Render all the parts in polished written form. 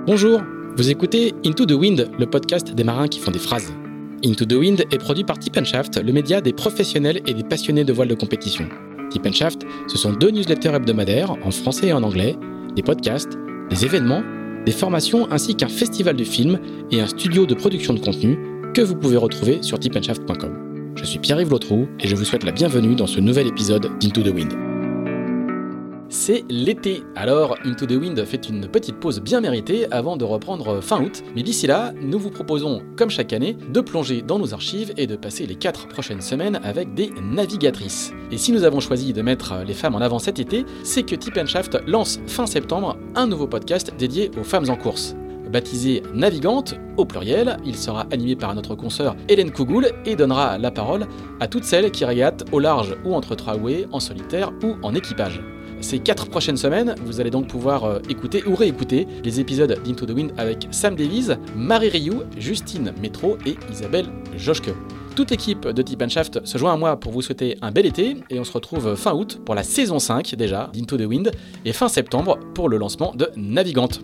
Bonjour, vous écoutez Into the Wind, le podcast des marins qui font des phrases. Into the Wind est produit par Tip & Shaft, le média des professionnels et des passionnés de voile de compétition. Tip & Shaft, ce sont 2 newsletters hebdomadaires, en français et en anglais, des podcasts, des événements, des formations ainsi qu'un festival de films et un studio de production de contenu que vous pouvez retrouver sur tipshaft.com. Je suis Pierre-Yves Lautroux et je vous souhaite la bienvenue dans ce nouvel épisode d'Into the Wind. C'est l'été, alors Into the Wind fait une petite pause bien méritée avant de reprendre fin août. Mais d'ici là, nous vous proposons, comme chaque année, de plonger dans nos archives et de passer les 4 prochaines semaines avec des navigatrices. Et si nous avons choisi de mettre les femmes en avant cet été, c'est que Tip & Shaft lance fin septembre un nouveau podcast dédié aux femmes en course. Baptisé Navigante, au pluriel, il sera animé par notre consoeur Hélène Cougoul et donnera la parole à toutes celles qui régatent au large ou entre traway, en solitaire ou en équipage. Ces 4 prochaines semaines, vous allez donc pouvoir écouter ou réécouter les épisodes d'Into the Wind avec Sam Davies, Marie Rioux, Justine Métro et Isabelle Joschke. Toute l'équipe de Tip & Shaft se joint à moi pour vous souhaiter un bel été et on se retrouve fin août pour la saison 5 déjà d'Into the Wind et fin septembre pour le lancement de Navigante.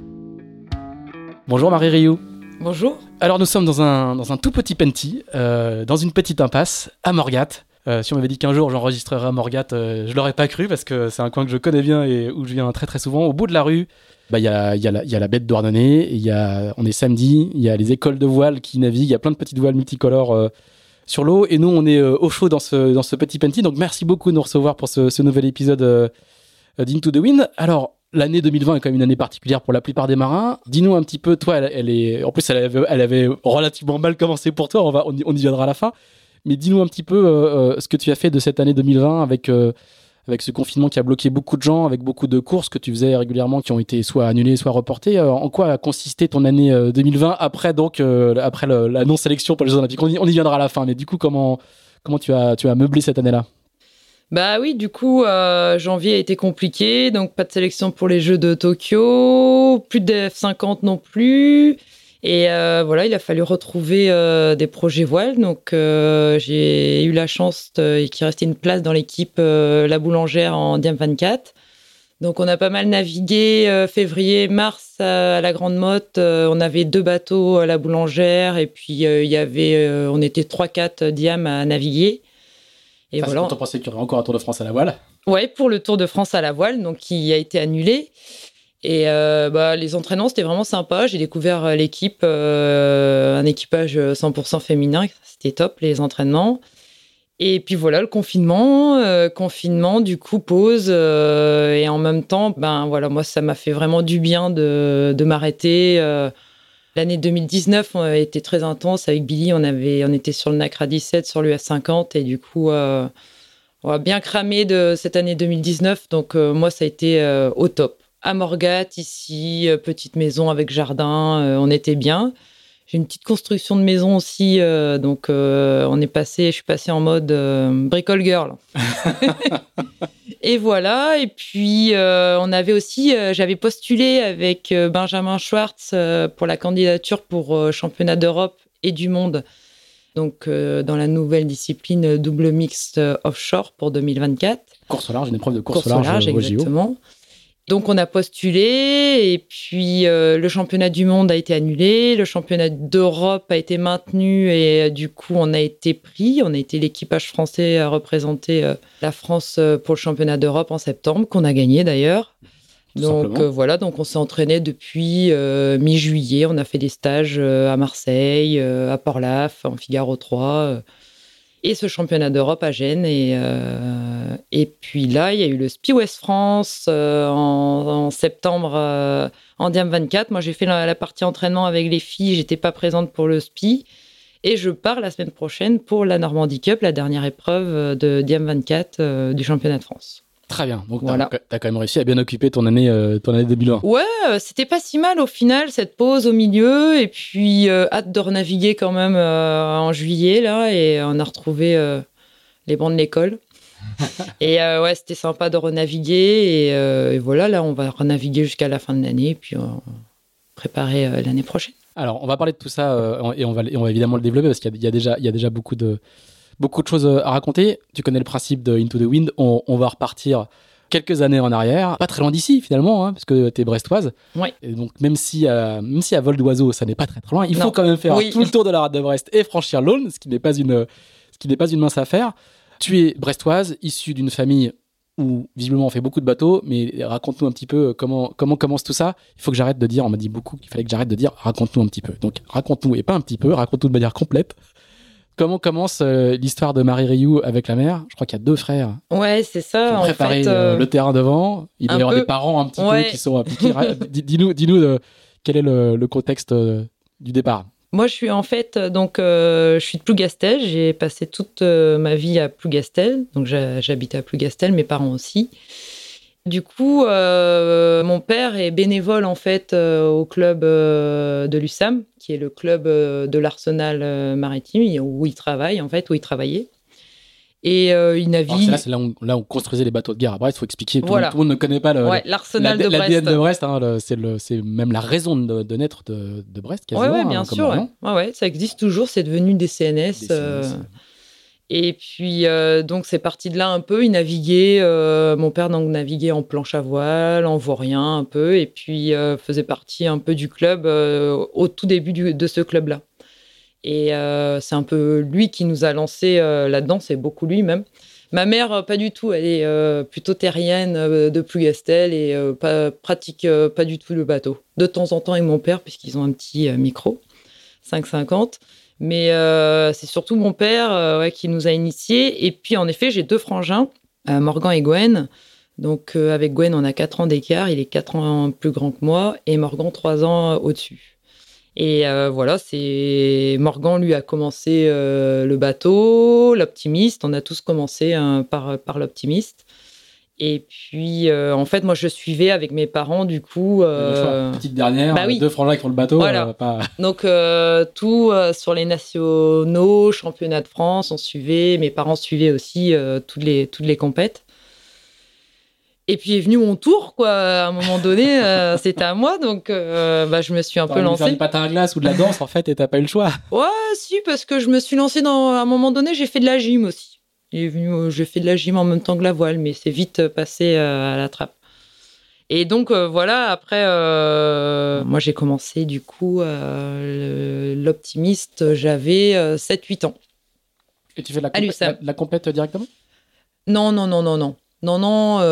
Bonjour Marie Rioux. Bonjour. Alors nous sommes dans un tout petit penty, dans une petite impasse à Morgat. Si on m'avait dit qu'un jour j'enregistrerais à Morgat, je l'aurais pas cru parce que c'est un coin que je connais bien et où je viens très très souvent. Au bout de la rue, il y a la baie de Douarnenez, on est samedi, il y a les écoles de voile qui naviguent, il y a plein de petites voiles multicolores sur l'eau et nous on est au chaud dans ce petit penty. Donc merci beaucoup de nous recevoir pour ce nouvel épisode d'Into the Wind. Alors l'année 2020 est quand même une année particulière pour la plupart des marins. Dis-nous un petit peu, toi, elle avait relativement mal commencé pour toi, on y viendra à la fin. Mais dis-nous un petit peu ce que tu as fait de cette année 2020 avec ce confinement qui a bloqué beaucoup de gens, avec beaucoup de courses que tu faisais régulièrement qui ont été soit annulées, soit reportées. En quoi a consisté ton année 2020 après la non-sélection pour les Jeux Olympiques ? On y viendra à la fin, mais du coup, comment tu as meublé cette année-là ? Bah oui, du coup, janvier a été compliqué, donc pas de sélection pour les Jeux de Tokyo, plus de F50 non plus. Et voilà, il a fallu retrouver des projets voiles. Donc, j'ai eu la chance qu'il restait une place dans l'équipe La Boulangère en Diam 24. Donc, on a pas mal navigué février, mars à la Grande Motte. On avait 2 bateaux à La Boulangère et puis on était 3-4 Diam à naviguer. Et voilà. C'est quand on pensait qu'il y aurait encore un Tour de France à la voile. Ouais, pour le Tour de France à la voile, donc qui a été annulé. Et les entraînements, c'était vraiment sympa. J'ai découvert l'équipe, un équipage 100% féminin. C'était top, les entraînements. Et puis voilà, le confinement, du coup, pause. Et en même temps, moi, ça m'a fait vraiment du bien de m'arrêter. L'année 2019 a été très intense. Avec Billy, on était sur le NACRA 17, sur l'US 50. Et du coup, on a bien cramé de cette année 2019. Donc, moi, ça a été au top. À Morgat, ici, petite maison avec jardin, on était bien. J'ai une petite construction de maison aussi, donc je suis passée en mode bricole girl. Et voilà, et puis on avait aussi, j'avais postulé avec Benjamin Schwartz pour la candidature pour championnat d'Europe et du monde, donc dans la nouvelle discipline double mixte offshore pour 2024. Course au large, une épreuve de course au large exactement. Donc, on a postulé et puis le championnat du monde a été annulé. Le championnat d'Europe a été maintenu et du coup, on a été pris. On a été l'équipage français à représenter la France pour le championnat d'Europe en septembre, qu'on a gagné d'ailleurs. Donc, donc on s'est entraîné depuis mi-juillet. On a fait des stages à Marseille, à Port-Laf, en Figaro 3. Et ce championnat d'Europe à Gênes. Et puis là, il y a eu le Spi West France en septembre en Diam 24. Moi, j'ai fait la partie entraînement avec les filles. J'étais pas présente pour le Spi. Et je pars la semaine prochaine pour la Normandie Cup, la dernière épreuve de Diam 24 du championnat de France. Très bien. Donc, voilà. Tu as quand même réussi à bien occuper ton année 2020. Ouais, c'était pas si mal au final, cette pause au milieu. Et puis, hâte de renaviguer quand même en juillet, là. Et on a retrouvé les bancs de l'école. Et c'était sympa de renaviguer. Et voilà, là, on va renaviguer jusqu'à la fin de l'année. Et puis, préparer l'année prochaine. Alors, on va parler de tout ça et on va évidemment le développer parce qu'il y a déjà beaucoup de choses à raconter. Tu connais le principe de Into the Wind. On va repartir quelques années en arrière, pas très loin d'ici finalement, hein, parce que t'es brestoise. Ouais. Et donc même si à vol d'oiseau, ça n'est pas très loin, il faut quand même faire tout le tour de la rade de Brest et franchir l'Aulne, ce qui n'est pas une mince affaire. Tu es brestoise, issue d'une famille où visiblement on fait beaucoup de bateaux, mais raconte-nous un petit peu comment commence tout ça. Il faut que j'arrête de dire, on m'a dit beaucoup qu'il fallait que j'arrête de dire raconte-nous un petit peu. Donc raconte-nous, et pas un petit peu, raconte-nous de manière complète. Comment commence l'histoire de Marie Rioux avec la mère? Je crois qu'il y a 2 frères. Ouais, c'est ça. Qui ont préparé le terrain devant. Il doit y avoir des parents un petit peu qui sont impliqués. Dis-nous quel est le contexte du départ. Moi, je suis en fait, je suis de Plougastel. J'ai passé toute ma vie à Plougastel. Donc, j'habite à Plougastel, mes parents aussi. Du coup, mon père est bénévole en fait au club de l'USAM, qui est le club de l'Arsenal maritime, où il travaille en fait, où il travaillait. Et il navigue. Alors c'est là où on construisait les bateaux de guerre à Brest. Il faut expliquer. Tout le monde ne connaît pas l'Arsenal de Brest. L'ADN de Brest, hein, c'est même la raison de naître de Brest. Quasiment, ouais, bien sûr. Ouais, ça existe toujours. C'est devenu des CNS. Et puis, donc, c'est parti de là un peu. Il naviguait. Mon père donc, naviguait en planche à voile, en vaurien un peu. Et puis, faisait partie un peu du club au tout début de ce club-là. Et c'est un peu lui qui nous a lancés là-dedans. C'est beaucoup lui même. Ma mère, pas du tout. Elle est plutôt terrienne de Plougastel et pratique pas du tout le bateau. De temps en temps avec mon père, puisqu'ils ont un petit micro, 5,50. Mais c'est surtout mon père qui nous a initiés. Et puis, en effet, j'ai 2 frangins, Morgan et Gwen. Donc, avec Gwen, on a 4 ans d'écart. Il est 4 ans plus grand que moi. Et Morgan, 3 ans au-dessus. Et voilà, Morgan, lui, a commencé le bateau, l'Optimiste. On a tous commencé par l'Optimiste. Et puis, en fait, moi, je suivais avec mes parents, du coup... Petite dernière, 2 frangins qui font le bateau. Voilà. Donc, tout sur les nationaux, championnats de France, on suivait. Mes parents suivaient aussi toutes les compètes. Et puis est venu mon tour, quoi. À un moment donné, c'était à moi, donc je me suis un peu lancée. Faire du patin à glace ou de la danse, en fait, et t'as pas eu le choix. Ouais, si, parce que je me suis lancée à un moment donné, j'ai fait de la gym aussi. J'ai fait de la gym en même temps que la voile, mais c'est vite passé à la trappe. Et donc, voilà, après, moi, j'ai commencé, du coup, l'Optimiste, j'avais 7-8 ans. Et tu fais la compète directement ? Non. Non,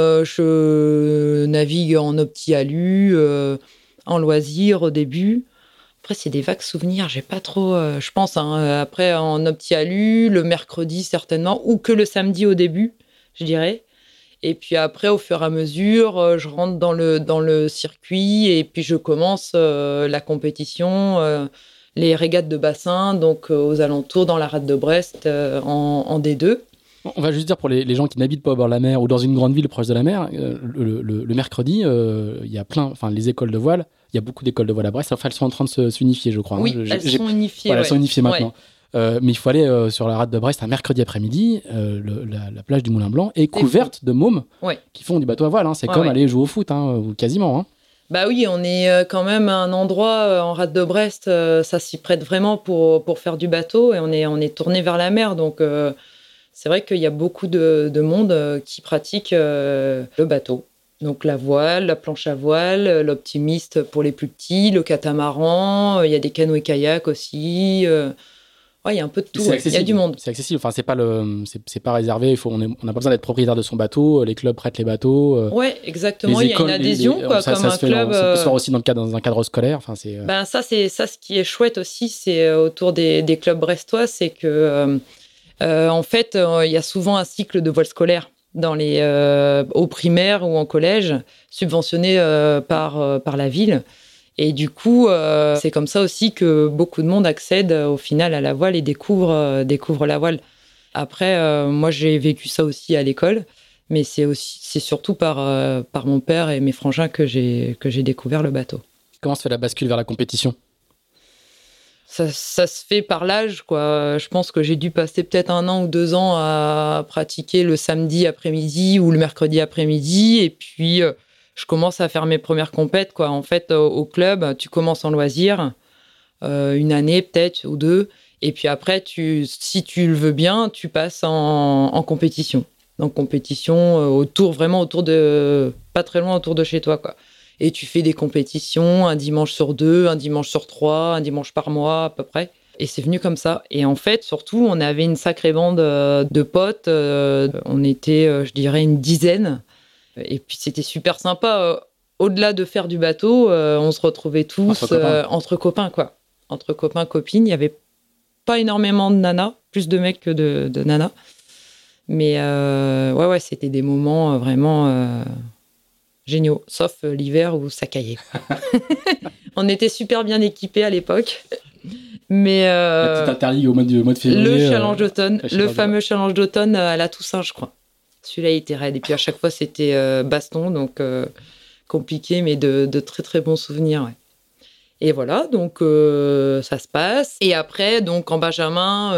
je navigue en opti-alu, en loisir au début. Après, c'est des vagues souvenirs, j'ai pas trop... je pense, après, en opti-alu, le mercredi certainement, ou que le samedi au début, je dirais. Et puis après, au fur et à mesure, je rentre dans le circuit et puis je commence la compétition, les régates de bassin, donc aux alentours, dans la rade de Brest, en D2. On va juste dire pour les gens qui n'habitent pas au bord de la mer ou dans une grande ville proche de la mer, le mercredi, il y a les écoles de voile, il y a beaucoup d'écoles de voile à Brest, elles sont en train de s'unifier, je crois. Oui, elles sont unifiées. Elles sont unifiées maintenant. Ouais. Mais il faut aller sur la rade de Brest un mercredi après-midi, la plage du Moulin Blanc est couverte de mômes qui font du bateau à voile. Hein. C'est comme aller jouer au foot, ou quasiment. Hein. Bah oui, on est quand même à un endroit en rade de Brest, ça s'y prête vraiment pour faire du bateau et on est tourné vers la mer, donc... c'est vrai qu'il y a beaucoup de monde qui pratique le bateau. Donc la voile, la planche à voile, l'Optimiste pour les plus petits, le catamaran, il y a des canoës-kayaks aussi. Il y a un peu de tout, il y a du monde. C'est accessible, enfin, c'est pas réservé, on n'a pas besoin d'être propriétaire de son bateau, les clubs prêtent les bateaux. Oui, exactement, il y a une adhésion comme un club. Ça peut se faire aussi dans un cadre scolaire. Enfin, ça, ce qui est chouette aussi, c'est autour des clubs brestois, c'est que... en fait, il y a souvent un cycle de voile scolaire au primaire ou en collège, subventionné par la ville. Et du coup, c'est comme ça aussi que beaucoup de monde accède au final à la voile et découvre la voile. Après, moi, j'ai vécu ça aussi à l'école, mais c'est surtout par mon père et mes frangins que j'ai découvert le bateau. Comment se fait la bascule vers la compétition ? Ça se fait par l'âge, quoi. Je pense que j'ai dû passer peut-être 1 an ou 2 ans à pratiquer le samedi après-midi ou le mercredi après-midi. Et puis, je commence à faire mes premières compètes, quoi. En fait, au club, tu commences en loisir, 1 année peut-être ou 2. Et puis après, si tu le veux bien, tu passes en compétition. en compétition vraiment autour de, pas très loin autour de chez toi, quoi. Et tu fais des compétitions un dimanche sur 2, un dimanche sur 3, un dimanche par mois à peu près. Et c'est venu comme ça. Et en fait, surtout, on avait une sacrée bande de potes. On était, je dirais, une dizaine. Et puis, c'était super sympa. Au-delà de faire du bateau, on se retrouvait tous entre copains, quoi. Entre copains, copines. Il n'y avait pas énormément de nanas, plus de mecs que de nanas. Mais ouais, c'était des moments vraiment géniaux. Sauf l'hiver où ça caillait. On était super bien équipés à l'époque. Mais la petite interligue au mois de février. Le challenge d'automne, le fameux challenge d'automne à la Toussaint, je crois. Celui-là, il était raide. Et puis à chaque fois, c'était baston, donc compliqué, mais de très très bons souvenirs. Ouais. Et voilà, donc ça se passe. Et après, donc en Benjamin,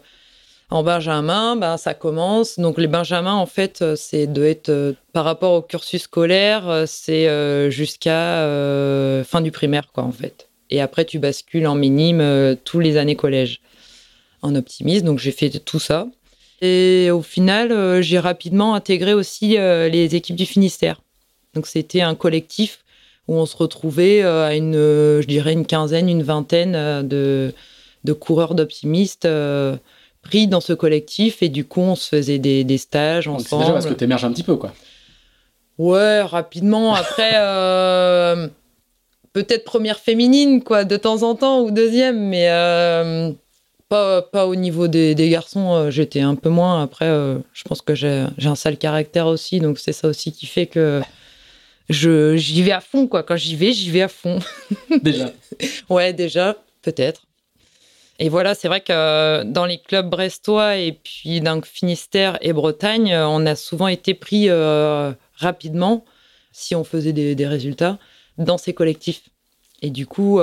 ça commence. Donc les Benjamins, en fait, c'est de être par rapport au cursus scolaire, c'est jusqu'à fin du primaire, quoi, en fait. Et après, tu bascules en minime tous les années collège, en optimiste. Donc, j'ai fait tout ça. Et au final, j'ai rapidement intégré aussi les équipes du Finistère. Donc, c'était un collectif où on se retrouvait à je dirais une quinzaine, une vingtaine de coureurs d'optimistes pris dans ce collectif. Et du coup, on se faisait des stages ensemble. C'est déjà parce que tu émerges un petit peu, quoi. Ouais, rapidement. Après... peut-être première féminine, quoi, de temps en temps, ou deuxième, mais pas au niveau des garçons. J'étais un peu moins. Après, je pense que j'ai un sale caractère aussi, donc c'est ça aussi qui fait que j'y vais à fond, quoi. Quand j'y vais à fond. Déjà. Ouais, déjà, peut-être. Et voilà, c'est vrai que dans les clubs brestois et puis dans Finistère et Bretagne, on a souvent été pris rapidement, si on faisait des résultats, dans ces collectifs. Et du coup,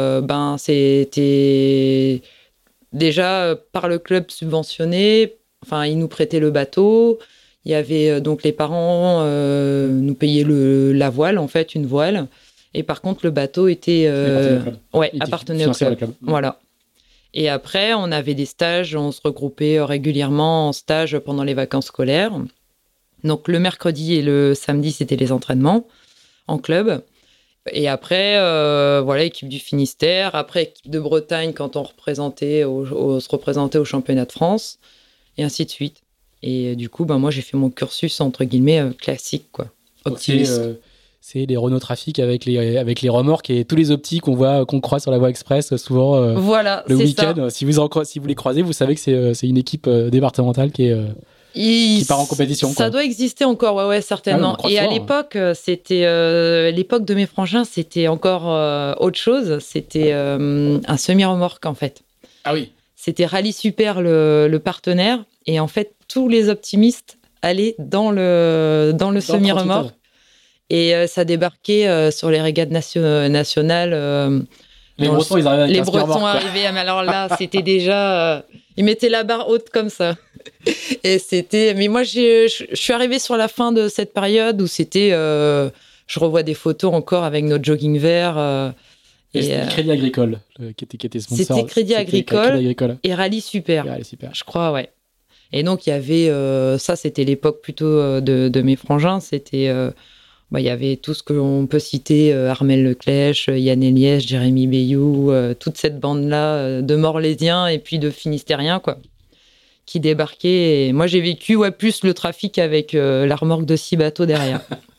c'était déjà par le club subventionné. Enfin, ils nous prêtaient le bateau. Il y avait donc les parents nous payaient la voile, en fait, une voile. Et par contre, le bateau était appartenait au club. Voilà. Et après, on avait des stages. On se regroupait régulièrement en stage pendant les vacances scolaires. Donc, le mercredi et le samedi, c'était les entraînements en club. Et après, équipe du Finistère. Après, équipe de Bretagne quand on se représentait au championnat de France. Et ainsi de suite. Et du coup, moi, j'ai fait mon cursus, entre guillemets, classique, quoi. Optimiste. C'est les Renault Trafic avec les remorques et tous les optiques qu'on croise sur la voie express souvent le week-end. Ça. Si vous les croisez, vous savez que c'est une équipe départementale qui part en compétition. Ça doit exister encore, ouais, certainement. Et à l'époque, c'était l'époque de mes frangins, c'était encore autre chose. C'était un semi-remorque, en fait. Ah oui. C'était Rallye Super, le partenaire. Et en fait, tous les optimistes allaient dans le semi-remorque. Et ça débarquait sur les régates nationales. Les Bretons, ils arrivaient avec les Bretons arrivaient, mais alors là, c'était déjà... ils mettaient la barre haute comme ça. Et c'était... Mais moi, je suis arrivée sur la fin de cette période où c'était... je revois des photos encore avec notre jogging vert. Et c'était Crédit Agricole qui était sponsor. C'était Crédit Agricole et Rallye Super. Je crois, ouais. Et donc, il y avait... ça, c'était l'époque plutôt de mes frangins. C'était... il y avait tout ce que l'on peut citer, Armel Leclèche, Yann Eliès, Jérémy Bayou, toute cette bande-là de Morlaisiens et puis de Finistériens, quoi, qui débarquaient. Et moi, j'ai vécu plus le trafic avec la remorque de 6 bateaux derrière.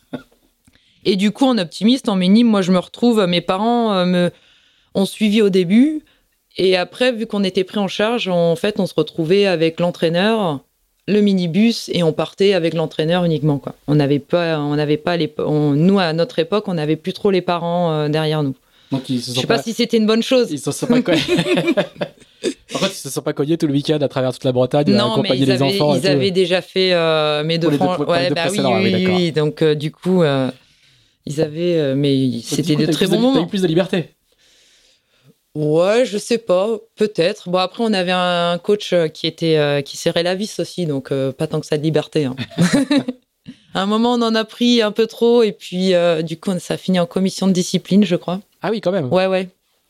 Et du coup, en optimiste, en minime, moi, je me retrouve, mes parents ont suivi au début. Et après, vu qu'on était pris en charge, en fait, on se retrouvait avec l'entraîneur, le minibus, et on partait avec l'entraîneur uniquement, quoi. On n'avait pas nous, à notre époque, on n'avait plus trop les parents derrière nous. Donc, je sais pas si c'était une bonne chose. Ils se sont pas cognés. En fait, ils se sont pas cognés tout le week-end à travers toute la Bretagne à accompagner les enfants. Ils avaient déjà fait mes deux frangins. Oui. Donc, du coup, ils avaient... mais c'était de très bons moments. T'as eu plus de liberté. Ouais, je sais pas, peut-être. Bon, après, on avait un coach qui serrait la vis aussi, donc pas tant que ça de liberté. Hein. À un moment, on en a pris un peu trop, et puis du coup, ça a fini en commission de discipline, je crois. Ah oui, quand même. Ouais.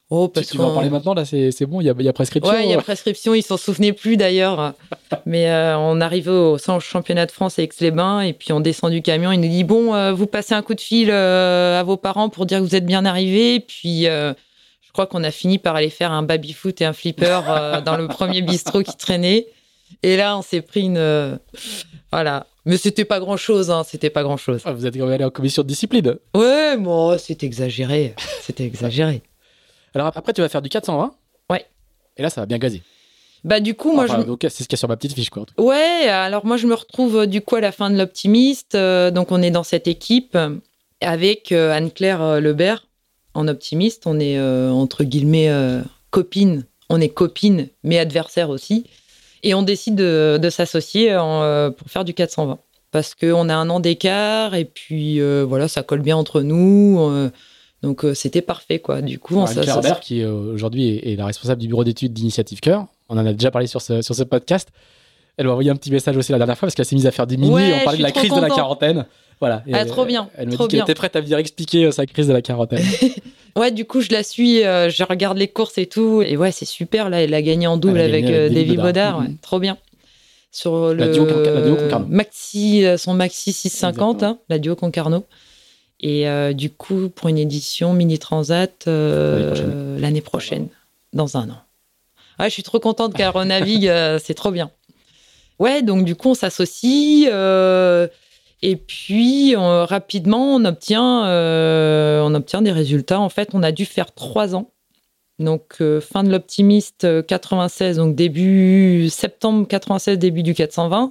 Oh, parce tu vas en parler maintenant, là, c'est bon, il y a prescription. Ouais, il y a prescription, ils s'en souvenaient plus d'ailleurs. Mais on arrivait au championnat de France à Aix-les-Bains et puis on descend du camion, il nous dit bon, vous passez un coup de fil à vos parents pour dire que vous êtes bien arrivés. Puis je crois qu'on a fini par aller faire un baby-foot et un flipper dans le premier bistrot qui traînait. Et là, on s'est pris une... voilà. Mais c'était pas grand-chose, hein, c'était pas grand-chose. Ah, vous êtes quand même allé en commission de discipline. Ouais, bon, c'était exagéré. C'était exagéré. Alors après, tu vas faire du 420. Ouais. Et là, ça va bien gazer. Bah du coup, Donc, c'est ce qu'il y a sur ma petite fiche, quoi. Ouais, alors moi, je me retrouve du coup à la fin de l'Optimiste. Donc, on est dans cette équipe avec Anne-Claire Lebert en Optimiste. On est, entre guillemets, copines. On est copines, mais adversaires aussi. Et on décide de s'associer pour faire du 420. Parce qu'on a 1 an d'écart et puis voilà, ça colle bien entre nous. Donc c'était parfait, quoi. Du coup, on s'associe. Anne-Claire Lebert, qui aujourd'hui est la responsable du bureau d'études d'Initiative Cœur. On en a déjà parlé sur ce podcast. Elle m'a envoyé un petit message aussi la dernière fois parce qu'elle s'est mise à faire des mini. Ouais, on parlait de la crise de la quarantaine. Voilà. Ah, trop bien. Elle m'a dit qu'elle était prête à venir expliquer sa crise de la quarantaine. Ouais, du coup, je la suis, je regarde les courses et tout. Et ouais, c'est super. Là, elle a gagné en double avec Davy Baudard. Ouais, trop bien. Sur la duo Concarneau. Son Maxi 650, hein, la duo Concarneau. Et du coup, pour une édition Mini Transat l'année prochaine, dans 1 an. Ouais, je suis trop contente qu'elle renavigue, c'est trop bien. Ouais, donc du coup, on s'associe et puis rapidement, on obtient des résultats. En fait, on a dû faire 3 ans. Donc, fin de l'Optimiste 96, donc début septembre 96, début du 420.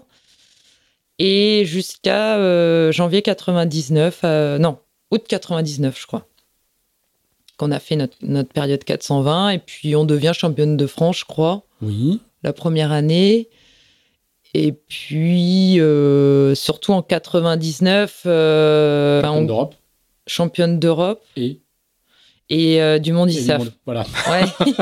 Et jusqu'à janvier 99, août 99, je crois, qu'on a fait notre période 420. Et puis, on devient championne de France, je crois. Oui. La première année. Et puis, surtout en 99... championne d'Europe. Championne d'Europe. Et du monde ISAF. Voilà. Ouais.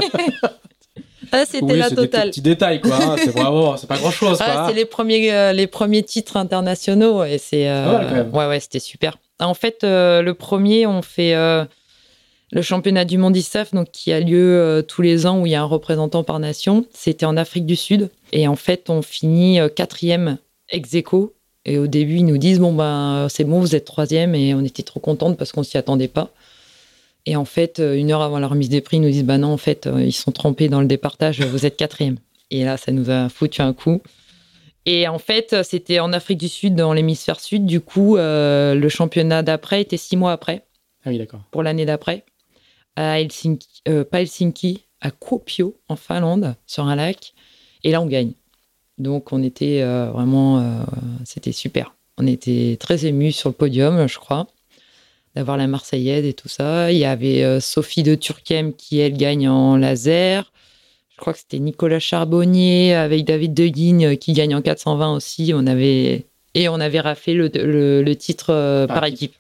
Ah, c'était la totale. C'est des petits détails, quoi. Hein. C'est pas grand-chose, quoi. Ah, c'est les premiers titres internationaux. Et c'est, quand même. Ouais, c'était super. En fait, le premier, on fait le championnat du monde ISAF, donc, qui a lieu tous les ans, où il y a un représentant par nation. C'était en Afrique du Sud. Et en fait, on finit 4e ex aequo. Et au début, ils nous disent, c'est bon, vous êtes 3e. Et on était trop contentes parce qu'on ne s'y attendait pas. Et en fait, 1 heure avant la remise des prix, ils nous disent non, en fait, ils sont trompés dans le départage, vous êtes 4e. Et là, ça nous a foutu un coup. Et en fait, c'était en Afrique du Sud, dans l'hémisphère sud. Du coup, le championnat d'après était 6 mois après. Ah oui, d'accord. Pour l'année d'après. À Helsinki, pas Helsinki, à Kuopio, en Finlande, sur un lac. Et là, on gagne. Donc, on était vraiment... c'était super. On était très émus sur le podium, je crois, d'avoir la Marseillaise et tout ça. Il y avait Sophie de Turckheim qui, elle, gagne en laser. Je crois que c'était Nicolas Charbonnier avec David Deguigne qui gagne en 420 aussi. On avait raflé le titre par équipe.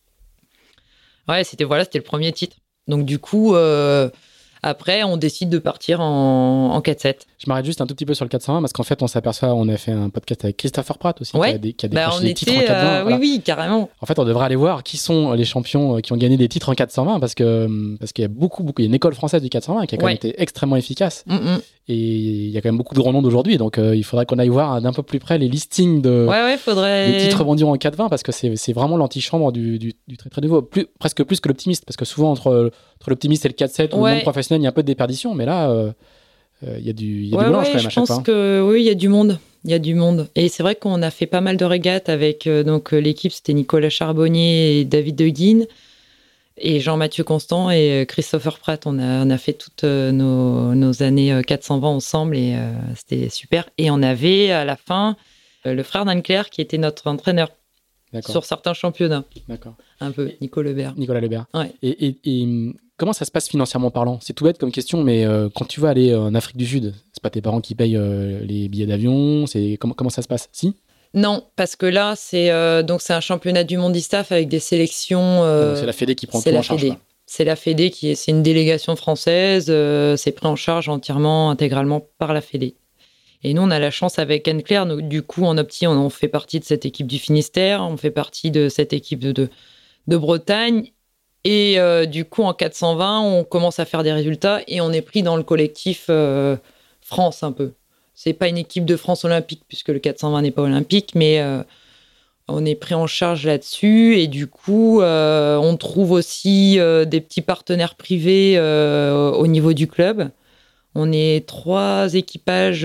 Ouais, c'était le premier titre. Donc du coup, après, on décide de partir en 4-7. Je m'arrête juste un tout petit peu sur le 420 parce qu'en fait, on a fait un podcast avec Christopher Pratt aussi, ouais. qui a décroché des titres en 420. Voilà. Oui, carrément. En fait, on devrait aller voir qui sont les champions qui ont gagné des titres en 420 parce qu'il y a beaucoup, il y a une école française du 420 qui a quand même été extrêmement efficace. Et il y a quand même beaucoup de grands noms d'aujourd'hui, donc il faudrait qu'on aille voir d'un peu plus près les listings des titres vendus en 420 parce que c'est vraiment l'antichambre du très très nouveau, presque plus que l'Optimiste, parce que souvent entre l'Optimiste et le 4-7 ou le monde professionnel, il y a un peu de déperdition, mais là, il y a du mélange quand même à chaque fois. Je pense que oui, il y a du monde. Il y a du monde. Et c'est vrai qu'on a fait pas mal de régates avec l'équipe, c'était Nicolas Charbonnier et David Deguigne. Et Jean-Mathieu Constant et Christopher Pratt, on a fait toutes nos années 420 ensemble et c'était super. Et on avait à la fin le frère d'Anne-Claire qui était notre entraîneur sur certains championnats. D'accord. Un peu, Nicolas Lebert. Ouais. Et comment ça se passe financièrement parlant ? C'est tout bête comme question, mais quand tu vas aller en Afrique du Sud, c'est pas tes parents qui payent les billets d'avion ? Comment ça se passe ? Si ? Non, parce que là, c'est un championnat du monde ISTAF avec des sélections... c'est la Fédé qui prend tout en charge. C'est la Fédé c'est une délégation française, c'est pris en charge intégralement par la Fédé. Et nous, on a la chance avec Anne-Claire, du coup, en Opti, on fait partie de cette équipe du Finistère, on fait partie de cette équipe de Bretagne, Et du coup, en 420, on commence à faire des résultats et on est pris dans le collectif France un peu. C'est pas une équipe de France olympique puisque le 420 n'est pas olympique, mais on est pris en charge là-dessus. Et du coup, on trouve aussi des petits partenaires privés au niveau du club. On est 4 équipages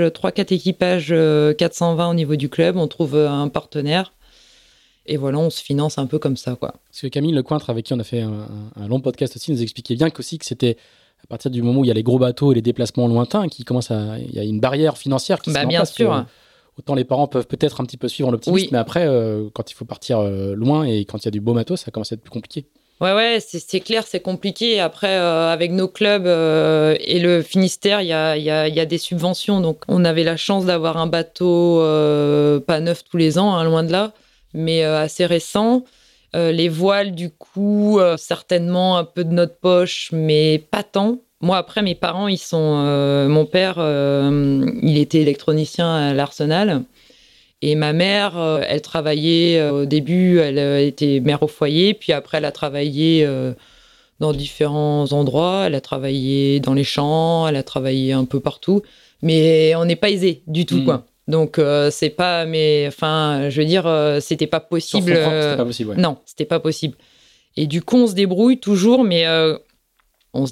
420 au niveau du club. On trouve un partenaire. Et voilà, on se finance un peu comme ça, quoi. Parce que Camille Lecointre, avec qui on a fait un long podcast aussi, nous expliquait bien que c'était à partir du moment où il y a les gros bateaux et les déplacements lointains, il y a une barrière financière qui se met en place. Bien sûr. Autant les parents peuvent peut-être un petit peu suivre l'optimisme, mais après, quand il faut partir loin et quand il y a du beau matos, ça commence à être plus compliqué. Ouais, c'est clair, c'est compliqué. Après, avec nos clubs et le Finistère, il y a des subventions. Donc, on avait la chance d'avoir un bateau pas neuf tous les ans, hein, loin de là, mais assez récent. Les voiles, du coup, certainement un peu de notre poche, mais pas tant. Moi, après, mes parents, mon père, il était électronicien à l'Arsenal. Et ma mère, elle travaillait au début, elle était mère au foyer, puis après, elle a travaillé dans différents endroits. Elle a travaillé dans les champs, elle a travaillé un peu partout. Mais on n'est pas aisé du tout, quoi. Donc, c'est pas, mais enfin, je veux dire, c'était pas possible. C'était pas possible, ouais. Non, c'était pas possible. Et du coup, on se débrouille toujours, mais on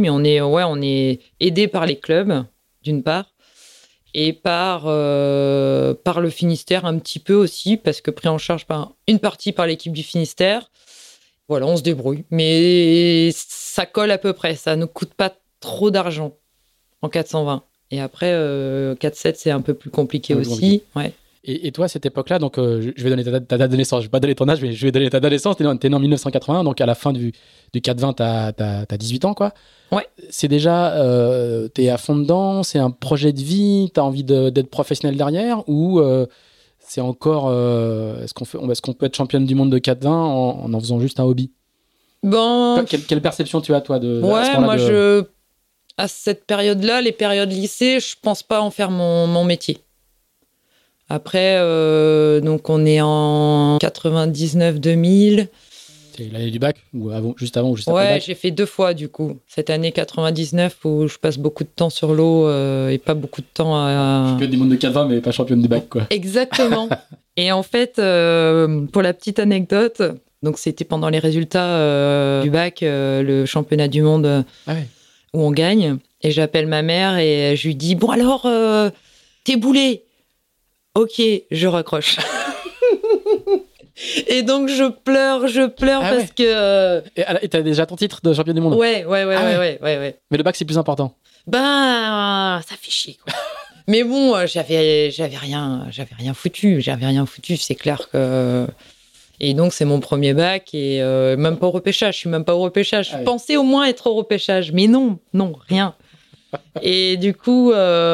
est aidé par les clubs, d'une part, et par le Finistère un petit peu aussi, parce que pris en charge une partie par l'équipe du Finistère. Voilà, on se débrouille. Mais ça colle à peu près, ça ne coûte pas trop d'argent en 420. Et après, 4-7, c'est un peu plus compliqué aussi. Ouais. Et toi, à cette époque-là, donc, je vais donner ta date de naissance. Je ne vais pas donner ton âge, mais je vais donner ta date de naissance. Tu es né en 1980, donc à la fin du 4-20, tu as 18 ans, quoi. Ouais. C'est déjà, tu es à fond dedans, c'est un projet de vie, tu as envie d'être professionnel derrière, ou c'est encore, est-ce qu'on peut être championne du monde de 4-20 en faisant juste un hobby? Bon. Quelle perception tu as, toi, de ouais, moi, à cette période-là, les périodes lycée, je pense pas en faire mon métier. Après, donc on est en 99-2000. C'est l'année du bac ou juste avant ou juste après le bac? Ouais, j'ai fait 2 fois du coup. Cette année 99 où je passe beaucoup de temps sur l'eau et pas beaucoup de temps à... Championne du monde de 4-20 mais pas championne du bac, quoi. Exactement. Et en fait, pour la petite anecdote, donc c'était pendant les résultats du bac, le championnat du monde où on gagne. Et j'appelle ma mère et je lui dis « Bon alors, t'es boulé ?» Ok, je raccroche. Et donc je pleure parce que... Et t'as déjà ton titre de championne du monde? Ouais. Mais le bac, c'est plus important. Ben, ça fait chier, quoi. Mais bon, j'avais rien foutu. C'est clair que... Et donc, c'est mon premier bac et même pas au repêchage. Je suis même pas au repêchage. Je pensais au moins être au repêchage. Mais non, rien. Et du coup,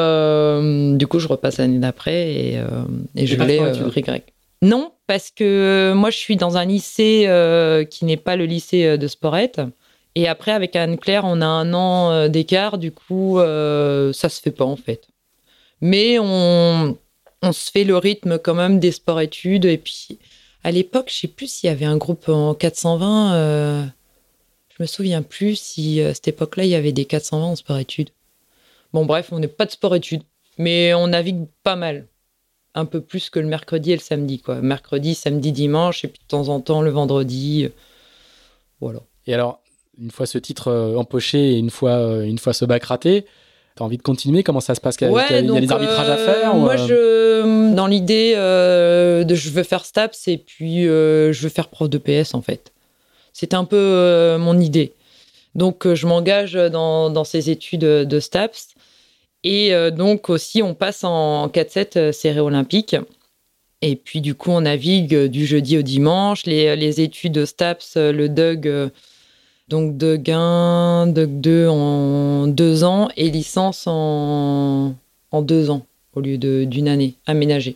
je repasse l'année d'après et je l'ai Y. Non, parce que moi, je suis dans un lycée qui n'est pas le lycée de Sporette. Et après, avec Anne-Claire, on a 1 an d'écart. Du coup, ça se fait pas, en fait. Mais on se fait le rythme quand même des sports-études. Et puis, à l'époque, je sais plus s'il y avait un groupe en 420. Je me souviens plus si à cette époque-là, il y avait des 420 en sport-études. Bon, bref, on n'est pas de sport-études, mais on navigue pas mal. Un peu plus que le mercredi et le samedi, quoi. Mercredi, samedi, dimanche, et puis de temps en temps, le vendredi. Voilà. Et alors, une fois ce titre empoché et une fois ce bac raté, t'as envie de continuer? Comment ça se passe? Il y a des arbitrages à faire? Moi, dans l'idée je veux faire STAPS et puis je veux faire prof de PS, en fait. C'est un peu mon idée. Donc, je m'engage dans ces études de STAPS. Et donc aussi, on passe en 4-7 séries olympiques. Et puis, du coup, on navigue du jeudi au dimanche. Les études de STAPS, le DUG, donc DUG 1, DUG 2 en 2 ans et licence en 2 ans au lieu d'une année aménagée.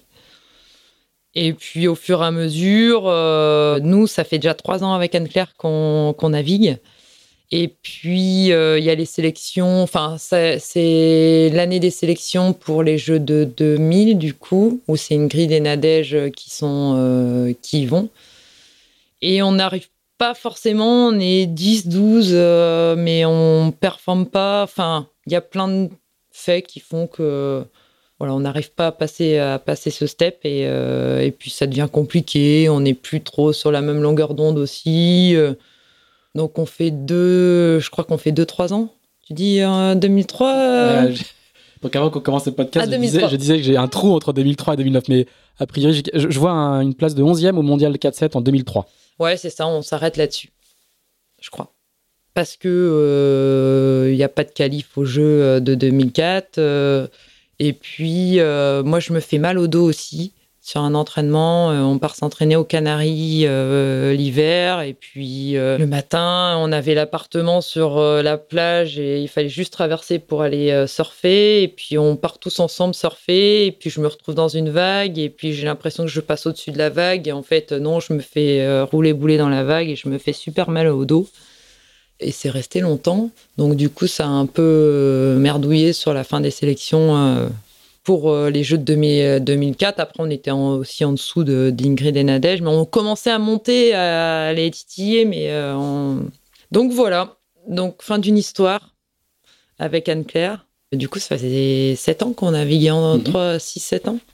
Et puis, au fur et à mesure, nous, ça fait déjà 3 ans avec Anne-Claire qu'on navigue. Et puis, il y a les sélections. Enfin, c'est l'année des sélections pour les Jeux de 2000, du coup, où c'est une grille des Nadèges qui y vont. Et on n'arrive Pas forcément, on est 10, 12, mais on performe pas. Enfin, il y a plein de faits qui font que voilà, on n'arrive pas à passer ce step et puis ça devient compliqué. On n'est plus trop sur la même longueur d'onde aussi. Donc je crois qu'on fait 2-3 ans. Tu dis 2003 Donc avant qu'on commence le podcast, Ah, je disais que j'ai un trou entre 2003 et 2009, mais a priori, je vois une place de 11e au mondial 4-7 en 2003. Ouais, c'est ça, on s'arrête là-dessus, je crois. Parce que y a pas de qualif au jeu de 2004. Et puis, moi, je me fais mal au dos aussi. Sur un entraînement, on part s'entraîner aux Canaries l'hiver. Et puis, le matin, on avait l'appartement sur la plage et il fallait juste traverser pour aller surfer. Et puis, on part tous ensemble surfer. Et puis, je me retrouve dans une vague. Et puis, j'ai l'impression que je passe au-dessus de la vague. Et en fait, non, je me fais rouler-bouler dans la vague et je me fais super mal au dos. Et c'est resté longtemps. Donc, du coup, ça a un peu merdouillé sur la fin des sélections pour les Jeux de 2004. Après, on était aussi en dessous d'Ingrid et Nadège. Mais on commençait à monter, à les titiller. Donc, voilà. Donc, fin d'une histoire avec Anne-Claire. Du coup, ça faisait 7 ans qu'on naviguait entre 6-7 ans.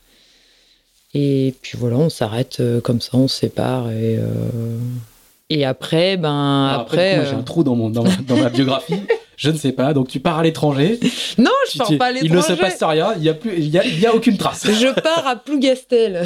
Et puis, voilà, on s'arrête comme ça, on se sépare et après, après moi, j'ai un trou dans ma biographie. Je ne sais pas. Donc, tu pars à l'étranger. Non, je pars pas à l'étranger. Il ne se passe rien. Il y a aucune trace. Je pars à Plougastel.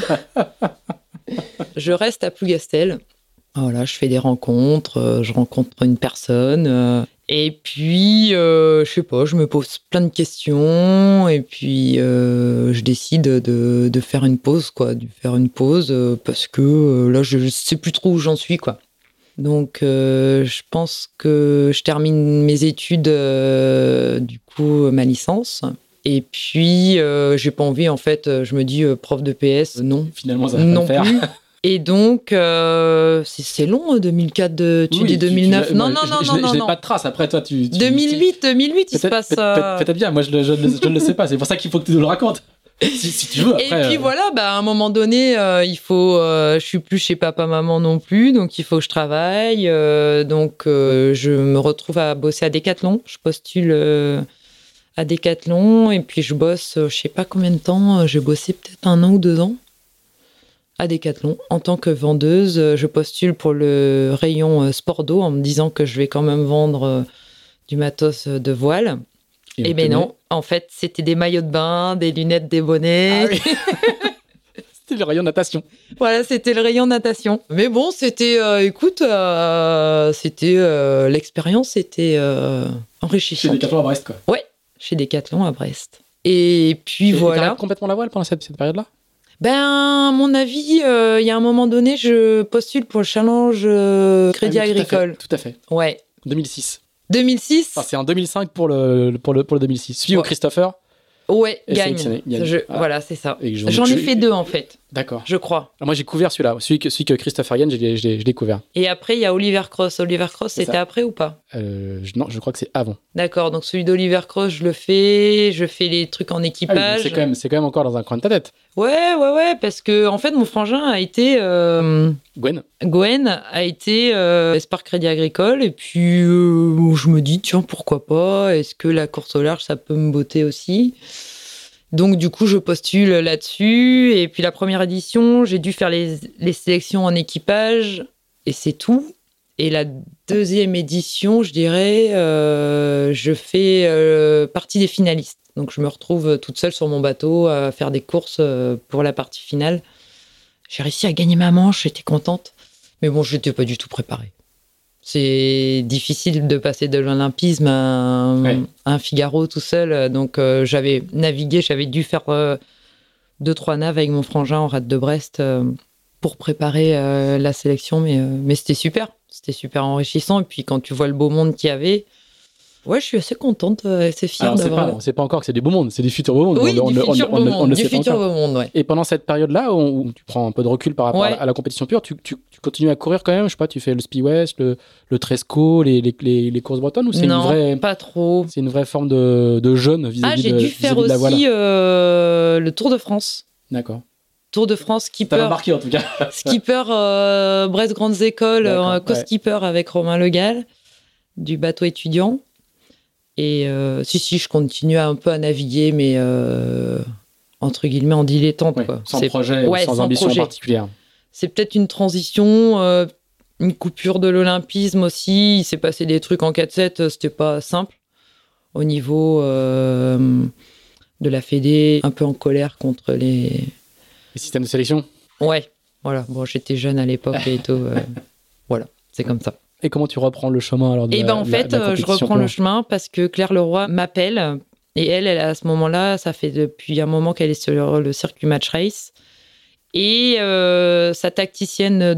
Je reste à Plougastel. Voilà, je fais des rencontres. Je rencontre une personne. Et puis, je sais pas, je me pose plein de questions. Et puis, je décide de faire une pause, quoi. De faire une pause parce que là, je sais plus trop où j'en suis, quoi. Donc, je pense que je termine mes études, du coup, ma licence. Et puis, j'ai pas envie, en fait, je me dis, prof de PS, non. Finalement, ça va non pas le faire. Et donc, c'est long, 2004, tu dis 2009. Non. Je n'ai pas de traces. Après, toi, 2008, il se passe... Peut-être bien, moi, je ne le sais pas. C'est pour ça qu'il faut que tu nous le racontes. Si tu veux, après, et puis voilà, à un moment donné, je suis plus chez papa-maman non plus, donc il faut que je travaille. Donc je me retrouve à bosser à Decathlon. Je postule à Decathlon et puis je bosse, je sais pas combien de temps. J'ai bossé peut-être 1 an ou 2 ans à Decathlon en tant que vendeuse. Je postule pour le rayon sport d'eau en me disant que je vais quand même vendre du matos de voile. Et ben non, en fait, c'était des maillots de bain, des lunettes, des bonnets. Ah oui. C'était le rayon natation. Voilà, c'était le rayon natation. Mais bon, c'était, l'expérience était enrichissante. Chez Decathlon à Brest, quoi. Ouais, chez Decathlon à Brest. Et puis voilà. T'arrêtes complètement la voile pendant cette période-là ? À mon avis, il y a un moment donné, je postule pour le challenge Crédit Agricole. Tout à fait. Ouais. 2006. 2006. Enfin, c'est en 2005 pour le 2006. Suivi au Christopher. Ouais, gagne. Voilà, c'est ça. J'en ai fait 2 en fait. D'accord. Je crois. Alors moi j'ai couvert celui-là. Celui que Christopher gagne, je l'ai couvert. Et après il y a Oliver Cross. Oliver Cross, c'était après ou pas ? Non, je crois que c'est avant. D'accord. Donc celui d'Oliver Cross, je le fais. Je fais les trucs en équipage. Ah oui, c'est quand même encore dans un coin de ta tête. Ouais. Parce que en fait mon frangin a été. Gwen a été Espar Crédit Agricole et puis je me dis tiens pourquoi pas, est-ce que la course au large ça peut me botter aussi, donc du coup je postule là-dessus et puis la première édition j'ai dû faire les sélections en équipage et c'est tout, et la deuxième édition je dirais je fais partie des finalistes, donc je me retrouve toute seule sur mon bateau à faire des courses pour la partie finale. J'ai réussi à gagner ma manche, j'étais contente. Mais bon, je n'étais pas du tout préparée. C'est difficile de passer de l'olympisme à un Figaro tout seul. Donc, j'avais navigué, j'avais dû faire 2-3 naves avec mon frangin en rade de Brest pour préparer la sélection. Mais c'était super. C'était super enrichissant. Et puis, quand tu vois le beau monde qu'il y avait... Ouais, je suis assez contente, assez fière d'avoir... On ne sait pas encore que c'est des beaux mondes, c'est des futurs beaux mondes. Oui, du futur beau monde, ouais. Et pendant cette période-là, où tu prends un peu de recul par rapport à la compétition pure, tu continues à courir quand même, je sais pas, tu fais le Speed West, le Tresco, les courses bretonnes, ou c'est non, une vraie... pas trop. C'est une vraie forme de jeune vis-à-vis de la voile. J'ai dû faire aussi le Tour de France. D'accord. Tour de France, skipper. Ça m'a marqué en tout cas. Skipper Brest Grandes Écoles, co-skipper avec Romain Le Gall du bateau étudiant. Et si, je continue un peu à naviguer, mais entre guillemets en dilettante. Ouais, quoi. Sans projet, sans ambition particulière. C'est peut-être une transition, une coupure de l'olympisme aussi. Il s'est passé des trucs en 4-7, c'était pas simple. Au niveau de la Fédé, un peu en colère contre les systèmes de sélection. Ouais, voilà. Bon, j'étais jeune à l'époque et tout. Voilà, c'est comme ça. Et comment tu reprends le chemin alors de en fait, je reprends le chemin parce que Claire Leroy m'appelle. Et elle, à ce moment-là, ça fait depuis un moment qu'elle est sur le circuit Match Race. Et sa tacticienne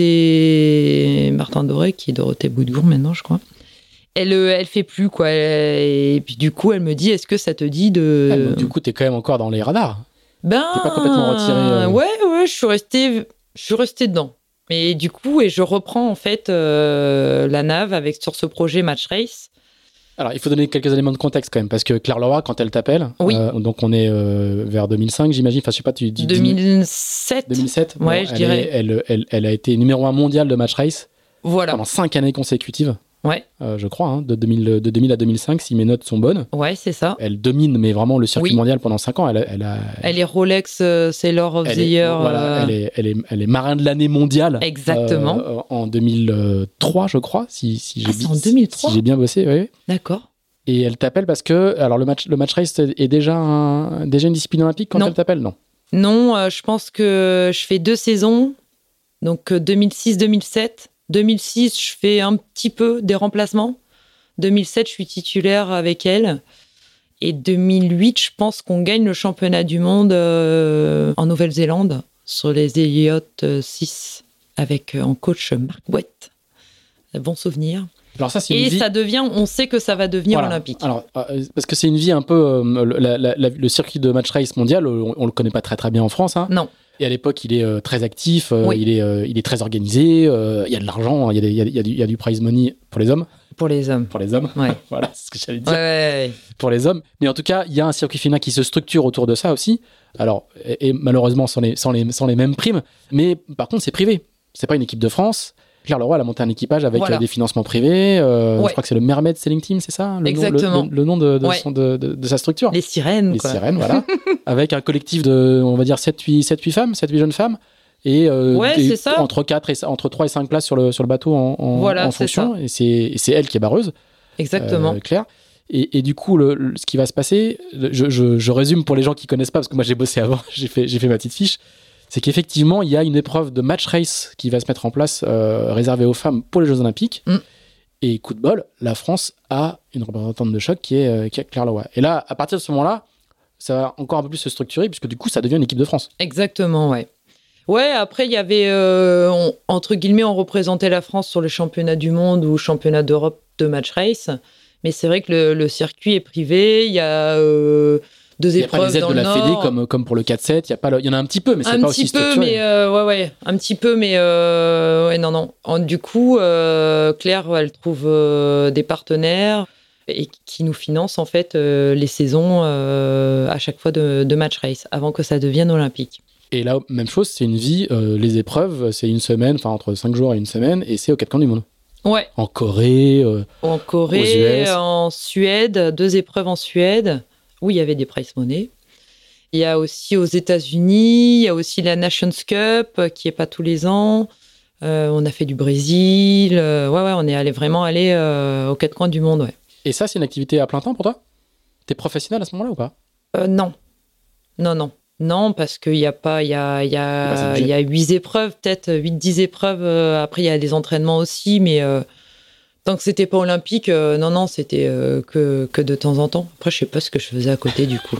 Dorothée Martin-Doré, qui est Dorothée Boudgour maintenant, je crois, elle fait plus, quoi. Et puis du coup, elle me dit, est-ce que ça te dit de... Du coup, t'es quand même encore dans les radars. T'es pas complètement retiré. Ouais, je suis restée dedans. Et du coup, je reprends en fait la nave sur ce projet Match Race. Alors, il faut donner quelques éléments de contexte quand même, parce que Claire Leroy, quand elle t'appelle, donc on est vers 2005, j'imagine, enfin je sais pas, tu dis... 2007. 2007 ouais, je dirais. Elle a été numéro 1 mondial de Match Race pendant 5 années consécutives. Ouais. Je crois, de 2000 à 2005, si mes notes sont bonnes. Ouais, c'est ça. Elle domine, mais vraiment le circuit mondial pendant 5 ans. Elle est Rolex Sailor of the Year. Voilà, elle est marin de l'année mondiale. Exactement. En 2003, je crois, si j'ai bien bossé. Oui. D'accord. Et elle t'appelle parce que alors le match race est déjà une discipline olympique quand elle t'appelle, non? Non, je pense que je fais 2 saisons, donc 2006-2007. 2006, je fais un petit peu des remplacements. 2007, je suis titulaire avec elle. Et 2008, je pense qu'on gagne le championnat du monde en Nouvelle-Zélande sur les Elliott 6 avec en coach Marc Bouette. Bon souvenir. Alors ça, c'est une vie... ça devient, on sait que ça va devenir olympique. Alors, parce que c'est une vie un peu... le circuit de match race mondial, on le connaît pas très très bien en France. Hein. Non. Et à l'époque, il est très actif, il est très organisé, il y a de l'argent, il y a du prize money pour les hommes. Pour les hommes. Ouais. Voilà, c'est ce que j'allais dire. Ouais. Pour les hommes. Mais en tout cas, il y a un circuit féminin qui se structure autour de ça aussi. Alors, et malheureusement, sans les mêmes primes. Mais par contre, c'est privé. C'est pas une équipe de France. Claire Leroy, elle a monté un équipage avec des financements privés. Je crois que c'est le Mermaid Sailing Team, c'est ça? Exactement. Le nom de sa structure. Les sirènes. Les sirènes, voilà. Avec un collectif de, on va dire, 7-8 femmes, 7-8 jeunes femmes. Et c'est ça. Entre 3 et 5 places sur le bateau en fonction. Et c'est elle qui est barreuse. Exactement. Claire. Et du coup, ce qui va se passer, je résume pour les gens qui connaissent pas, parce que moi j'ai bossé avant, j'ai fait ma petite fiche. C'est qu'effectivement, il y a une épreuve de match race qui va se mettre en place, réservée aux femmes pour les Jeux Olympiques. Et coup de bol, la France a une représentante de choc qui est Claire Leroy. Et là, à partir de ce moment-là, ça va encore un peu plus se structurer, puisque du coup, ça devient une équipe de France. Exactement, ouais. Ouais, après, il y avait, entre guillemets, on représentait la France sur les championnats du monde ou championnats d'Europe de match race. Mais c'est vrai que le circuit est privé, il y a... 2 épreuves dans le Nord. Il n'y a pas les aides de la Fédé comme pour le 4-7. Il y en a un petit peu, mais c'est pas aussi structuré. Un petit peu, mais non. Du coup, Claire, elle trouve des partenaires et qui nous financent en fait les saisons à chaque fois de match race avant que ça devienne olympique. Et là, même chose, c'est une vie. Les épreuves, c'est une semaine, enfin entre 5 jours et une semaine, et c'est aux 4 coins du monde. Ouais. En Corée, aux US. En Suède, 2 épreuves en Suède. Où il y avait des prize money. Il y a aussi aux États-Unis, il y a aussi la Nations Cup qui est pas tous les ans. On a fait du Brésil. On est allé aux 4 coins du monde. Ouais. Et ça, c'est une activité à plein temps pour toi? T'es professionnel à ce moment-là ou pas? Non. Non, parce qu'il y a 8 épreuves, peut-être 8-10 épreuves. Après, il y a des entraînements aussi, mais... Tant que c'était pas olympique, non, c'était que de temps en temps. Après, je sais pas ce que je faisais à côté, du coup.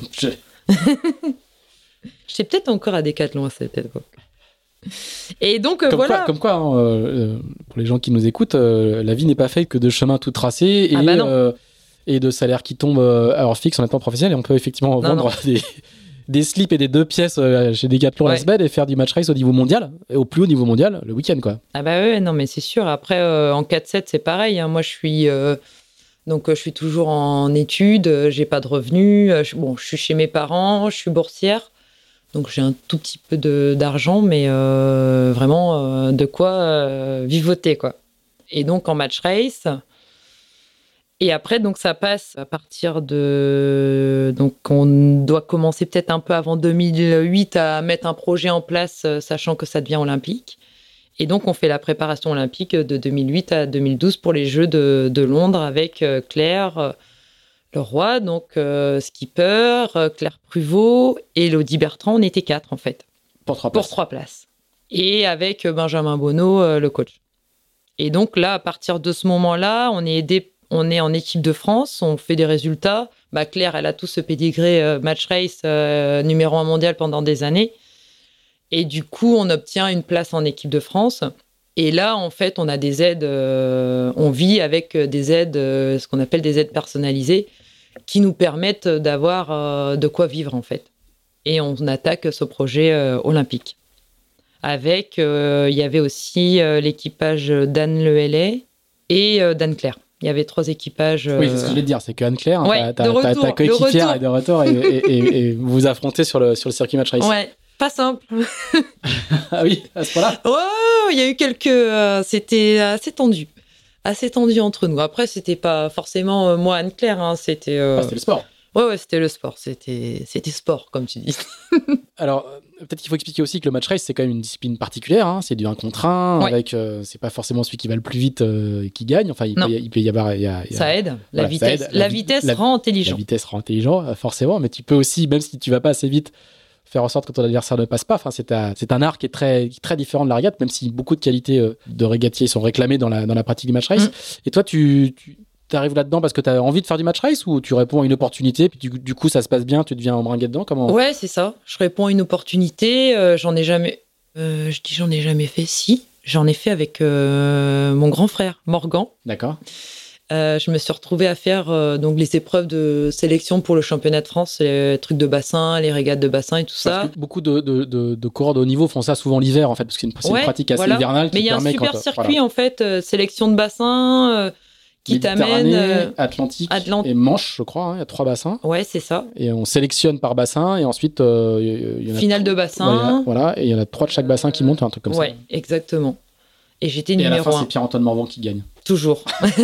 J'étais peut-être encore à Décathlon à cette époque. Et donc, voilà. Comme quoi, pour les gens qui nous écoutent, la vie n'est pas faite que de chemins tout tracés et de salaires qui tombent à heure fixe en étant professionnel. Et on peut effectivement vendre des slips et des 2 pièces chez Decathlon la semaine et faire du match race au niveau mondial, au plus haut niveau mondial, le week-end, quoi. Ah bah ouais, non, mais c'est sûr. Après, en 4-7, c'est pareil. Hein. Moi, je suis toujours en études, j'ai pas de revenus. Je suis chez mes parents, je suis boursière. Donc j'ai un tout petit peu d'argent, mais vraiment de quoi vivoter, quoi. Et donc en match race. Et après, donc ça passe à partir de... Donc on doit commencer peut-être un peu avant 2008 à mettre un projet en place, sachant que ça devient olympique. Et donc on fait la préparation olympique de 2008 à 2012 pour les Jeux de Londres avec Claire Leroy, donc skipper, Claire Pruvot et Elodie Bertrand. On était 4 en fait. Pour 3 places. Pour 3 places. Et avec Benjamin Bonneau, le coach. Et donc là, à partir de ce moment-là, on est en équipe de France, on fait des résultats. Claire, elle a tout ce pédigré match race, numéro 1 mondial pendant des années. Et du coup, on obtient une place en équipe de France. Et là, en fait, on a des aides, on vit avec des aides, ce qu'on appelle des aides personnalisées, qui nous permettent d'avoir de quoi vivre, en fait. Et on attaque ce projet olympique. Avec, il y avait aussi l'équipage d'Anne Lehellet et d'Anne-Claire. Il y avait 3 équipages. Oui, c'est ce que je voulais te dire, c'est que Anne-Claire, ta coéquipière est de retour et vous vous affrontez sur le circuit match race. Ouais, pas simple. Ah oui, à ce point-là. Ouais, il y a eu quelques... c'était assez tendu. Assez tendu entre nous. Après, c'était pas forcément moi, Anne-Claire. Hein, c'était le sport. Ouais, c'était le sport. C'était sport, comme tu dis. Alors, peut-être qu'il faut expliquer aussi que le match race, c'est quand même une discipline particulière. Hein. C'est du 1 contre 1, avec, c'est pas forcément celui qui va le plus vite qui gagne. Enfin, il peut y avoir... Ça aide. La vitesse rend intelligent. La vitesse rend intelligent, forcément. Mais tu peux aussi, même si tu vas pas assez vite, faire en sorte que ton adversaire ne passe pas. Enfin, c'est un art qui est très, très différent de la régate, même si beaucoup de qualités de régatiers sont réclamées dans la pratique du match race. Et toi, tu arrives là-dedans parce que tu as envie de faire du match race ou tu réponds à une opportunité, puis du coup, ça se passe bien, tu deviens embringué dedans? Comment... Ouais, c'est ça. Je réponds à une opportunité. J'en ai jamais fait. Si, j'en ai fait avec mon grand frère, Morgan. D'accord. Je me suis retrouvée à faire donc les épreuves de sélection pour le championnat de France, les trucs de bassin, les régates de bassin et tout ça. Parce que beaucoup de coureurs de haut niveau font ça souvent l'hiver, en fait, parce que c'est une pratique assez hivernale. Mais il y a un super circuit, en fait, sélection de bassin qui t'amène... Atlantique et Manche, je crois. Il y a 3 bassins. Ouais, c'est ça. Et on sélectionne par bassin et ensuite... y en a finale de bassin. Voilà, et il y en a 3 de chaque bassin qui montent, un truc comme ça. Ouais, exactement. Et j'étais numéro 1. Et à la fin, c'est Pierre-Antoine Morvan qui gagne. Toujours.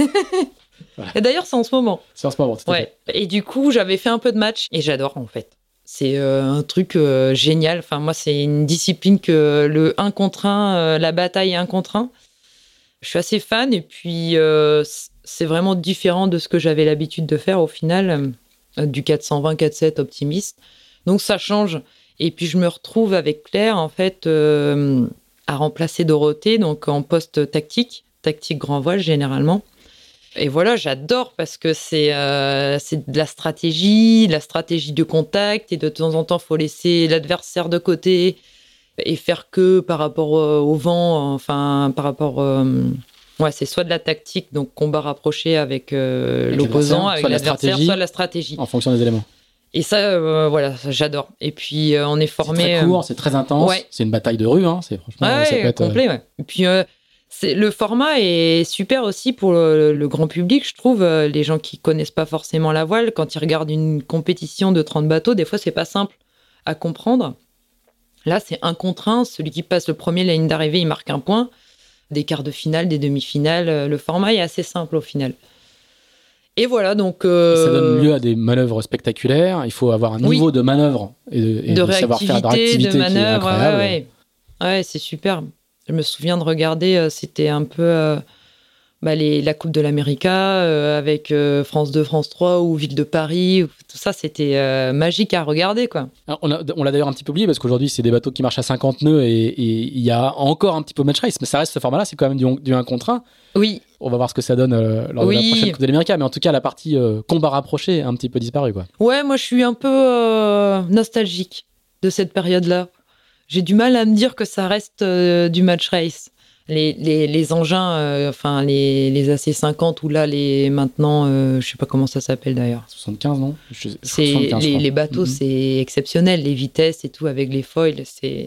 Voilà. Et d'ailleurs, c'est en ce moment. C'est en ce moment, tout à fait. Et du coup, j'avais fait un peu de match et j'adore, en fait. C'est un truc génial. Enfin, moi, c'est une discipline que le 1 contre 1, la bataille 1 contre 1, je suis assez fan. Et puis, c'est vraiment différent de ce que j'avais l'habitude de faire au final, du 420, 4-7 optimiste. Donc, ça change. Et puis, je me retrouve avec Claire, en fait, à remplacer Dorothée, donc en poste tactique grand voile, généralement. Et voilà, j'adore parce que c'est de la stratégie de contact, et de temps en temps, il faut laisser l'adversaire de côté et faire que par rapport au vent, enfin, par rapport... c'est soit de la tactique, donc combat rapproché avec l'opposant, avec l'adversaire, soit de la stratégie. En fonction des éléments. Et ça, j'adore. Et puis, on est formé... C'est très court, c'est très intense, c'est une bataille de rue, hein, c'est franchement... ça peut être complet, Et puis... le format est super aussi pour le grand public, je trouve. Les gens qui connaissent pas forcément la voile, quand ils regardent une compétition de 30 bateaux, des fois, c'est pas simple à comprendre. Là, c'est 1 contre 1. Celui qui passe le premier, la ligne d'arrivée, il marque un point. Des quarts de finale, des demi-finales. Le format est assez simple au final. Et voilà, donc... Ça donne lieu à des manœuvres spectaculaires. Il faut avoir un niveau de manœuvre et de savoir-faire, de réactivité de manœuvre, qui est incroyable. Ouais, c'est super. Je me souviens de regarder, c'était un peu la Coupe de l'América avec France 2, France 3 ou Ville de Paris. Tout ça, c'était magique à regarder, quoi. Alors, on l'a d'ailleurs un petit peu oublié parce qu'aujourd'hui, c'est des bateaux qui marchent à 50 nœuds et il y a encore un petit peu de match race. Mais ça reste ce format-là, c'est quand même du 1 contre 1. Oui. On va voir ce que ça donne lors de la prochaine Coupe de l'América. Mais en tout cas, la partie combat rapproché a un petit peu disparu, quoi. Ouais, moi, je suis un peu nostalgique de cette période-là. J'ai du mal à me dire que ça reste du match race. Les engins, les AC50 ou là, maintenant, je sais pas comment ça s'appelle d'ailleurs. 75, non? Les bateaux, c'est exceptionnel. Les vitesses et tout avec les foils, c'est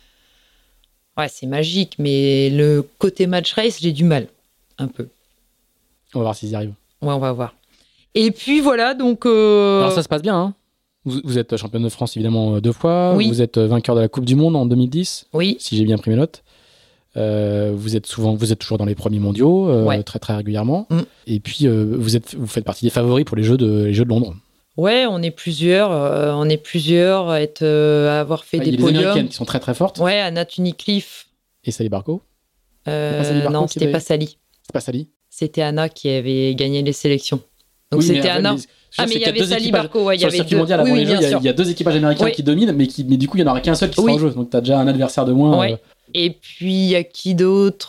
magique. Mais le côté match race, j'ai du mal, un peu. On va voir s'ils y arrivent. Ouais, on va voir. Et puis voilà, donc... Alors ça se passe bien, hein? Vous êtes championne de France, évidemment, 2 fois. Oui. Vous êtes vainqueur de la Coupe du Monde en 2010, Oui. si j'ai bien pris mes notes. Vous êtes toujours dans les premiers mondiaux, très très régulièrement. Et puis, vous faites partie des favoris pour les Jeux de Londres. Ouais, on est plusieurs à avoir fait des Il y a podiums. des Américaines qui sont très très fortes. Ouais, Anna Tunnicliffe. Et Sally Barco. Non, c'était pas Sally. C'est pas Sally. C'était Anna qui avait gagné les sélections. Donc c'était Anna. Mais il y avait Sally Barco. Sur le circuit mondial, avant les Jeux, il y a 2 équipages américains qui dominent, mais du coup, il n'y en aura qu'un seul qui sera en jeu. Donc tu as déjà un adversaire de moins. Ouais. Et puis, il y a qui d'autre ?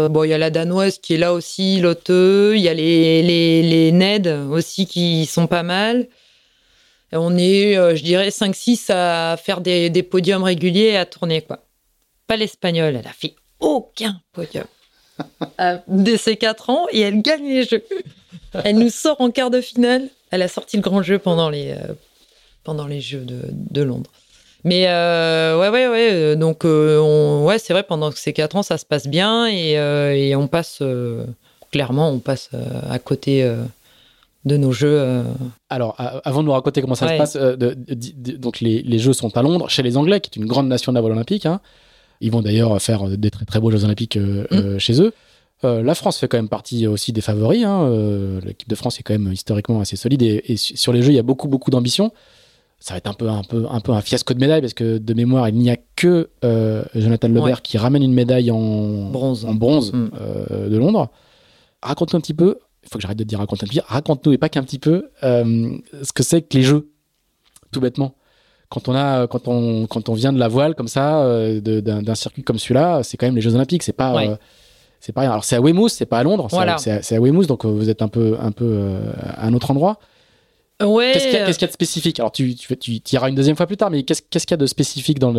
Bon, il y a la Danoise qui est là aussi, Lotte. Il y a les Ned aussi qui sont pas mal. Et on est, je dirais, 5-6 à faire des podiums réguliers et à tourner, quoi. Pas l'Espagnole, elle a fait aucun podium dès ses 4 ans et elle gagne les Jeux. Elle nous sort en quart de finale. Elle a sorti le grand jeu pendant les Jeux de Londres. Mais ouais. Donc, c'est vrai, pendant ces 4 ans, ça se passe bien et on passe, clairement, à côté de nos Jeux. Alors, avant de nous raconter comment ça se passe, donc les Jeux sont à Londres, chez les Anglais, qui est une grande nation de la voile olympique. Hein. Ils vont d'ailleurs faire des très très beaux Jeux olympiques chez eux. La France fait quand même partie aussi des favoris. Hein. L'équipe de France est quand même historiquement assez solide et sur les Jeux, il y a beaucoup beaucoup d'ambition. Ça va être un peu un fiasco de médaille parce que de mémoire, il n'y a que Jonathan Lebert qui ramène une médaille en bronze de Londres. Raconte-nous un petit peu. Il faut que j'arrête de dire raconte un petit peu. Raconte-nous et pas qu'un petit peu ce que c'est que les Jeux, tout bêtement. Quand on vient de la voile comme ça, d'un circuit comme celui-là, c'est quand même les Jeux Olympiques. C'est pas rien. Alors c'est à Weymouth, c'est pas à Londres. Voilà. C'est à Weymouth, donc vous êtes un peu à un autre endroit. Ouais. Qu'est-ce qu'il y a de spécifique ? Alors tu iras une deuxième fois plus tard, mais qu'est-ce qu'il y a de spécifique dans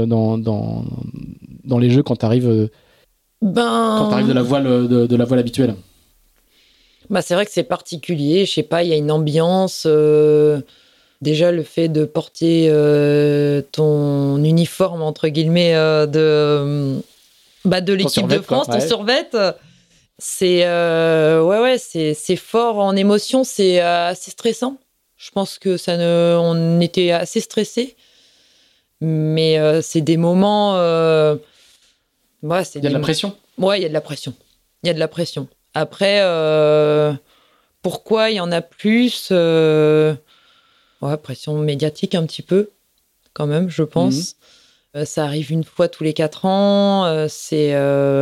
les Jeux quand tu arrives de la voile habituelle ? Bah c'est vrai que c'est particulier. Je sais pas, il y a une ambiance. Déjà le fait de porter ton uniforme entre guillemets de l'équipe de France, ton survêt. C'est c'est fort en émotion. C'est assez stressant. Je pense que on était assez stressés, mais c'est des moments. Il y a de la pression. Ouais, il y a de la pression. Après, pourquoi il y en a plus pression médiatique un petit peu, quand même, je pense. Ça arrive une fois tous les 4 ans. C'est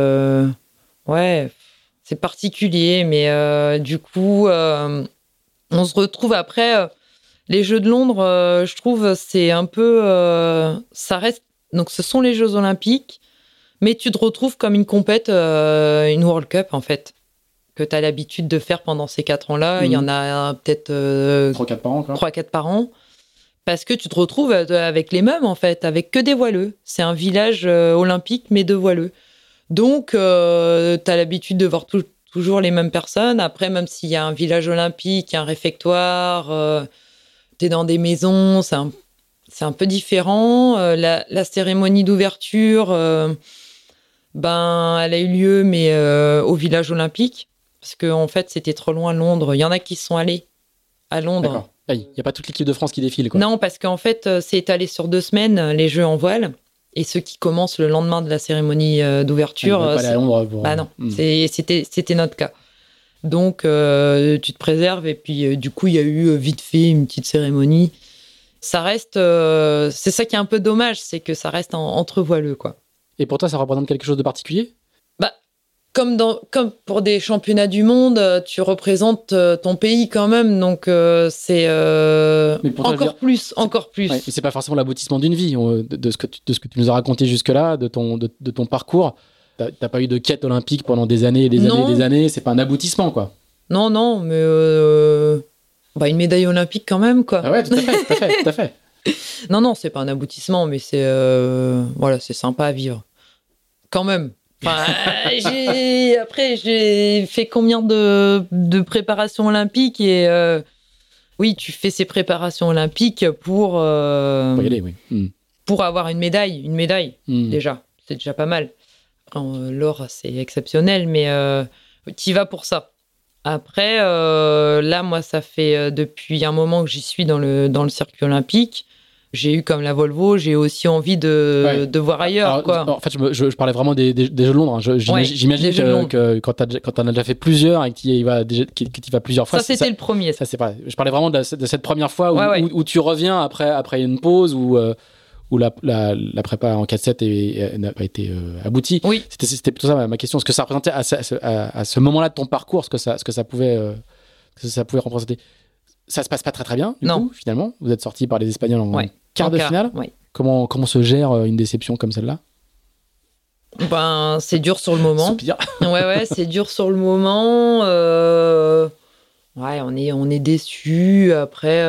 particulier, mais du coup. On se retrouve après les Jeux de Londres, je trouve, c'est un peu... ça reste... Donc, ce sont les Jeux Olympiques, mais tu te retrouves comme une compète, une World Cup, en fait, que tu as l'habitude de faire pendant ces 4 ans-là. Il y en a peut-être... 3-4 par an, quoi. 3-4 par an. Parce que tu te retrouves avec les mêmes, en fait, avec que des voileux. C'est un village olympique, mais de voileux. Donc, tu as l'habitude de voir toujours les mêmes personnes. Après, même s'il y a un village olympique, un réfectoire, t'es dans des maisons, c'est un peu différent. La cérémonie d'ouverture, elle a eu lieu, mais au village olympique, parce qu'en fait, c'était trop loin de Londres. Il y en a qui sont allés à Londres. D'accord. Il n'y a pas toute l'équipe de France qui défile, quoi. Non, parce qu'en fait, c'est étalé sur 2 semaines, les Jeux en voile. Et ceux qui commencent le lendemain de la cérémonie d'ouverture... pas aller à Londres pour... Bah non, c'était notre cas. Donc, tu te préserves. Et puis, du coup, il y a eu vite fait une petite cérémonie. Ça reste... c'est ça qui est un peu dommage, c'est que ça reste entre voileux, quoi. Et pour toi, ça représente quelque chose de particulier ? Comme pour des championnats du monde, tu représentes ton pays quand même, donc c'est encore plus. Ouais, mais c'est pas forcément l'aboutissement d'une vie, de ce que tu nous as raconté jusque-là, de ton parcours. T'as pas eu de quête olympique pendant des années et des années et des années. C'est pas un aboutissement, quoi. Non, mais une médaille olympique quand même, quoi. Ah ouais, tout à fait. Non, c'est pas un aboutissement, mais c'est c'est sympa à vivre, quand même. Après, j'ai fait combien de préparations olympiques et oui, tu fais ces préparations olympiques pour y aller, oui. Pour avoir une médaille déjà, c'est déjà pas mal. Après, l'or, c'est exceptionnel, mais t'y vas pour ça. Après, là, moi, ça fait depuis un moment que j'y suis dans le circuit olympique. j'ai eu comme la Volvo, j'ai aussi envie de voir ailleurs. Alors, quoi. En fait, je parlais vraiment des jeux de Londres. Hein. J'imagine que quand t'en as déjà fait plusieurs et que tu y vas plusieurs fois. Ça, c'était le premier. Ça, c'est pas. Je parlais vraiment de cette première fois où tu reviens après une pause où la prépa en 4-7 n'a pas été aboutie. Oui. C'était plutôt ça ma question. Ce que ça représentait à ce moment-là de ton parcours, ce que ça pouvait représenter. Ça se passe pas très très bien, du coup, finalement. Vous êtes sorti par les Espagnols en quart de finale. Oui. Comment se gère une déception comme celle-là ? Ben, c'est dur sur le moment. C'est pire. Ouais, c'est dur sur le moment. On est déçus. Après,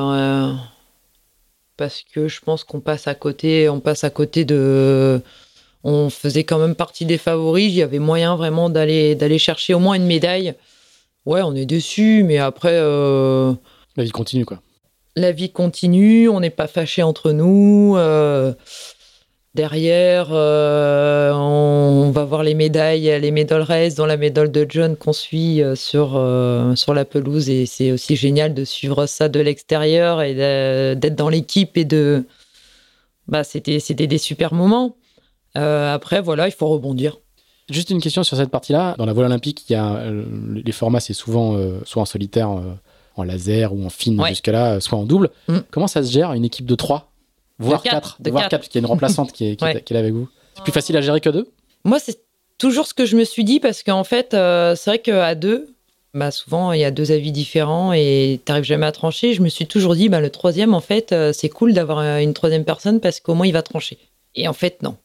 parce que je pense qu'on passe à côté de... On faisait quand même partie des favoris. Il y avait moyen vraiment d'aller chercher au moins une médaille. Ouais, on est déçus, mais après... La vie continue, quoi. La vie continue, on n'est pas fâchés entre nous. Derrière, on va voir les médailles, les medal race, dont la médaille de John qu'on suit sur la pelouse. Et c'est aussi génial de suivre ça de l'extérieur et d'être dans l'équipe. C'était des super moments. Après, voilà, il faut rebondir. Juste une question sur cette partie-là. Dans la voile olympique, il y a les formats, c'est souvent soit en solitaire, en laser ou en fine jusque-là, soit en double. Comment ça se gère une équipe de 3, voire 4, parce qu'il y a une remplaçante qui est là avec vous. C'est plus facile à gérer que 2 ? Moi, c'est toujours ce que je me suis dit, parce qu'en fait, c'est vrai qu'à 2, souvent, il y a 2 avis différents et tu n'arrives jamais à trancher. Je me suis toujours dit, le 3e, en fait, c'est cool d'avoir une 3e personne parce qu'au moins, il va trancher. Et en fait, non.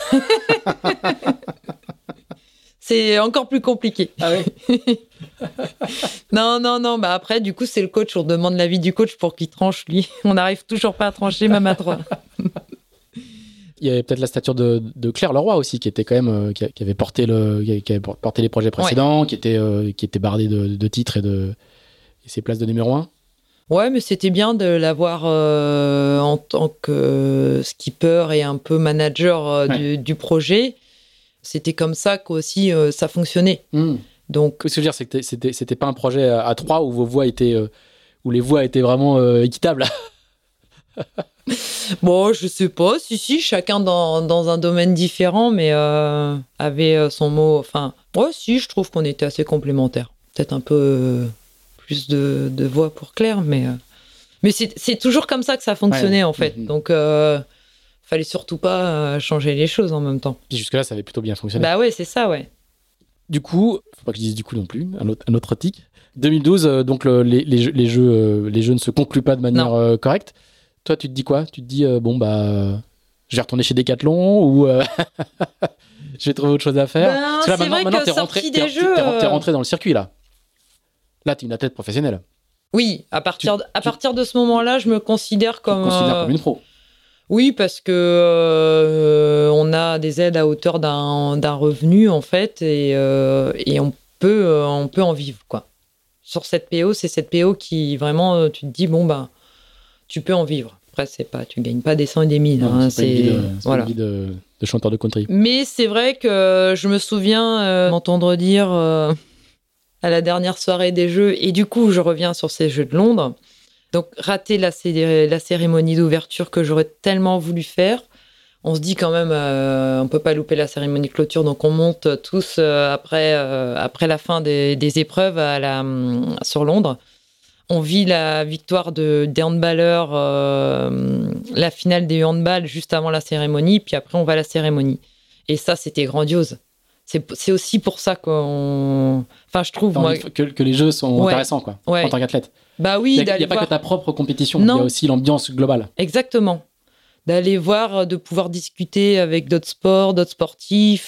C'est encore plus compliqué. Ah oui. Non. Après, du coup, c'est le coach. On demande l'avis du coach pour qu'il tranche, lui. On n'arrive toujours pas à trancher, même à 3. Il y avait peut-être la stature de Claire Leroy aussi, qui était quand même qui avait porté les projets précédents, qui était bardé de titres et ses places de numéro 1. Ouais, mais c'était bien de l'avoir en tant que skipper et un peu manager du projet. C'était comme ça qu'aussi ça fonctionnait. Donc, ce que je veux dire, c'est que c'était pas un projet à 3 où vos voix étaient, où les voix étaient vraiment équitables. Bon, je sais pas. Si, chacun dans un domaine différent, mais avait son mot. Enfin, si, je trouve qu'on était assez complémentaires. Peut-être un peu plus de voix pour Claire, mais c'est toujours comme ça que ça fonctionnait en fait. Donc, fallait surtout pas changer les choses en même temps. Puis jusque-là, ça avait plutôt bien fonctionné. Bah ouais, c'est ça, ouais. Du coup, faut pas que je dise du coup non plus, un autre tic. 2012, donc les jeux ne se concluent pas de manière correcte. Toi, tu te dis quoi ? Tu te dis, je vais retourner chez Decathlon ou je vais trouver autre chose à faire ? Parce que là, maintenant t'es rentré dans le circuit, là. Là, t'es une athlète professionnelle. Oui, à partir de ce moment-là, je me considère comme une pro. Oui, parce que on a des aides à hauteur d'un revenu en fait, et on peut en vivre quoi. Sur cette PO, c'est cette PO qui vraiment tu te dis tu peux en vivre. Après tu gagnes pas des 100 et des 1000. Non, c'est pas une vie de chanteur de country. Mais c'est vrai que je me souviens m'entendre dire à la dernière soirée des Jeux, et du coup je reviens sur ces Jeux de Londres. Donc, rater la cérémonie d'ouverture que j'aurais tellement voulu faire. On se dit quand même, on ne peut pas louper la cérémonie de clôture. Donc, on monte tous après la fin des épreuves sur Londres. On vit la victoire des handballeurs, la finale des handballs juste avant la cérémonie. Puis après, on va à la cérémonie. Et ça, c'était grandiose. C'est aussi pour ça je trouve... que les jeux sont intéressants, quoi, en tant qu'athlète. Bah oui, il n'y a pas que ta propre compétition, il y a aussi l'ambiance globale. Exactement. D'aller voir, de pouvoir discuter avec d'autres sports, d'autres sportifs.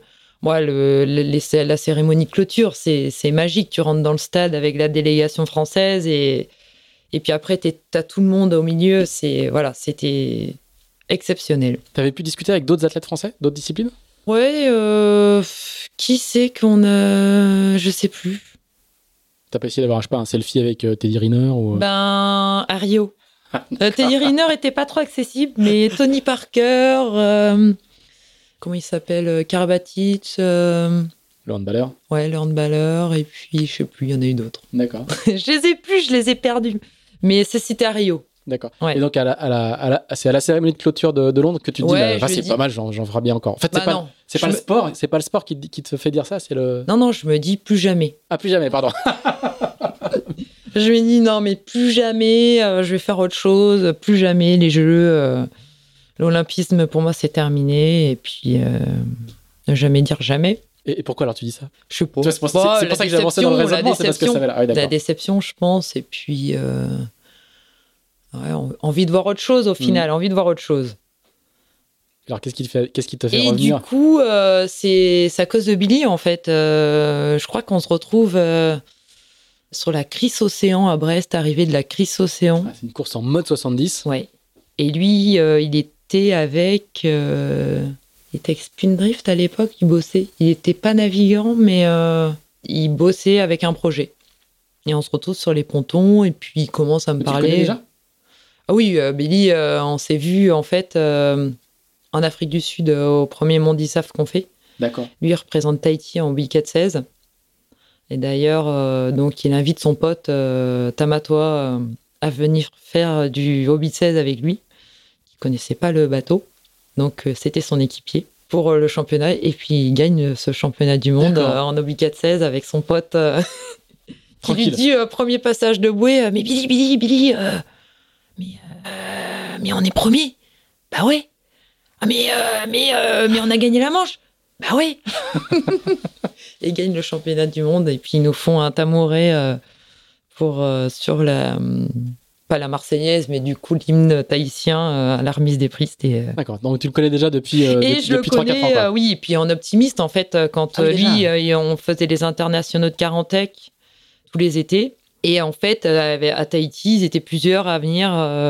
La cérémonie de clôture, c'est magique. Tu rentres dans le stade avec la délégation française et puis après, t'as tout le monde au milieu. C'était exceptionnel. Tu avais pu discuter avec d'autres athlètes français, d'autres disciplines ? Ouais, qui c'est qu'on a... Je sais plus. T'as pas essayé d'avoir, un selfie avec Teddy Riner ou... À Rio. Teddy Riner était pas trop accessible, mais Tony Parker, comment il s'appelle, Karabatic. Le handballeur. Ouais, le handballeur, et puis je sais plus, il y en a eu d'autres. D'accord. Je les ai plus, je les ai perdus. Mais c'était à Rio. D'accord. Ouais. Et donc, c'est à la cérémonie de clôture de Londres que tu te dis, Ouais, bah, c'est pas mal, j'en ferai bien encore. En fait, c'est pas le sport qui te fait dire ça, c'est le... Non, je me dis plus jamais. Ah, plus jamais, pardon. Je me dis non, mais plus jamais, je vais faire autre chose, plus jamais les Jeux, l'olympisme pour moi c'est terminé, et puis ne jamais dire jamais. Et pourquoi alors tu dis ça? Je sais pas. C'est pour ça que j'ai avancé dans le raisonnement, c'est parce que ça va là. Ah, oui, la déception, je pense, et puis envie de voir autre chose au final, envie de voir autre chose. Alors qu'est-ce qui te fait et revenir? Et du coup, c'est à cause de Billy en fait. Je crois qu'on se retrouve sur la Crisse Océan à Brest, arrivée de la Crisse Océan. C'est une course en mode 70. Ouais. Et lui, il était avec... il était avec Spindrift à l'époque, il bossait. Il n'était pas navigant, mais il bossait avec un projet. Et on se retrouve sur les pontons, et puis il commence à me parler. Tu connais déjà? Ah oui, Billy, on s'est vu en fait en Afrique du Sud au premier Mondisaf qu'on fait. D'accord. Lui, il représente Tahiti en Wicket 16. Et d'ailleurs, donc, il invite son pote Tamatoa à venir faire du Hobbit 16 avec lui. Il connaissait pas le bateau. Donc, c'était son équipier pour le championnat. Et puis, il gagne ce championnat du monde en Hobbit 16 avec son pote qui lui dit, premier passage de bouée, mais Billy, mais on est premier. Bah ouais. Ah, mais on a gagné la manche. Bah ouais. Et ils gagnent le championnat du monde, et puis ils nous font un tamouré sur la... pas la Marseillaise, mais du coup l'hymne tahitien à la remise des prix. D'accord, donc tu le connais déjà depuis 3-4 ans. Quoi. Oui, et puis en optimiste, en fait, quand on faisait les internationaux de Carantec tous les étés, et en fait, à Tahiti, ils étaient plusieurs à venir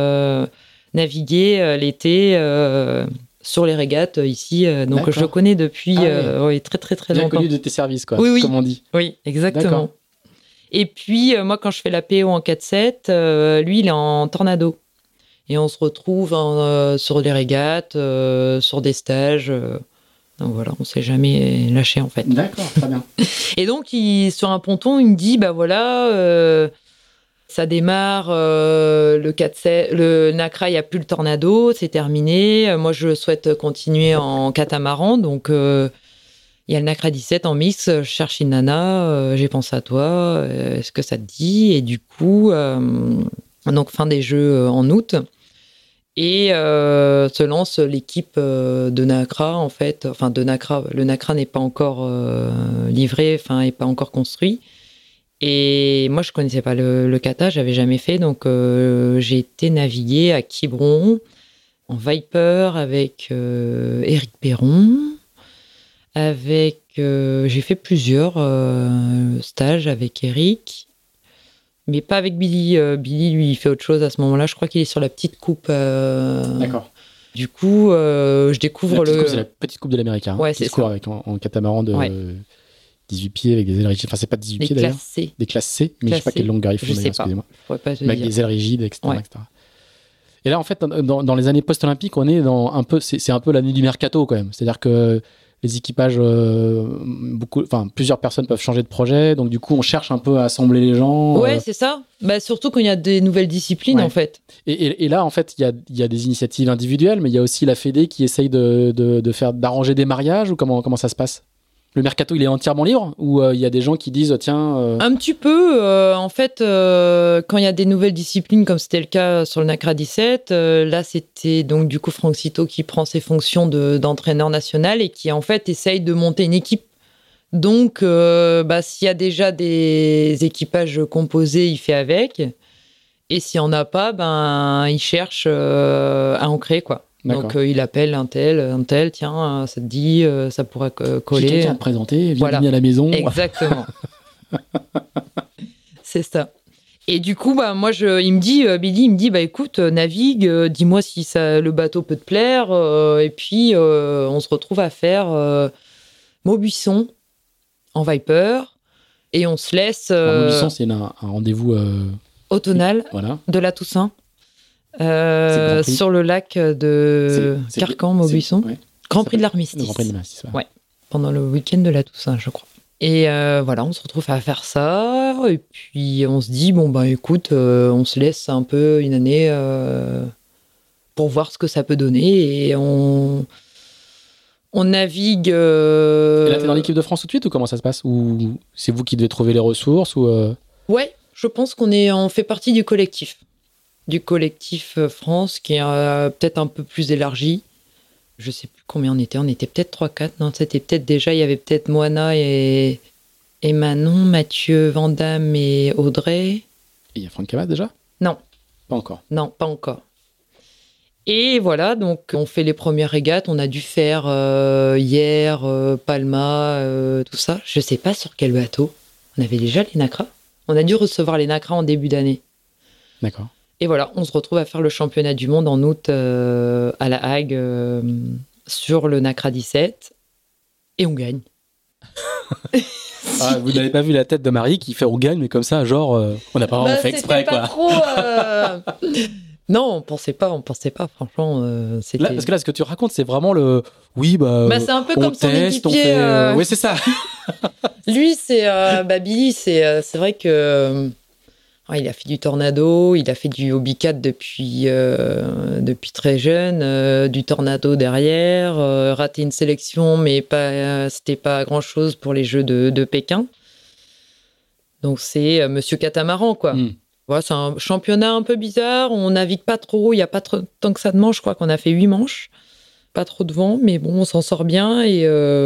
naviguer l'été sur les régates ici. Donc D'accord. Je le connais depuis très très très longtemps. Bien connu de tes services, quoi, comme on dit. Oui, exactement. D'accord. Et puis, moi, quand je fais la PO en 4-7, lui, il est en tornado. Et on se retrouve sur les régates, sur des stages. Donc voilà, on ne s'est jamais lâché, en fait. D'accord, très bien. Et donc, sur un ponton, il me dit, bah voilà, ça démarre, le 4-7, le Nacra, il n'y a plus le tornado, c'est terminé. Moi, je souhaite continuer en catamaran, donc... il y a le Nacra 17 en mix, je cherche une nana, j'ai pensé à toi, est-ce que ça te dit? Et du coup, donc fin des Jeux en août, et se lance l'équipe de Nacra, en fait. Enfin, de Nacra, le Nacra n'est pas encore livré, enfin, n'est pas encore construit. Et moi, je ne connaissais pas le kata, je n'avais jamais fait, donc j'ai été naviguer à Quiberon, en Viper, avec Éric Perron. J'ai fait plusieurs stages avec Eric, mais pas avec Billy. Billy, lui, il fait autre chose à ce moment-là. Je crois qu'il est sur la petite coupe. D'accord. Du coup, je découvre c'est la petite coupe de l'Amérique. Hein, ouais, qui se court avec en catamaran de 18 pieds avec des ailes rigides. Enfin, c'est pas 18 pieds d'ailleurs. Des classes C, mais je sais pas quelle longueur il faut. Je sais pas. Avec des ailes rigides, etc. Et là, en fait, dans les années post-olympiques, on est dans un peu, c'est un peu l'année du mercato quand même. C'est-à-dire que les équipages, plusieurs personnes peuvent changer de projet, donc du coup on cherche un peu à assembler les gens. Ouais, c'est ça. Bah, surtout quand il y a des nouvelles disciplines en fait. Et là en fait il y a des initiatives individuelles, mais il y a aussi la Fédé qui essaye d'arranger des mariages, ou comment ça se passe? Le mercato, il est entièrement libre, ou il y a des gens qui disent tiens... Un petit peu. En fait, quand il y a des nouvelles disciplines, comme c'était le cas sur le Nacra 17, là, c'était donc du coup Franck Citeau qui prend ses fonctions d'entraîneur national et qui, en fait, essaye de monter une équipe. Donc, s'il y a déjà des équipages composés, il fait avec. Et s'il n'y en a pas, il cherche à en créer, quoi. D'accord. Donc, il appelle un tel, tiens, ça te dit, ça pourrait coller. J'ai quelqu'un à te présenter, viens à la maison. Exactement. C'est ça. Et du coup, moi, il me dit, Billy, il me dit, écoute, navigue, dis-moi si le bateau peut te plaire, et puis on se retrouve à faire Maubuisson en Viper, et on se laisse... Maubuisson, c'est un rendez-vous... automnal de la Toussaint. Sur le lac de Carcan, Maubuisson. Grand Prix de l'Armistice. Le Grand Prix de l'Armistice, ouais. Pendant le week-end de la Toussaint, je crois. Et voilà, on se retrouve à faire ça. Et puis, on se dit, bon, ben écoute, on se laisse un peu une année pour voir ce que ça peut donner. Et on navigue... Et là, t'es dans l'équipe de France tout de suite ou comment ça se passe? Ou c'est vous qui devez trouver les ressources ou Ouais, je pense on fait partie du collectif. Du collectif France qui est peut-être un peu plus élargi. Je sais plus combien on était peut-être 3-4. Non, c'était peut-être déjà, il y avait peut-être Moana et Manon, Mathieu, Vandamme et Audrey. il y a Franck Camas déjà? Non. Pas encore. Non, pas encore. Et voilà, donc on fait les premières régates. On a dû faire hier, Palma, tout ça. Je sais pas sur quel bateau. On avait déjà les Nacras. On a dû recevoir les Nacras en début d'année. D'accord. Et voilà, on se retrouve à faire le championnat du monde en août à La Hague sur le Nacra 17 et on gagne. Ah, vous n'avez pas vu la tête de Marie qui fait on gagne, mais comme ça, genre, on n'a pas vraiment fait exprès, quoi. Trop, non, on pensait pas, franchement. C'était... Là, parce que là, ce que tu racontes, c'est vraiment le. Oui, bah. C'est un peu on comme son teste, équipier. Oui, c'est ça. Lui, c'est. Billy, c'est vrai que. Il a fait du tornado, il a fait du hobby 4 depuis très jeune, du tornado derrière, raté une sélection, mais c'était pas grand-chose pour les Jeux de Pékin. Donc c'est Monsieur Catamaran, quoi. Voilà, c'est un championnat un peu bizarre, on navigue pas trop, il n'y a pas tant que ça de manches, je crois qu'on a fait 8 manches. Pas trop de vent, mais bon, on s'en sort bien et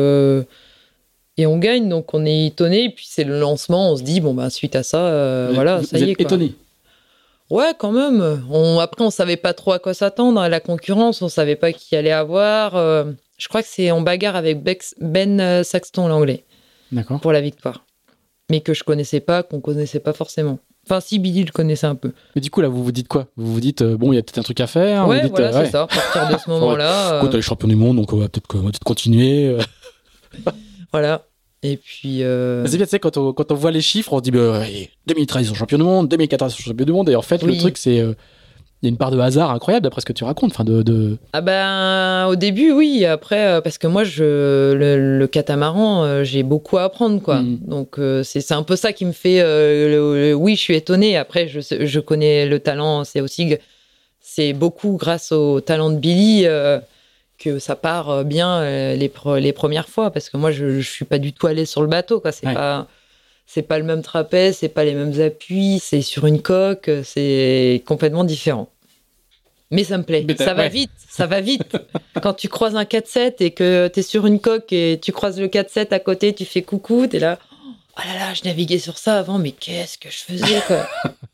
on gagne, donc on est étonné. Et puis c'est le lancement, on se dit, bon, bah, suite à ça, voilà, ça y est. Vous êtes étonné? Ouais, quand même. Après, on savait pas trop à quoi s'attendre. À la concurrence, on savait pas qui allait avoir. Je crois que c'est en bagarre avec Ben Saxton, l'anglais. D'accord. Pour la victoire. Mais que je connaissais pas, qu'on connaissait pas forcément. Enfin, si, Billy le connaissait un peu. Mais du coup, là, vous vous dites quoi? Vous vous dites, bon, il y a peut-être un truc à faire? Ouais, vous dites, voilà, c'est ça. À partir de ce moment-là. Écoute, on est champion du monde, donc on va peut-être continuer. Voilà. Et puis. C'est bien, tu sais, quand on voit les chiffres, on se dit, 2013, ils sont champions du monde, 2014, ils sont champions du monde. Et en fait, le truc, c'est. Il y a une part de hasard incroyable, d'après ce que tu racontes. Enfin, Ah ben, au début, oui. Après, parce que moi, le catamaran, j'ai beaucoup à apprendre, quoi. Donc, c'est un peu ça qui me fait... oui, je suis étonnée. Après, je connais le talent. C'est beaucoup grâce au talent de Billy que ça part bien les premières fois. Parce que moi, je suis pas du tout allée sur le bateau, quoi. C'est pas le même trapèze, c'est pas les mêmes appuis, c'est sur une coque, c'est complètement différent. Mais ça me plaît, ça va vite. Quand tu croises un 4-7 et que t'es sur une coque et tu croises le 4-7 à côté, tu fais coucou, t'es là, oh là là, je naviguais sur ça avant, mais qu'est-ce que je faisais, quoi.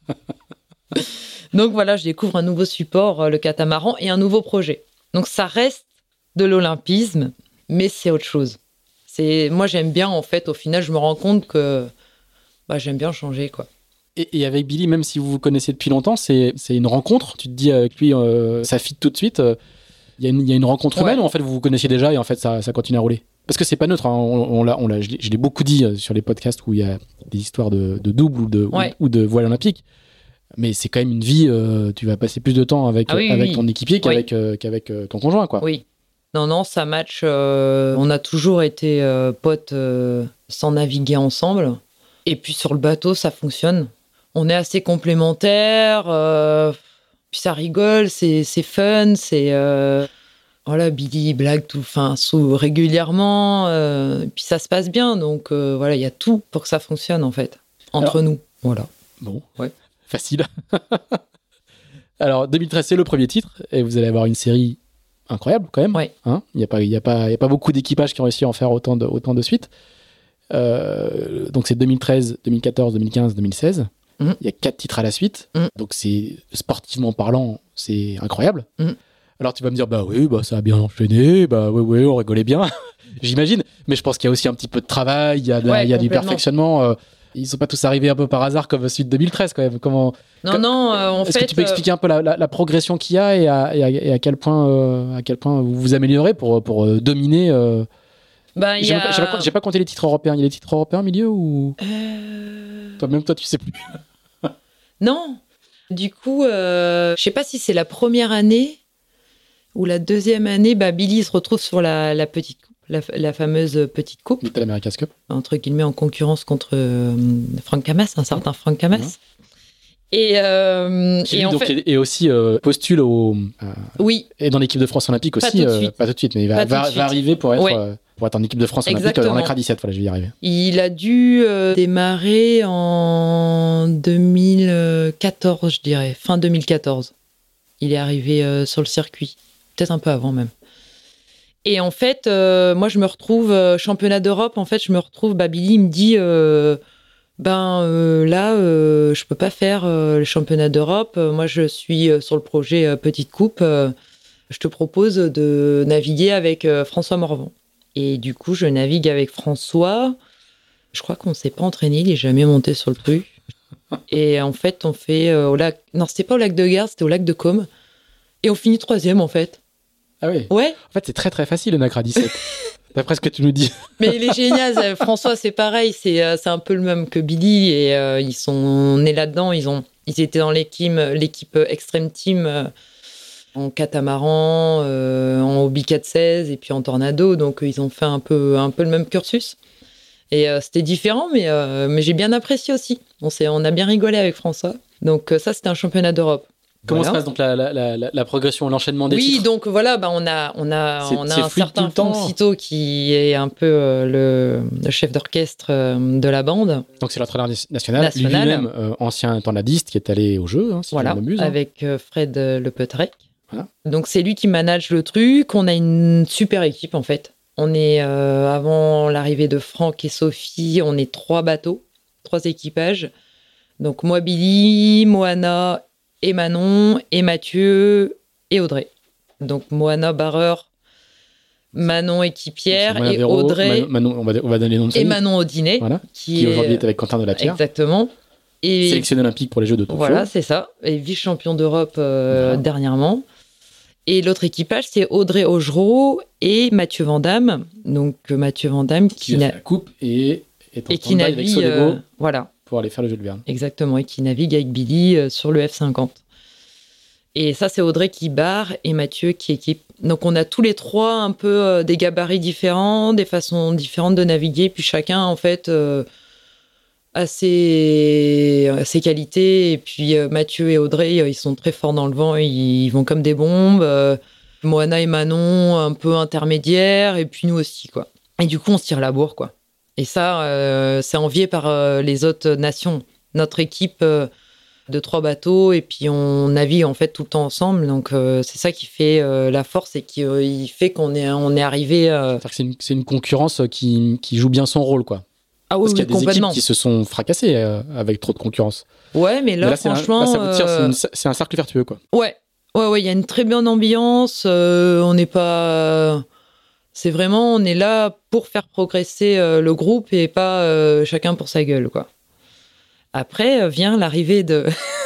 Donc voilà, je découvre un nouveau support, le catamaran, et un nouveau projet. Donc ça reste de l'olympisme, mais c'est autre chose. Moi, j'aime bien, en fait, au final, je me rends compte que j'aime bien changer, quoi. Et avec Billy, même si vous vous connaissez depuis longtemps, c'est une rencontre. Tu te dis avec lui, ça fit tout de suite. Il y a une rencontre humaine ou en fait vous vous connaissiez déjà et en fait ça continue à rouler? Parce que c'est pas neutre. Hein. Je l'ai beaucoup dit sur les podcasts où il y a des histoires de double ou de voile olympique. Mais c'est quand même une vie. Tu vas passer plus de temps avec ton équipier qu'avec ton conjoint, quoi. Oui. Non, ça match. On a toujours été potes sans naviguer ensemble. Et puis sur le bateau, ça fonctionne. On est assez complémentaires. Puis ça rigole, c'est fun. Voilà, Billy blague régulièrement. Puis ça se passe bien. Donc voilà, il y a tout pour que ça fonctionne en fait entre nous. Voilà. Bon, ouais, facile. Alors 2013, c'est le premier titre et vous allez avoir une série incroyable quand même. Ouais. Hein, il y a pas beaucoup d'équipages qui ont réussi à en faire autant de suite. Donc c'est 2013, 2014, 2015, 2016. Il y a 4 titres à la suite. Donc c'est sportivement parlant, c'est incroyable. Alors tu vas me dire ça a bien enchaîné, oui, on rigolait bien. J'imagine, mais je pense qu'il y a aussi un petit peu de travail, il y a du perfectionnement. Ils sont pas tous arrivés un peu par hasard comme celui de 2013 quand même. Est-ce que tu peux expliquer un peu la progression qu'il y a et à quel point vous vous améliorez pour dominer j'ai pas compté les titres européens. Il y a les titres européens au milieu ou toi tu sais plus. Non. Du coup, je sais pas si c'est la première année ou la deuxième année. Billy se retrouve sur la petite coupe, la fameuse petite coupe. Little America's Cup. Entre guillemets, en concurrence contre Franck Camas, un certain Franck Camas. Ouais. Et en donc, fait... et aussi postule oui. Et dans l'équipe de France olympique aussi, pas tout de suite, mais il va arriver pour être en équipe de France olympique en ACRA 17, voilà, je vais y arriver. Il a dû démarrer en 2014, je dirais, fin 2014. Il est arrivé sur le circuit, peut-être un peu avant même. Et en fait, moi je me retrouve, championnat d'Europe, en fait, Billy me dit... je peux pas faire le championnat d'Europe. Moi, je suis sur le projet Petite Coupe. Je te propose de naviguer avec François Morvan. Et du coup, je navigue avec François. Je crois qu'on ne s'est pas entraîné. Il n'est jamais monté sur le truc. Et en fait, on fait au lac... Non, c'était pas au lac de Garde, c'était au lac de Côme. Et on finit 3e, en fait. Ah oui. Ouais. En fait, c'est très, très facile, le ACRA 17. D'après ce que tu nous dis. Mais il est génial. François, c'est pareil. C'est un peu le même que Billy. Et ils sont nés là-dedans. Ils étaient dans l'équipe Extreme Team en catamaran, en Hobie 416 et puis en Tornado. Donc, ils ont fait un peu le même cursus. Et c'était différent, mais j'ai bien apprécié aussi. On a bien rigolé avec François. Donc, ça, c'était un championnat d'Europe. Comment se passe donc la progression, l'enchaînement des titres ? Oui, donc voilà, on a un certain Franck Citeau qui est un peu le chef d'orchestre de la bande. Donc c'est l'entraîneur national. Lui-même ancien tornadiste qui est allé au jeu, si voilà, je ne m'abuse. Avec Fred Le Petrec. Voilà. Donc c'est lui qui manage le truc. On a une super équipe en fait. On est, avant l'arrivée de Franck et Sophie, on est 3 bateaux, 3 équipages. Donc moi, Billy, Moana et Manon, et Mathieu, et Audrey. Donc Moana barreur, Manon équipière, et Véro, Audrey... Manon, on va donner les noms de famille. Et Manon Audinet. Voilà, qui aujourd'hui est avec Quentin Delapierre. Exactement. Et sélectionné olympique pour les Jeux de Tokyo. Voilà, c'est ça. Et vice-champion d'Europe dernièrement. Et l'autre équipage, c'est Audrey Augereau et Mathieu Vandamme. Donc Mathieu Vandamme qui a fait la coupe et qui navigue avec Solego. Voilà. Pour aller faire le jeu de Verne. Exactement, et qui navigue avec Billy sur le F50. Et ça, c'est Audrey qui barre et Mathieu qui équipe. Donc, on a tous les 3 un peu des gabarits différents, des façons différentes de naviguer, puis chacun, en fait, a ses qualités. Et puis, Mathieu et Audrey, ils sont très forts dans le vent, ils vont comme des bombes. Moana et Manon, un peu intermédiaires, et puis nous aussi, quoi. Et du coup, on se tire la bourre, quoi. Et ça, c'est envié par les autres nations. Notre équipe de 3 bateaux, et puis on navigue en fait tout le temps ensemble. Donc c'est ça qui fait la force et qui fait qu'on est arrivé. C'est-à-dire que c'est une concurrence qui joue bien son rôle, quoi. Ah oui, parce qu'il y a des complètement. équipes qui se sont fracassées avec trop de concurrence. Ouais, mais là franchement, c'est un cercle vertueux, quoi. Ouais, il y a une très bonne ambiance. On n'est pas. C'est vraiment, on est là pour faire progresser le groupe et pas chacun pour sa gueule, quoi. Après vient l'arrivée de...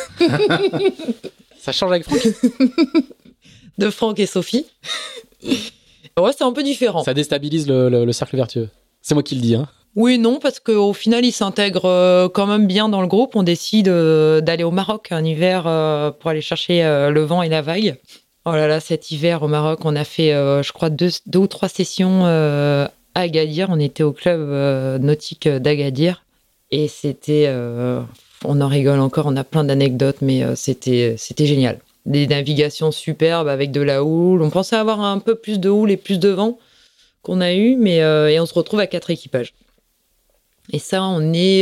Ça change avec Franck. De Franck et Sophie. Ouais, c'est un peu différent. Ça déstabilise le cercle vertueux. C'est moi qui le dis, hein. Oui, non, parce qu'au final, ils s'intègrent quand même bien dans le groupe. On décide d'aller au Maroc un hiver pour aller chercher le vent et la vague. Oh là là, cet hiver au Maroc, on a fait, je crois, 2 ou 3 sessions à Agadir. On était au club nautique d'Agadir. Et c'était... on en rigole encore, on a plein d'anecdotes, mais c'était génial. Des navigations superbes avec de la houle. On pensait avoir un peu plus de houle et plus de vent qu'on a eu, mais et on se retrouve à 4 équipages. Et ça, on est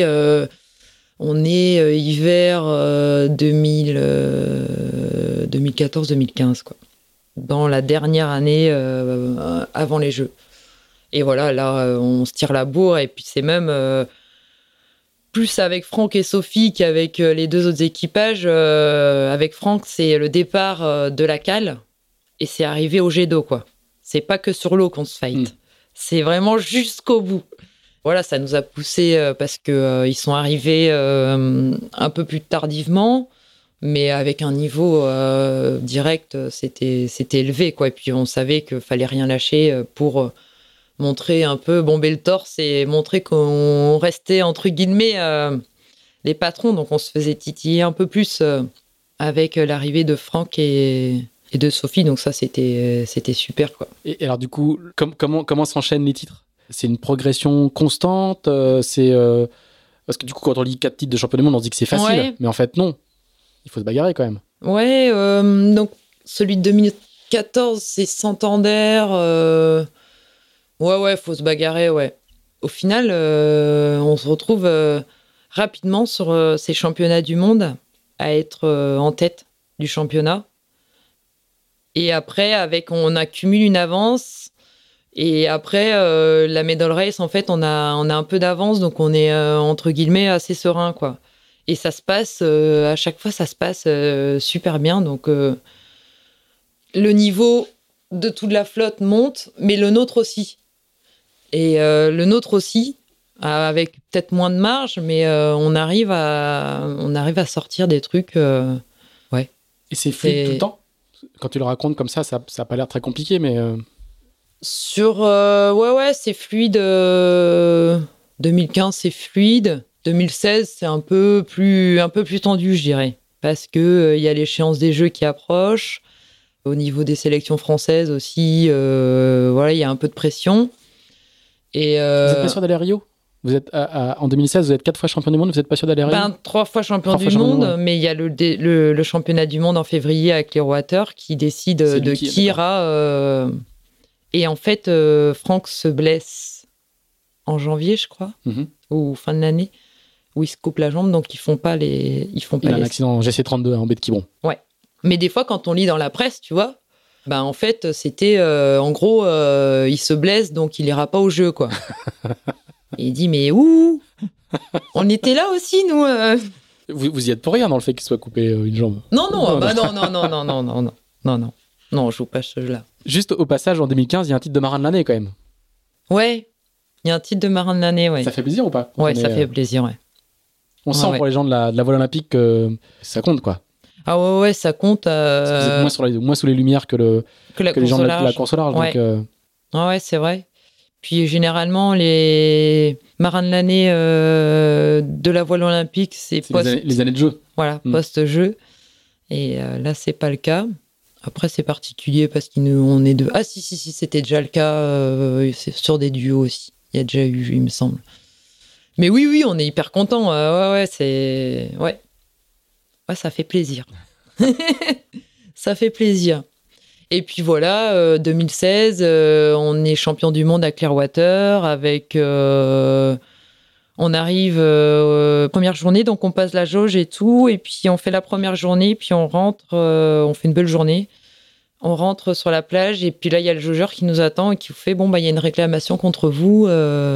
hiver 2014-2015, quoi. Dans la dernière année avant les Jeux. Et voilà, là, on se tire la bourre. Et puis, c'est même plus avec Franck et Sophie qu'avec les 2 autres équipages. Avec Franck, c'est le départ de la cale. Et c'est arrivé au jet d'eau, quoi. C'est pas que sur l'eau qu'on se fight. C'est vraiment jusqu'au bout. Voilà, ça nous a poussé parce que ils sont arrivés un peu plus tardivement, mais avec un niveau direct, c'était élevé, quoi. Et puis on savait qu'il fallait rien lâcher pour montrer un peu, bomber le torse et montrer qu'on restait entre guillemets les patrons. Donc on se faisait titiller un peu plus avec l'arrivée de Franck et et de Sophie. Donc ça, c'était super, quoi. Et alors du coup, comment s'enchaînent les titres? C'est une progression constante, parce que du coup, quand on lit 4 titres de champion du monde, on se dit que c'est facile, mais en fait non, il faut se bagarrer quand même. Ouais, donc celui de 2014, c'est Santander. Ouais, faut se bagarrer, ouais. Au final, on se retrouve rapidement sur ces championnats du monde à être en tête du championnat. Et après, on accumule une avance. Et après, la medal race, en fait, on a un peu d'avance, donc on est, entre guillemets, assez serein, quoi. Et ça se passe, à chaque fois, ça se passe super bien. Donc, le niveau de toute la flotte monte, mais le nôtre aussi. Et le nôtre aussi, avec peut-être moins de marge, mais on arrive à sortir des trucs. Ouais. Et c'est fluide tout le temps? Quand tu le racontes comme ça n'a pas l'air très compliqué, mais... Ouais, c'est fluide. 2015, c'est fluide. 2016, c'est un peu plus tendu, je dirais. Parce que y a l'échéance des Jeux qui approche. Au niveau des sélections françaises aussi, voilà, il y a un peu de pression. Et Vous n'êtes pas sûr d'aller à Rio? Vous êtes en 2016, vous êtes 4 fois champion du monde, vous n'êtes pas sûr d'aller à Rio? 3 fois champion du monde, ouais. Mais il y a le championnat du monde en février à Clearwater qui décide de qui ira. Et en fait, Franck se blesse en janvier, je crois, ou fin de l'année, où il se coupe la jambe, donc ils font pas les. Il a un accident en GC32 en baie de Quiberon. Ouais. Mais des fois, quand on lit dans la presse, tu vois, en fait, c'était en gros, il se blesse, donc il ira pas au jeu, quoi. Et il dit, mais où? On était là aussi, nous. Vous y êtes pour rien dans le fait qu'il soit coupé une jambe? Non, on joue pas ce jeu-là. Juste au passage, en 2015, il y a un titre de marin de l'année quand même. Ouais, il y a un titre de marin de l'année, ouais. Ça fait plaisir ou pas? Ouais, ça fait plaisir, ouais. On sent pour les gens de la voile olympique que ça compte, quoi. Ah ouais, ça compte. Vous êtes moins sous les lumières que les gens de la course au large. Ouais. Donc, ouais, c'est vrai. Puis généralement, les marins de l'année de la voile olympique, c'est les années de jeu. Voilà, post-jeu. Et là, c'est pas le cas. Après, c'est particulier parce qu'on est deux. Ah, si, c'était déjà le cas. C'est sur des duos aussi. Il y a déjà eu, il me semble. Mais oui, on est hyper contents. Ouais, c'est. Ouais, ça fait plaisir. Ça fait plaisir. Et puis voilà, 2016, on est champion du monde à Clearwater avec. On arrive première journée, donc on passe la jauge et tout, et puis on fait la première journée, puis on rentre, on fait une belle journée. On rentre sur la plage, et puis là, il y a le jaugeur qui nous attend et qui vous fait, il y a une réclamation contre vous,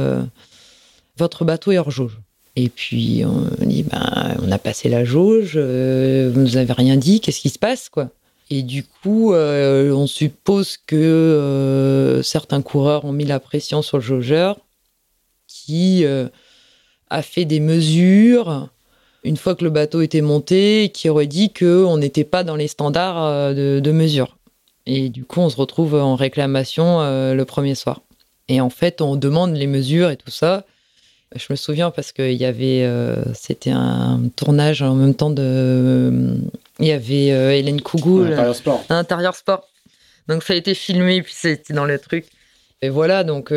votre bateau est hors jauge. Et puis on dit, on a passé la jauge, vous nous avez rien dit, qu'est-ce qui se passe, quoi? Et du coup, on suppose que certains coureurs ont mis la pression sur le jaugeur, qui a fait des mesures une fois que le bateau était monté, qui aurait dit qu'on n'était pas dans les standards de mesure. Et du coup, on se retrouve en réclamation le premier soir. Et en fait, on demande les mesures et tout ça. Je me souviens parce qu'il y avait... c'était un tournage en même temps de... Il y avait Hélène Kougou. Intérieur Sport. Donc ça a été filmé, puis c'était dans le truc. Et voilà, donc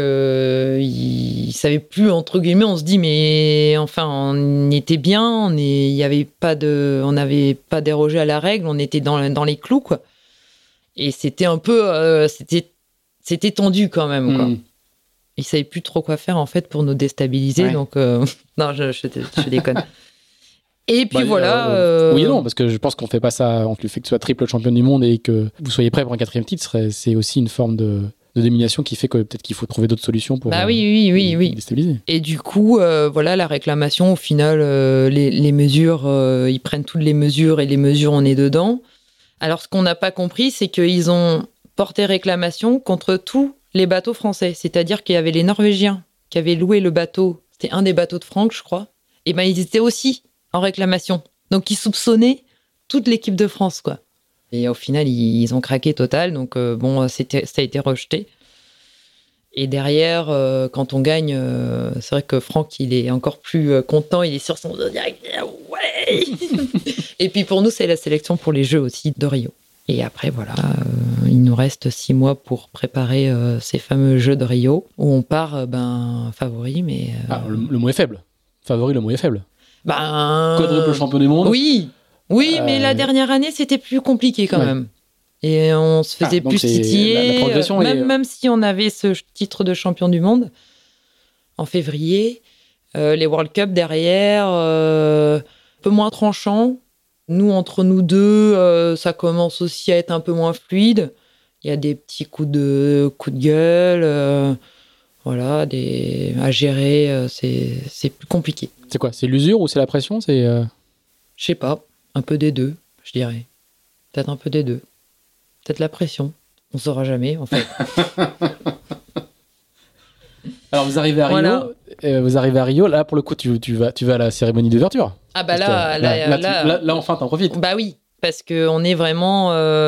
il ne savait plus, entre guillemets, on se dit, mais enfin, on était bien, on n'avait pas dérogé à la règle, on était dans les clous, quoi. Et c'était un peu... c'était tendu quand même, quoi. Il ne savait plus trop quoi faire, en fait, pour nous déstabiliser, donc... non, je déconne. Et puis voilà... Oui et non, parce que je pense qu'on ne fait pas ça, le fait que tu sois triple champion du monde et que vous soyez prêt pour un 4e titre, c'est aussi une forme de domination qui fait que peut-être qu'il faut trouver d'autres solutions pour oui. déstabiliser. Et du coup, voilà, la réclamation, au final, les mesures, ils prennent toutes les mesures et les mesures, on est dedans. Alors, ce qu'on n'a pas compris, c'est qu'ils ont porté réclamation contre tous les bateaux français. C'est-à-dire qu'il y avait les Norvégiens qui avaient loué le bateau. C'était un des bateaux de Franck, je crois. Et ils étaient aussi en réclamation. Donc, ils soupçonnaient toute l'équipe de France, quoi. Et au final, ils ont craqué total. Donc, ça a été rejeté. Et derrière, quand on gagne, c'est vrai que Franck, il est encore plus content. Il est sur son Zodiac. Ouais. Et puis, pour nous, c'est la sélection pour les Jeux aussi de Rio. Et après, voilà, il nous reste 6 mois pour préparer ces fameux Jeux de Rio, où on part favori, mais... Le mot est faible. Favori, le mot est faible. Quadruple champion du monde. Oui, mais la dernière année, c'était plus compliqué quand même. Et on se faisait plus titiller. La progression même si on avait ce titre de champion du monde en février, les World Cup derrière, un peu moins tranchant. Nous, entre nous deux, ça commence aussi à être un peu moins fluide. Il y a des petits coups de gueule, à gérer, c'est plus compliqué. C'est quoi? C'est l'usure ou c'est la pression? Je sais pas, un peu des deux, je dirais. Peut-être un peu des deux. Peut-être la pression. On saura jamais, en fait. Alors, vous arrivez à Rio. Là, pour le coup, tu vas à la cérémonie d'ouverture. Ah bah là, enfin, t'en profites. Bah oui, parce qu'on est vraiment...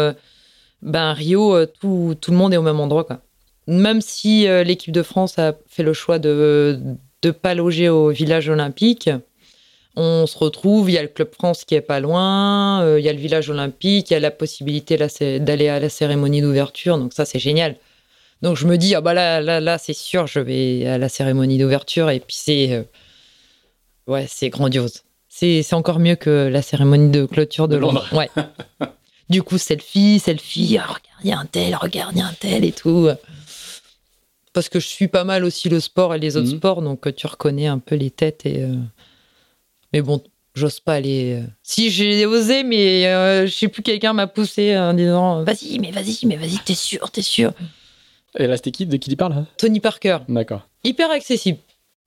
Rio, tout le monde est au même endroit, quoi. Même si l'équipe de France a fait le choix de ne pas loger au village olympique, on se retrouve, il y a le Club France qui est pas loin, il y a le village olympique, il y a la possibilité d'aller à la cérémonie d'ouverture, donc ça c'est génial. Donc je me dis, là c'est sûr, je vais à la cérémonie d'ouverture, et puis c'est grandiose. C'est encore mieux que la cérémonie de clôture de Londres. Ouais. Du coup, selfie, regardez un tel et tout. Parce que je suis pas mal aussi le sport et les autres sports, donc tu reconnais un peu les têtes. Mais bon, j'ose pas aller... Si, j'ai osé, mais je sais plus, quelqu'un m'a poussé en disant « Vas-y, t'es sûr. » Et là, c'était qui? De qui il parle? Tony Parker. D'accord. Hyper accessible.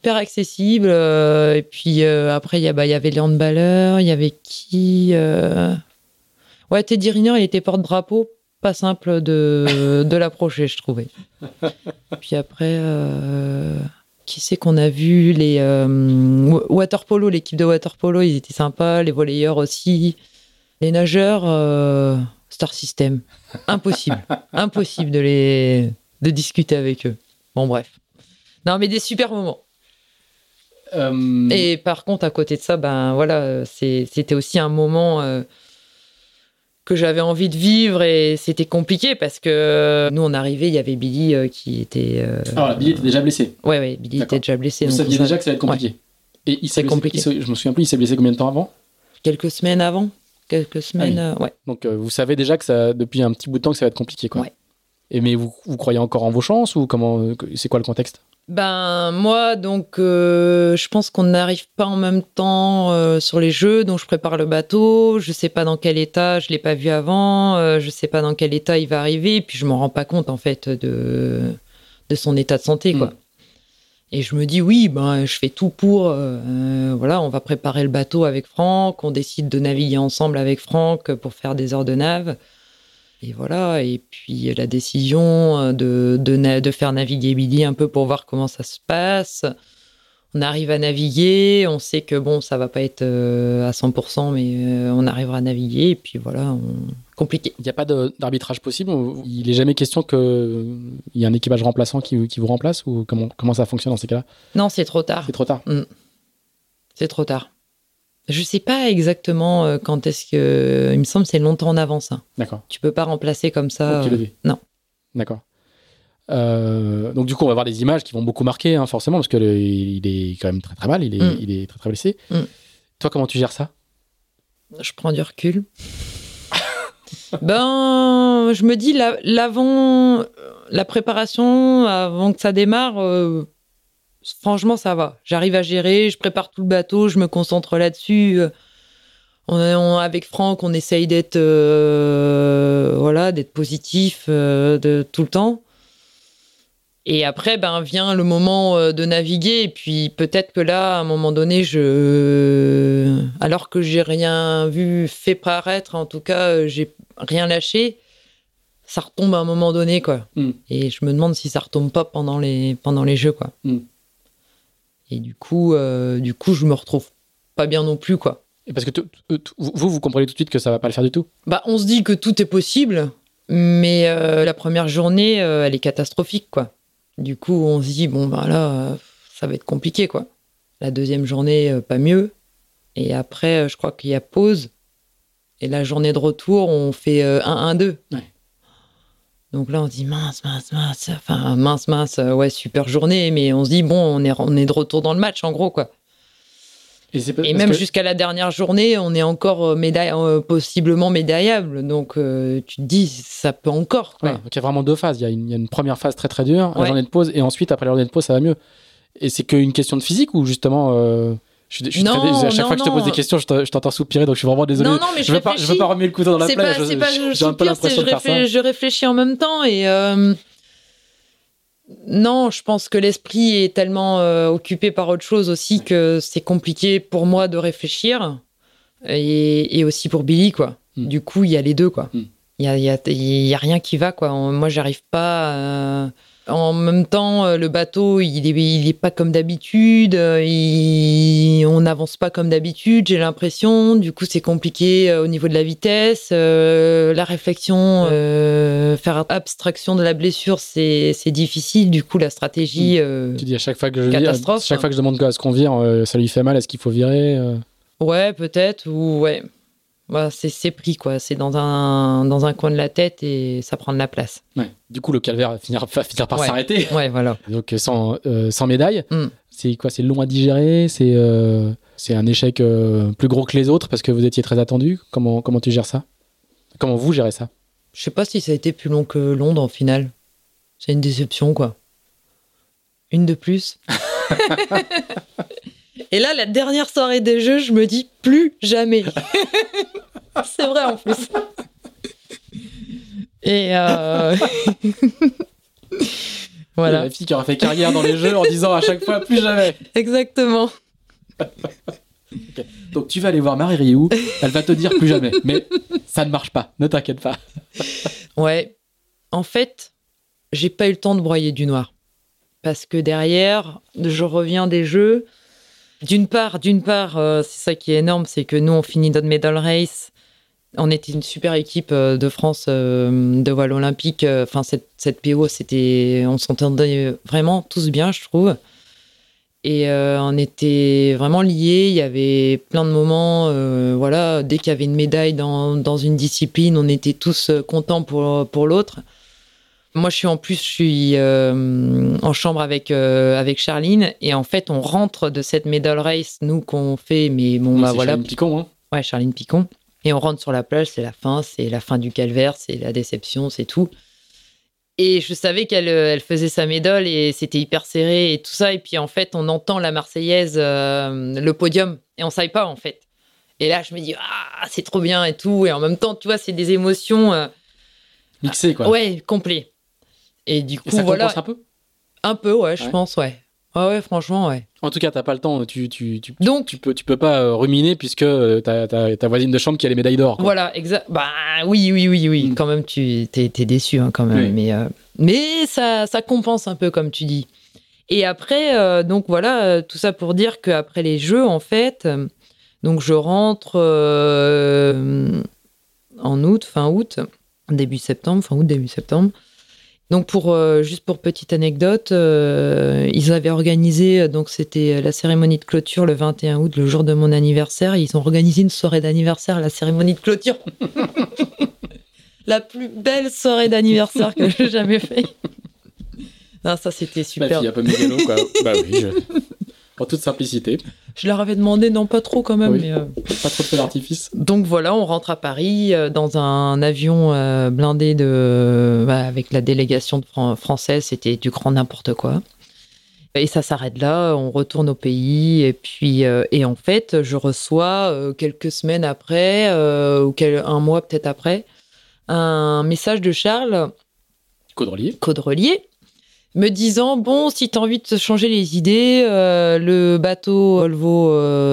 Et puis après, il y avait les handballeurs, il y avait qui Teddy Riner, il était porte-drapeau. Pas simple de l'approcher, je trouvais. Puis après, qui c'est qu'on a vu? Les waterpolo, l'équipe de waterpolo, ils étaient sympas. Les volleyeurs aussi. Les nageurs, Star System. Impossible de discuter avec eux. Bon, bref. Non, mais des super moments. Et par contre, à côté de ça, c'était aussi un moment que j'avais envie de vivre, et c'était compliqué parce que nous, on arrivait, il y avait Billy qui était... Alors, Billy était déjà blessé. Ouais, Billy était déjà blessé. Vous saviez déjà que ça allait être compliqué. Ouais. Et il s'est compliqué. Je me souviens plus, il s'est blessé combien de temps avant? Quelques semaines avant. Ouais. Donc, vous savez déjà que depuis un petit bout de temps que ça va être compliqué, quoi. Ouais. Mais vous croyez encore en vos chances, ou comment? C'est quoi le contexte? Moi, donc, je pense qu'on n'arrive pas en même temps sur les Jeux, donc je prépare le bateau, je sais pas dans quel état, je l'ai pas vu avant, je sais pas dans quel état il va arriver, et puis je m'en rends pas compte, en fait, de son état de santé, quoi. Et je me dis, oui, je fais tout pour, on va préparer le bateau avec Franck, on décide de naviguer ensemble avec Franck pour faire des heures de nav. Et voilà, et puis la décision de faire naviguer Billy un peu pour voir comment ça se passe. On arrive à naviguer, on sait que ça va pas être à 100%, mais on arrivera à naviguer, et puis voilà, compliqué. Il n'y a pas d'arbitrage possible? Il n'est jamais question qu'il y ait un équipage remplaçant qui vous remplace, ou comment ça fonctionne dans ces cas-là? Non, c'est trop tard. C'est trop tard. C'est trop tard. Je sais pas exactement quand est-ce que... Il me semble que c'est longtemps en avance. Hein. D'accord. Tu peux pas remplacer comme ça. Non. D'accord. Donc du coup, on va voir des images qui vont beaucoup marquer, hein, forcément, parce qu'il est quand même très très mal, il est très très blessé. Toi, comment tu gères ça? Je prends du recul. Je me dis, la préparation, avant que ça démarre... franchement, ça va. J'arrive à gérer, je prépare tout le bateau, je me concentre là-dessus. Avec Franck, on essaye d'être positif tout le temps. Et après, vient le moment de naviguer. Et puis peut-être que là, à un moment donné, alors que j'ai rien vu fait paraître, en tout cas, j'ai rien lâché, ça retombe à un moment donné, quoi. Et je me demande si ça retombe pas pendant les Jeux, quoi. Et du coup, je me retrouve pas bien non plus, quoi. Et parce que vous comprenez tout de suite que ça va pas le faire du tout? On se dit que tout est possible, mais la première journée, elle est catastrophique, quoi. Du coup, on se dit, ça va être compliqué, quoi. La deuxième journée, pas mieux. Et après, je crois qu'il y a pause. Et la journée de retour, on fait 1-1-2. Ouais. Donc là, on se dit mince. Enfin, mince, ouais, super journée. Mais on se dit, bon, on est de retour dans le match, en gros, quoi. Et même jusqu'à la dernière journée, on est encore possiblement médaillable. Donc, tu te dis, ça peut encore, quoi. Ouais, donc il y a vraiment 2 phases. Il y a une première phase très très dure, la journée de pause, et ensuite, après la journée de pause, ça va mieux. Et c'est qu'une question de physique ou justement... Je suis très désolé. À chaque fois que je te pose des questions, je t'entends soupirer, donc je suis vraiment désolé. Non, mais je veux pas remettre le couteau dans la plaie. J'ai un peu l'impression de faire ça. Je réfléchis en même temps et non, je pense que l'esprit est tellement occupé par autre chose aussi que c'est compliqué pour moi de réfléchir et aussi pour Billy, quoi. Du coup, il y a les deux, quoi. Il y a rien qui va, quoi. Moi, j'arrive pas. En même temps, le bateau, il est pas comme d'habitude. On n'avance pas comme d'habitude, j'ai l'impression. Du coup, c'est compliqué au niveau de la vitesse. La réflexion, faire abstraction de la blessure, c'est difficile. Du coup, la stratégie, tu dis à chaque fois que catastrophe. Chaque fois que je demande à ce qu'on vire, ça lui fait mal. Est-ce qu'il faut virer Ouais, peut-être. Ou ouais. Bah, c'est pris, quoi. C'est dans un coin de la tête et ça prend de la place. Ouais. Du coup, le calvaire va finir par s'arrêter. Ouais, voilà. Donc, sans médaille. C'est quoi? C'est long à digérer? C'est un échec plus gros que les autres parce que vous étiez très attendu? Comment tu gères ça? Comment vous gérez ça? Je sais pas si ça a été plus long que Londres, en finale. C'est une déception, quoi. Une de plus. Et là, la dernière soirée des Jeux, je me dis plus jamais. C'est vrai en plus. Et voilà. La fille qui aura fait carrière dans les Jeux en disant à chaque fois plus jamais. Exactement. Okay. Donc tu vas aller voir Marie Rioux, elle va te dire plus jamais. Mais ça ne marche pas, ne t'inquiète pas. Ouais. En fait, j'ai pas eu le temps de broyer du noir. Parce que derrière, je reviens des Jeux. D'une part, c'est ça qui est énorme, c'est que nous, on finit notre medal race. On était une super équipe de France de voile olympique. Enfin, cette PO, on s'entendait vraiment tous bien, je trouve. Et on était vraiment liés. Il y avait plein de moments, voilà, dès qu'il y avait une médaille dans une discipline, on était tous contents pour l'autre. Moi, je suis en chambre avec Charline, et en fait, on rentre de cette medal race, nous, qu'on fait, mais bon, bah voilà. Charline Picon, hein. Ouais, Charline Picon. Et on rentre sur la plage, c'est la fin du calvaire, c'est la déception, c'est tout. Et je savais qu'elle faisait sa médaille et c'était hyper serré et tout ça. Et puis, en fait, on entend la Marseillaise, le podium, et on ne savait pas, en fait. Et là, je me dis, c'est trop bien et tout. Et en même temps, tu vois, c'est des émotions... mixées, quoi. Ouais, complet. Et du coup, ça voilà. compense un peu? Un peu, ouais, je pense, ouais. Ouais, franchement, ouais. En tout cas, t'as pas le temps. Tu peux pas ruminer puisque t'as ta voisine de chambre qui a les médailles d'or, quoi. Voilà, exact. Bah oui. Quand même, t'es déçu, hein, quand même. Oui. Mais ça compense un peu, comme tu dis. Et après, donc voilà, tout ça pour dire qu'après les Jeux, en fait, donc je rentre en août, fin août, début septembre. Donc juste pour petite anecdote, ils avaient organisé, donc c'était la cérémonie de clôture le 21 août, le jour de mon anniversaire. Ils ont organisé une soirée d'anniversaire à la cérémonie de clôture. La plus belle soirée d'anniversaire que j'ai jamais fait. Non, ça c'était super. La fille un peu mégalo, quoi. Bah oui, en toute simplicité. Je leur avais demandé, non pas trop quand même. Oui. Mais pas trop de feu d'artifice. Donc voilà, on rentre à Paris dans un avion blindé avec la délégation française, c'était du grand n'importe quoi. Et ça s'arrête là, on retourne au pays et puis et en fait, je reçois quelques semaines après ou un mois peut-être après un message de Charles Caudrelier. Me disant, bon, si tu as envie de te changer les idées, le bateau Volvo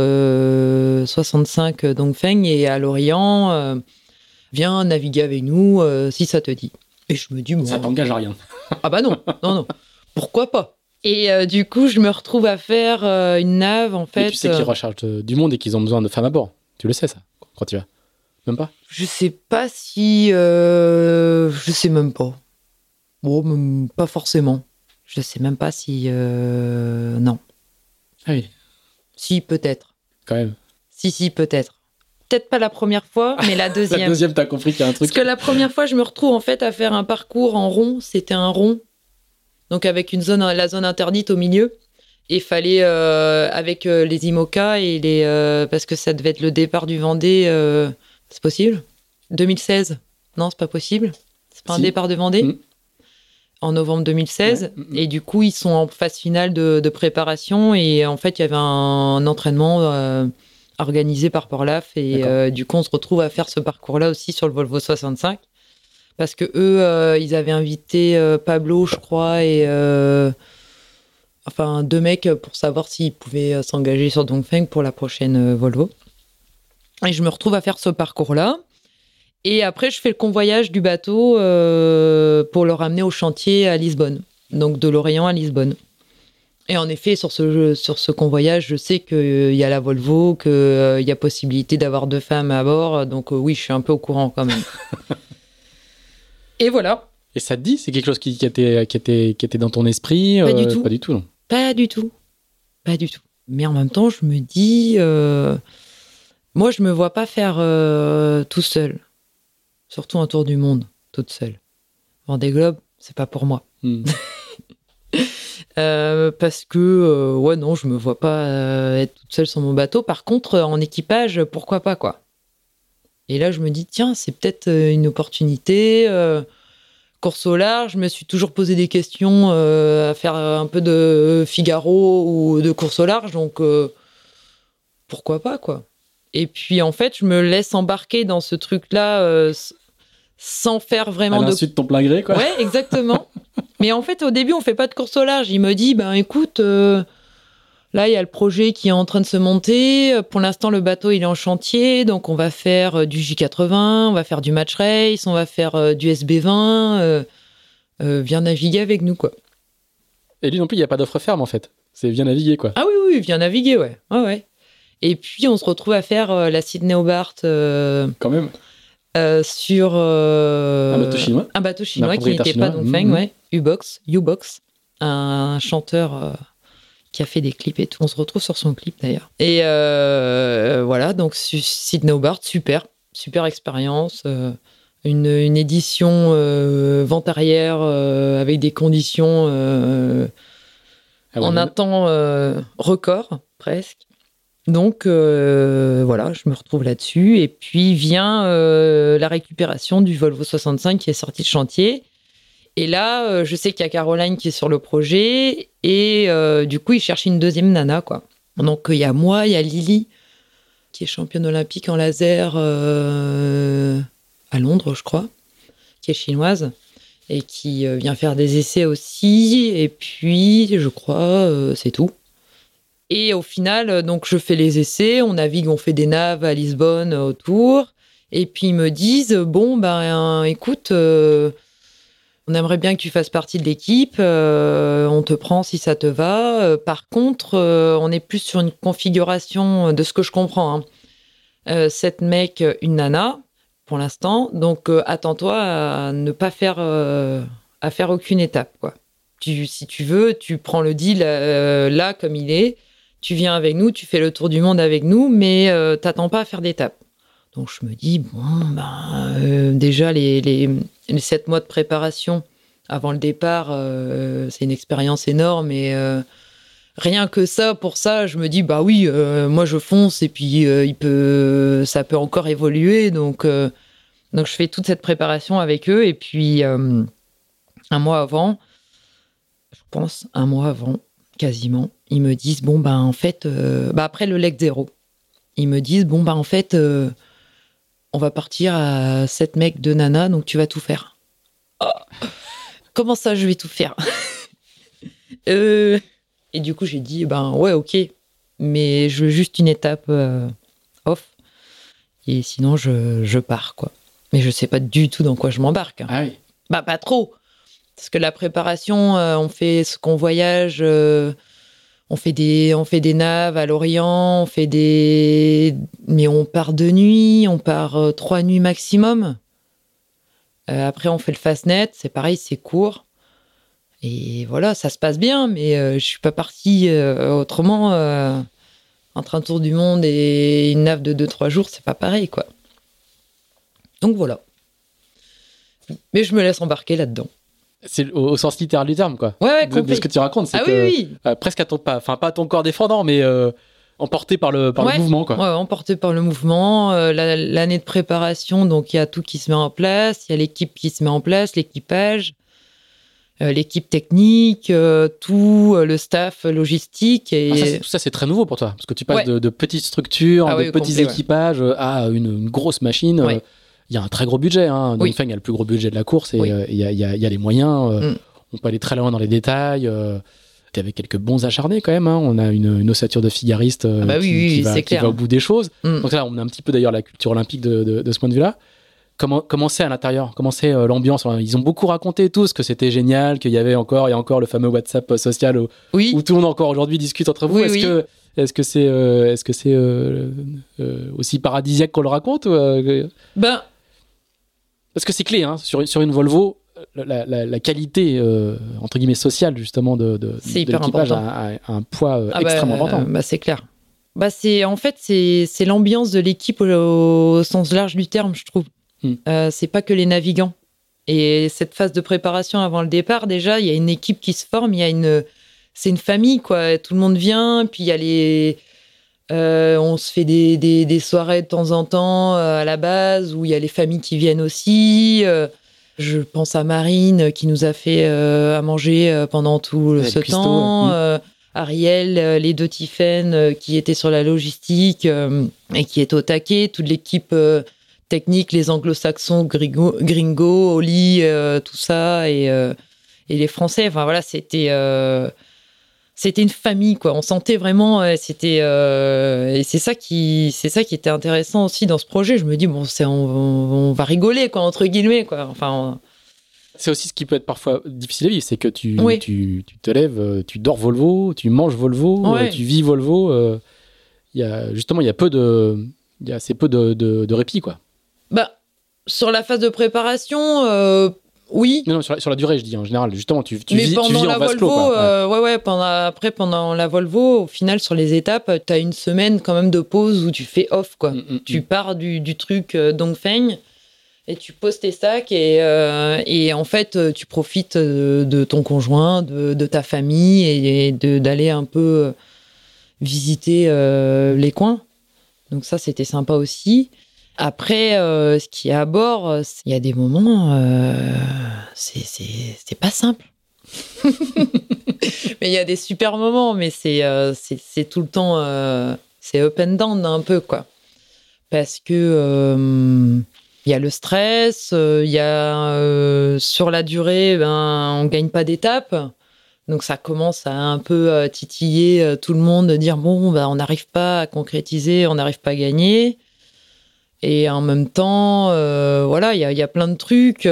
65 Dongfeng est à Lorient, viens naviguer avec nous si ça te dit. Et je me dis, bon... Ça t'engage à rien. Ah bah non, pourquoi pas? Et du coup, je me retrouve à faire une nave, en fait... Mais tu sais qu'ils rechargent du monde et qu'ils ont besoin de femmes à bord. Tu le sais, ça, quand tu vas. Même pas? Je sais pas si... Je sais même pas. Bon, même pas forcément. Je sais même pas si... Non. Ah oui. Si, peut-être. Quand même. Si, peut-être. peut-être pas la première fois, mais la deuxième. La deuxième, t'as compris qu'il y a un truc. Parce que la première fois, je me retrouve en fait à faire un parcours en rond. C'était un rond, donc avec la zone interdite au milieu. Et il fallait, avec les IMOCA parce que ça devait être le départ du Vendée, c'est possible 2016 ? Non, c'est pas possible. C'est pas un départ de Vendée en novembre 2016. Ouais. Et du coup, ils sont en phase finale de préparation. Et en fait, il y avait un entraînement organisé par Porlaf. Et du coup, on se retrouve à faire ce parcours-là aussi sur le Volvo 65. Parce que eux, ils avaient invité Pablo, je crois, et... Enfin, 2 mecs pour savoir s'ils pouvaient s'engager sur Dongfeng pour la prochaine Volvo. Et je me retrouve à faire ce parcours-là. Et après, je fais le convoyage du bateau pour le ramener au chantier à Lisbonne. Donc, de Lorient à Lisbonne. Et en effet, sur ce convoyage, je sais qu'il y a la Volvo, qu'il y a possibilité d'avoir 2 femmes à bord. Donc, oui, je suis un peu au courant quand même. Et voilà. Et ça te dit, c'est quelque chose qui était dans ton esprit? Pas du tout. Pas du tout, non. Pas du tout. Pas du tout. Mais en même temps, je me dis... moi, je me vois pas faire tout seul. Surtout un tour du monde, toute seule. Vendée Globe, c'est pas pour moi. Parce que, ouais, non, je me vois pas être toute seule sur mon bateau. Par contre, en équipage, pourquoi pas, quoi. Et là, je me dis, tiens, c'est peut-être une opportunité... Course au large, je me suis toujours posé des questions à faire un peu de Figaro ou de course au large, donc pourquoi pas, quoi. Et puis, en fait, je me laisse embarquer dans ce truc-là sans faire vraiment à l'insu de ton plein gré, quoi. Ouais, exactement. Mais en fait, au début, on fait pas de course au large. Il me dit, ben écoute, là, il y a le projet qui est en train de se monter. Pour l'instant, le bateau, il est en chantier. Donc, on va faire du J80, on va faire du match race, on va faire du SB20. Viens naviguer avec nous, quoi. Et lui non plus, il n'y a pas d'offre ferme, en fait. C'est viens naviguer, quoi. Ah oui, viens naviguer, ouais. Ouais. Et puis, on se retrouve à faire la Sydney Hobart. Quand même. Sur un bateau chinois. Un bateau chinois qui n'était pas Dongfeng, ouais. U-Box. Un chanteur... qui a fait des clips et tout. On se retrouve sur son clip d'ailleurs. Et voilà, donc Sydney Hobart, super expérience. Une édition vente arrière avec des conditions en un temps record, presque. Donc voilà, je me retrouve là-dessus. Et puis vient la récupération du Volvo 65 qui est sorti de chantier. Et là, je sais qu'il y a Caroline qui est sur le projet et du coup, il cherche une deuxième nana, quoi. Donc, il y a moi, il y a Lily, qui est championne olympique en laser à Londres, je crois, qui est chinoise et qui vient faire des essais aussi. Et puis, je crois, c'est tout. Et au final, donc, je fais les essais, on navigue, on fait des naves à Lisbonne autour. Et puis, ils me disent, bon, ben, écoute... on aimerait bien que tu fasses partie de l'équipe, on te prend si ça te va. Par contre, on est plus sur une configuration, de ce que je comprends, 7 mecs, une nana, pour l'instant. Donc, attends-toi à ne pas faire, à faire aucune étape, quoi. Si tu veux, tu prends le deal là, comme il est. Tu viens avec nous, tu fais le tour du monde avec nous, mais t'attends pas à faire d'étape. Donc, je me dis, déjà, les 7 mois de préparation avant le départ, c'est une expérience énorme. Et rien que ça, pour ça, je me dis, bah oui, moi, je fonce et puis ça peut encore évoluer. Donc, je fais toute cette préparation avec eux. Et puis, un mois avant, je pense, quasiment, ils me disent, en fait, après le leg 0, ils me disent, en fait... on va partir à 7 mecs, 2 nanas, donc tu vas tout faire. Oh, comment ça, je vais tout faire? Et du coup, j'ai dit, ouais, ok, mais je veux juste une étape off. Et sinon, je pars, quoi. Mais je sais pas du tout dans quoi je m'embarque. Ah oui. Pas trop. Parce que la préparation, on fait ce qu'on voyage... On fait des naves à Lorient, mais on part de nuit, on part 3 nuits maximum. Après, on fait le Fastnet, c'est pareil, c'est court. Et voilà, ça se passe bien, mais je suis pas partie autrement Entre un tour du monde et une nave de 2-3 jours, c'est pas pareil, quoi. Donc voilà. Mais je me laisse embarquer là-dedans. C'est au sens littéral du terme, quoi. Ouais, de ce que tu racontes. C'est oui. Presque pas à ton corps défendant, mais emporté par le mouvement, quoi. Ouais, emporté par le mouvement. L'année de préparation, donc il y a tout qui se met en place. Il y a l'équipe qui se met en place, l'équipage, l'équipe technique, tout, le staff logistique. Et... tout ça, c'est très nouveau pour toi, parce que tu passes de petites structures, de petits équipages à une grosse machine. Ouais. Il y a un très gros budget. Dongfeng a le plus gros budget de la course et il y a les moyens. On peut aller très loin dans les détails. T'es avec quelques bons acharnés quand même. On a une ossature de figariste qui va au bout des choses. Donc là, on a un petit peu d'ailleurs la culture olympique de ce point de vue-là. Comment c'est à l'intérieur ? Comment c'est l'ambiance ? Ils ont beaucoup raconté tous que c'était génial, qu'il y avait encore le fameux WhatsApp social où tout le monde encore aujourd'hui discute entre vous. Est-ce que c'est aussi paradisiaque qu'on le raconte Parce que c'est clé, sur une Volvo, la qualité entre guillemets sociale justement de l'équipage a un poids extrêmement important. C'est clair. C'est l'ambiance de l'équipe au sens large du terme, je trouve. C'est pas que les navigants. Et cette phase de préparation avant le départ, déjà, il y a une équipe qui se forme. C'est une famille, quoi. Tout le monde vient. Puis il y a on se fait des soirées de temps en temps à la base où il y a les familles qui viennent aussi. Je pense à Marine qui nous a fait à manger pendant tout ce temps. Ariel, les deux Tiffen qui étaient sur la logistique et qui étaient au taquet. Toute l'équipe technique, les anglo-saxons, Gringo, Oli, tout ça, et les Français. Enfin voilà, c'était une famille, quoi. On sentait vraiment, et c'est ça qui était intéressant aussi dans ce projet. Je me dis on va rigoler, quoi, entre guillemets, quoi. Enfin. C'est aussi ce qui peut être parfois difficile à vivre, c'est que tu te lèves, tu dors Volvo, tu manges Volvo, tu vis Volvo. Il y a assez peu de répit, quoi. Sur la phase de préparation, oui. Non, sur la durée, je dis en général. Justement, tu vis en vase clos, quoi. Pendant la Volvo, au final, sur les étapes, tu as une semaine quand même de pause où tu fais off, quoi. Tu pars du truc Dongfeng et tu poses tes sacs et en fait, tu profites de ton conjoint, de ta famille et d'aller un peu visiter les coins. Donc ça, c'était sympa aussi. Après, ce qui est à bord, il y a des moments, c'est pas simple. Mais il y a des super moments, mais c'est tout le temps, c'est up and down un peu, quoi. Parce que il y a le stress, il y a sur la durée, on gagne pas d'étape. Donc ça commence à un peu titiller tout le monde, de dire on n'arrive pas à concrétiser, on n'arrive pas à gagner. Et en même temps, il y a plein de trucs.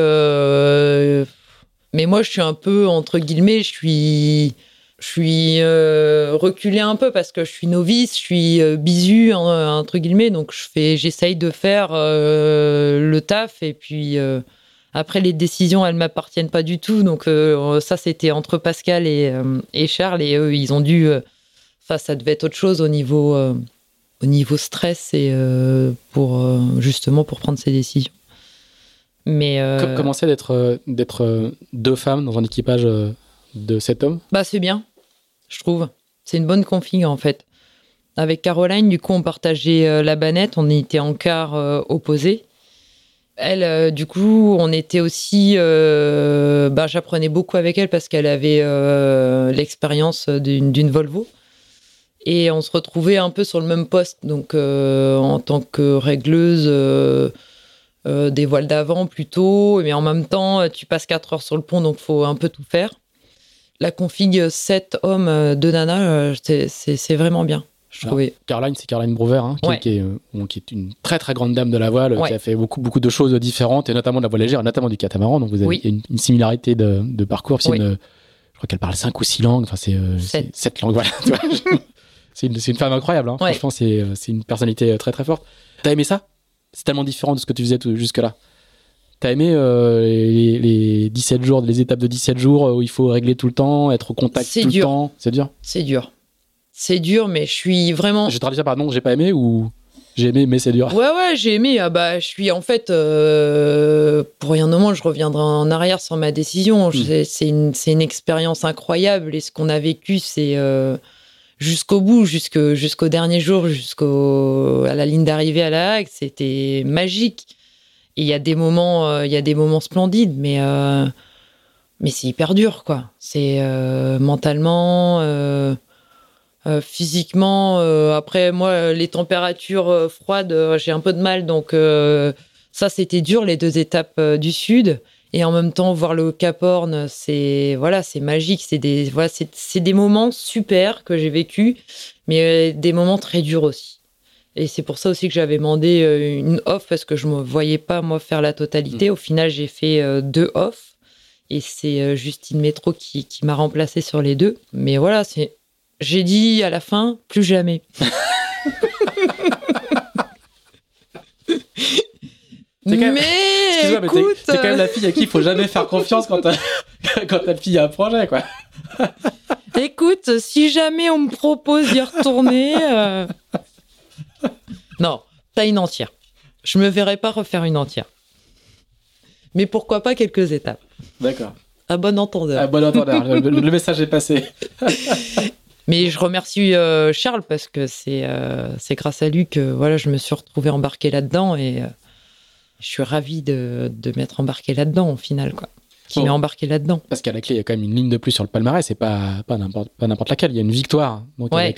Mais moi, je suis un peu, entre guillemets, je suis reculée un peu parce que je suis novice, je suis bisu, entre guillemets. Donc, j'essaye de faire le taf. Et puis, après, les décisions, elles ne m'appartiennent pas du tout. Donc, ça, c'était entre Pascal et Charles. Et eux, ils ont dû... ça devait être autre chose au niveau stress et justement pour prendre ces décisions. Mais comment c'est d'être deux femmes dans un équipage de 7 hommes ? C'est bien, je trouve. C'est une bonne config, en fait. Avec Caroline, du coup, on partageait la bannette, on était en quart opposés. Elle, du coup, on était aussi... j'apprenais beaucoup avec elle parce qu'elle avait l'expérience d'une Volvo. Et on se retrouvait un peu sur le même poste, donc en tant que régleuse des voiles d'avant plutôt, mais en même temps, tu passes 4 heures sur le pont, donc il faut un peu tout faire. La config 7 hommes, 2 nanas, c'est vraiment bien, je trouvais. Caroline, c'est Caroline Brouwer, qui est une très très grande dame de la voile, qui a fait beaucoup, beaucoup de choses différentes, et notamment de la voile légère, et notamment du catamaran, donc vous avez une similarité de parcours. Je crois qu'elle parle 5 ou 6 langues, enfin c'est 7 langues, voilà. C'est une femme incroyable, Franchement, c'est une personnalité très très forte. T'as aimé ça ? C'est tellement différent de ce que tu faisais jusque-là. T'as aimé les 17 jours, les étapes de 17 jours où il faut régler tout le temps, être au contact tout le temps ? C'est dur ? C'est dur, mais je suis vraiment... Je traduis ça par non, j'ai pas aimé ou j'ai aimé, mais c'est dur. Ouais, j'ai aimé. Ah bah, je suis en fait, pour rien au monde, je reviendrai en arrière sur ma décision. C'est une expérience incroyable et ce qu'on a vécu, c'est jusqu'au bout, jusqu'au dernier jour, à la ligne d'arrivée à La Hague, c'était magique. Et il y a des moments splendides, mais c'est hyper dur, quoi. C'est mentalement. Physiquement, après moi, les températures froides, j'ai un peu de mal, donc ça c'était dur, les 2 étapes du sud, et en même temps voir le Cap Horn, c'est magique, c'est des moments super que j'ai vécu, mais des moments très durs aussi. Et c'est pour ça aussi que j'avais demandé une off parce que je me voyais pas moi faire la totalité. Au final, j'ai fait 2 off, et c'est Justine Métro qui m'a remplacée sur les 2. Mais voilà, j'ai dit à la fin, plus jamais. Excuse-moi, mais t'es quand même la fille à qui il faut jamais faire confiance quand t'as le fille à un projet, quoi. Écoute, si jamais on me propose d'y retourner... Non, t'as une entière. Je me verrais pas refaire une entière. Mais pourquoi pas quelques étapes. D'accord. À bon entendeur. Le message est passé. Mais je remercie Charles parce que c'est grâce à lui que je me suis retrouvée embarquée là-dedans et je suis ravie de m'être embarquée là-dedans au final, quoi. Qui m'a embarqué là-dedans. Parce qu'à la clé, il y a quand même une ligne de plus sur le palmarès, c'est pas n'importe laquelle. Il y a une victoire, donc avec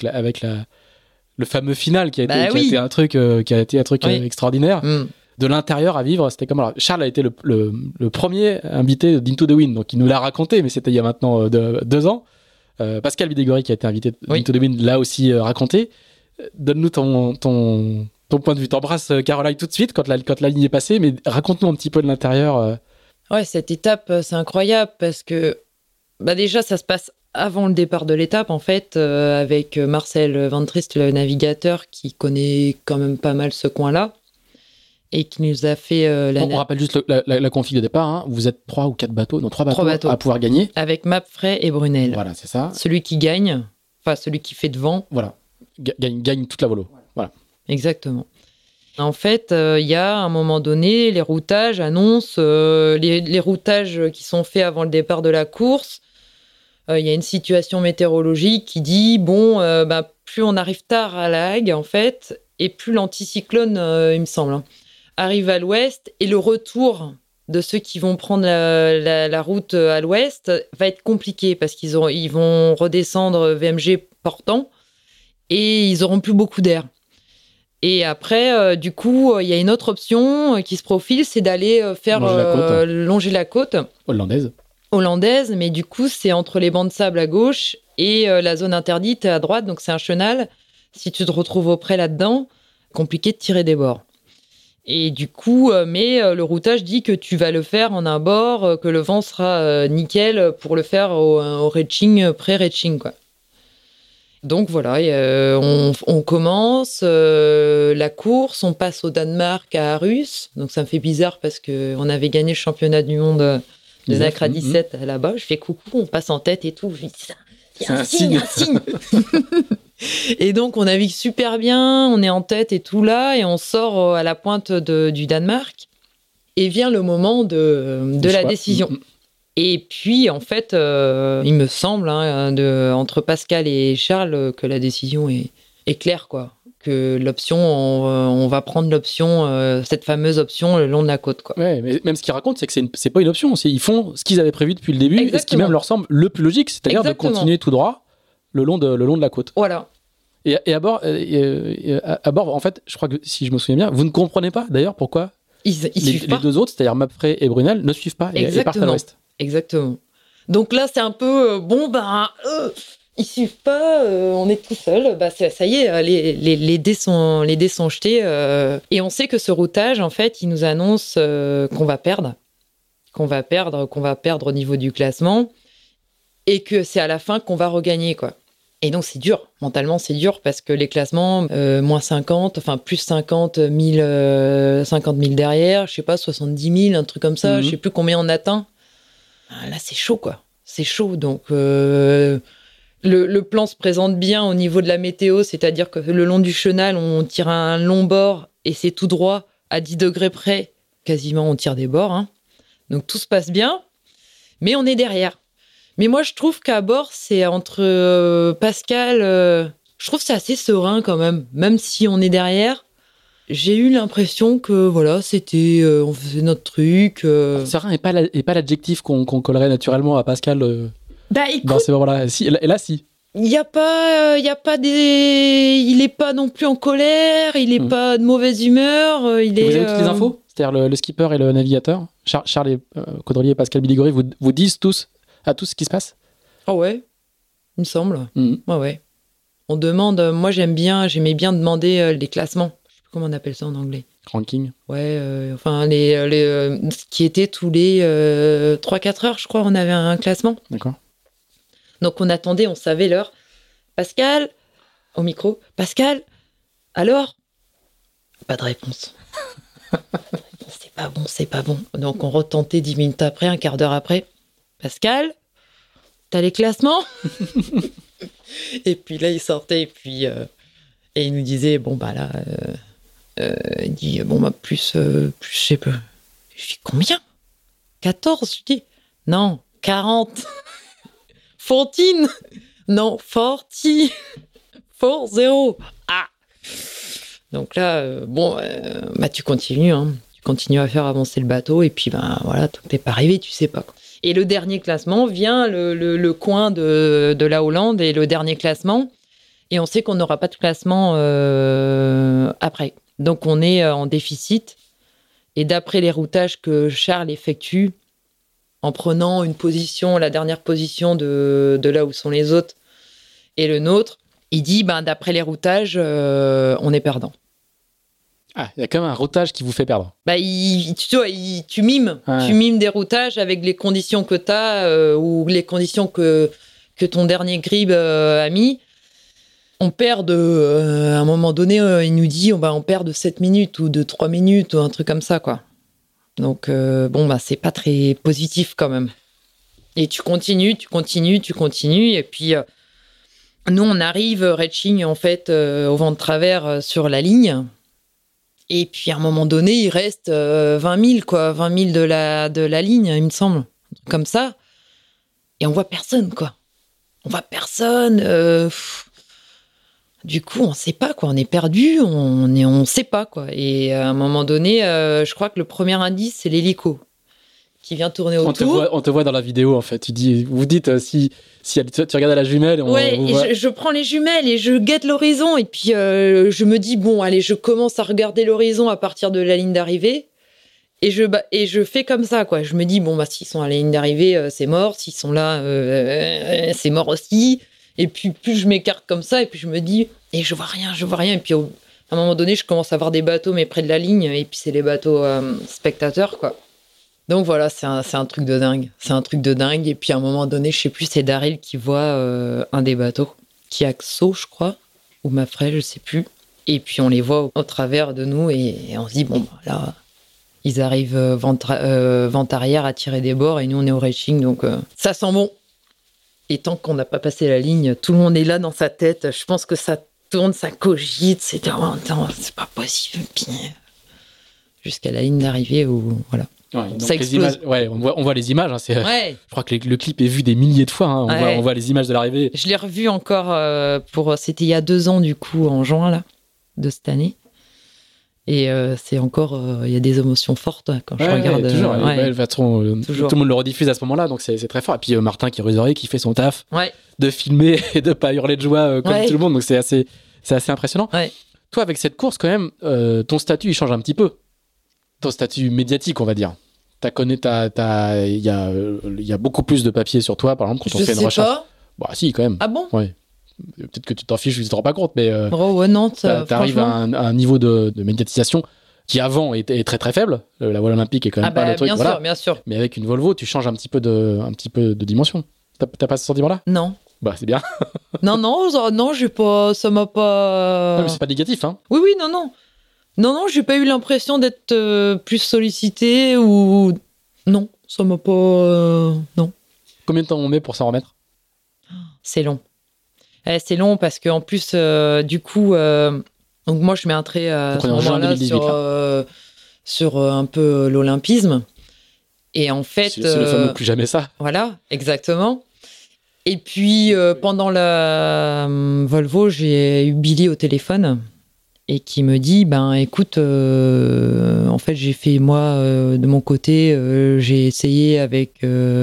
le fameux final qui a été un truc extraordinaire. De l'intérieur à vivre, c'était comme... Alors, Charles a été le premier invité d'Into the Wind, donc il nous l'a raconté, mais c'était il y a maintenant 2 ans. Pascal Bidégory, qui a été invité d'Into the Wind, l'a aussi raconté. Donne-nous ton point de vue. T'embrasses Caroline tout de suite quand la ligne est passée, mais raconte-nous un petit peu de l'intérieur. Ouais, cette étape, c'est incroyable parce que déjà, ça se passe avant le départ de l'étape, en fait, avec Marcel Van Trist, le navigateur, qui connaît quand même pas mal ce coin-là. Et qui nous a fait... On rappelle juste la config de départ. Hein. Vous êtes 3 ou 4 bateaux, non 3 bateaux à pouvoir gagner. Avec Mapfre et Brunel. Voilà, c'est ça. Celui qui gagne, enfin celui qui fait devant. Voilà, gagne toute la volo. Voilà. Exactement. En fait, il y a à un moment donné, les routages annoncent les routages qui sont faits avant le départ de la course. Il y a une situation météorologique qui dit, plus on arrive tard à La Hague, en fait, et plus l'anticyclone, il me semble, arrive à l'ouest, et le retour de ceux qui vont prendre la route à l'ouest va être compliqué parce qu'ils vont redescendre VMG portant et ils auront plus beaucoup d'air. Et après, du coup, il y a une autre option qui se profile, c'est d'aller faire longer la côte. Hollandaise, mais du coup, c'est entre les bancs de sable à gauche et la zone interdite à droite, donc c'est un chenal. Si tu te retrouves auprès là-dedans, compliqué de tirer des bords. Et du coup, le routage dit que tu vas le faire en un bord, que le vent sera nickel pour le faire au reaching, pré-reaching, quoi. Donc voilà, on commence la course, on passe au Danemark à Aarhus. Donc ça me fait bizarre parce qu'on avait gagné le championnat du monde de Nacra 17 là-bas. Je fais coucou, on passe en tête et tout. Je dis, il y a un signe. Et donc, on navigue super bien, on est en tête et tout là, et on sort à la pointe du Danemark. Et vient le moment de la décision. Et puis, en fait, il me semble, entre Pascal et Charles, que la décision est claire, quoi. Que l'option, on va prendre l'option, cette fameuse option le long de la côte, quoi. Ouais, mais même ce qu'ils racontent, c'est que c'est pas une option. Ils font ce qu'ils avaient prévu depuis le début. Exactement. Et ce qui même leur semble le plus logique, c'est-à-dire de continuer tout droit le long de la côte. Voilà. Et à bord, en fait, je crois que si je me souviens bien, vous ne comprenez pas d'ailleurs pourquoi les 2 autres, c'est-à-dire Mapfre et Brunel, ne suivent pas et partent à l'ouest. Exactement. Donc là, c'est un peu ils suivent pas, on est tout seul. Ça y est, les dés sont jetés et on sait que ce routage, en fait, il nous annonce qu'on va perdre au niveau du classement et que c'est à la fin qu'on va regagner, quoi. Et donc, c'est dur. Mentalement, c'est dur parce que les classements, moins 50, enfin, plus 50 000, 50 000 derrière, je sais pas, 70 000, un truc comme ça, je sais plus combien on atteint. Là, c'est chaud, quoi. C'est chaud. Donc, le plan se présente bien au niveau de la météo, c'est-à-dire que le long du chenal, on tire un long bord et c'est tout droit à 10 degrés près. Quasiment, on tire des bords. Hein. Donc, tout se passe bien, mais on est derrière. Mais moi, je trouve qu'à bord, c'est entre Pascal... je trouve que c'est assez serein quand même si on est derrière. J'ai eu l'impression que, voilà, c'était... on faisait notre truc. Serein n'est pas l'adjectif qu'on collerait naturellement à Pascal Écoute, dans ces moments-là. Si, et là, si. Il y a pas il est pas non plus en colère, il est pas de mauvaise humeur, Vous avez toutes les infos, c'est-à-dire le skipper et le navigateur, Charles Caudrelier et Pascal Biligori vous disent tous ce qui se passe. Ah ouais, il me semble. Ouais. On demande, moi j'aimais bien demander les classements. Je sais plus comment on appelle ça en anglais. Ranking. Ouais, enfin ce qui était tous les 3-4 heures, je crois, on avait un classement. D'accord. Donc on attendait, on savait l'heure. Pascal, au micro, Pascal, alors ? Pas de réponse. C'est pas bon. Donc on retentait 10 minutes après, un quart d'heure après. Pascal, t'as les classements ? Et puis là, il sortait et il nous disait, il dit, plus, je sais pas. Je dis, combien ? 14, je dis. Non, 40. 14 ? Non, 40. 40. Ah ! Donc là, tu continues, hein. Tu continues à faire avancer le bateau et puis, voilà, tout n'est pas arrivé, tu sais pas. Quoi. Et le dernier classement vient le coin de la Hollande et le dernier classement. Et on sait qu'on n'aura pas de classement après. Donc on est en déficit. Et d'après les routages que Charles effectue, en prenant une position, la dernière position de là où sont les autres et le nôtre, il dit, d'après les routages, on est perdant. Ah, il y a quand même un routage qui vous fait perdre. Tu mimes. Ouais. Tu mimes des routages avec les conditions que tu as ou les conditions que ton dernier grib a mis. On perd à un moment donné, il nous dit, on perd de 7 minutes ou de 3 minutes ou un truc comme ça, quoi. Donc, c'est pas très positif quand même. Et tu continues. Et puis, nous, on arrive, Reaching, en fait, au vent de travers sur la ligne. Et puis, à un moment donné, il reste 20 000, quoi. 20 000 de la ligne, il me semble. Un truc comme ça. Et on voit personne, quoi. On voit personne. Du coup, on sait pas, quoi. On est perdu, on sait pas, quoi. Et à un moment donné, je crois que le premier indice, c'est l'hélico qui vient tourner autour. On te voit dans la vidéo, en fait. Vous dites, si tu regardes à la jumelle... je prends les jumelles et je guette l'horizon. Et puis, je me dis, allez, je commence à regarder l'horizon à partir de la ligne d'arrivée. Et je fais comme ça, quoi. Je me dis, s'ils sont à la ligne d'arrivée, c'est mort. S'ils sont là, c'est mort aussi. Et puis, plus je m'écarte comme ça, et puis je me dis, et je vois rien. Et puis, à un moment donné, je commence à voir des bateaux, mais près de la ligne, et puis c'est les bateaux spectateurs, quoi. Donc voilà, c'est un truc de dingue. Et puis, à un moment donné, je sais plus, c'est Daryl qui voit un des bateaux, qui est Axo, je crois, ou Mafrey, je sais plus. Et puis, on les voit au travers de nous, et on se dit, là, ils arrivent vent arrière à tirer des bords, et nous, on est au Reaching, donc ça sent bon. Et tant qu'on n'a pas passé la ligne, tout le monde est là dans sa tête. Je pense que ça tourne, ça cogite. C'est pas possible. Puis, jusqu'à la ligne d'arrivée où voilà. Ouais, donc ça explose. On voit les images. Hein, je crois que le clip est vu des milliers de fois. Hein, on voit les images de l'arrivée. Je l'ai revu encore c'était il y a 2 ans du coup, en juin là, de cette année. Et c'est encore, il y a des émotions fortes quand je regarde. Toujours. De toute façon, tout le monde le rediffuse à ce moment-là, donc c'est très fort. Et puis Martin qui fait son taf de filmer et de pas hurler de joie comme tout le monde, donc c'est assez impressionnant. Ouais. Toi, avec cette course, quand même, ton statut il change un petit peu. Ton statut médiatique, on va dire. Il y a beaucoup plus de papier sur toi, par exemple, quand on fait une recherche. Pas. Si, quand même. Ah bon ? Ouais. Peut-être que tu t'en fiches, tu te rends pas compte, mais non, t'arrives à un niveau de médiatisation qui avant est très très faible. La voile olympique est quand même pas le truc. Bien sûr. Mais avec une Volvo, tu changes un petit peu de dimension. T'as pas ce sentiment-là ? Non. C'est bien. non, j'ai pas, ça m'a pas. Ouais, mais c'est pas négatif, hein. Oui, non. Non, j'ai pas eu l'impression d'être plus sollicité ou non, ça m'a pas. Non. Combien de temps on met pour s'en remettre ? C'est long. C'est long parce qu'en plus, du coup, donc moi, je mets un trait à ce moment-là sur un peu l'olympisme. Et en fait... C'est le fameux plus jamais ça. Voilà, exactement. Et puis, pendant la Volvo, j'ai eu Billy au téléphone et qui me dit, écoute, en fait, j'ai fait, moi, de mon côté, j'ai essayé avec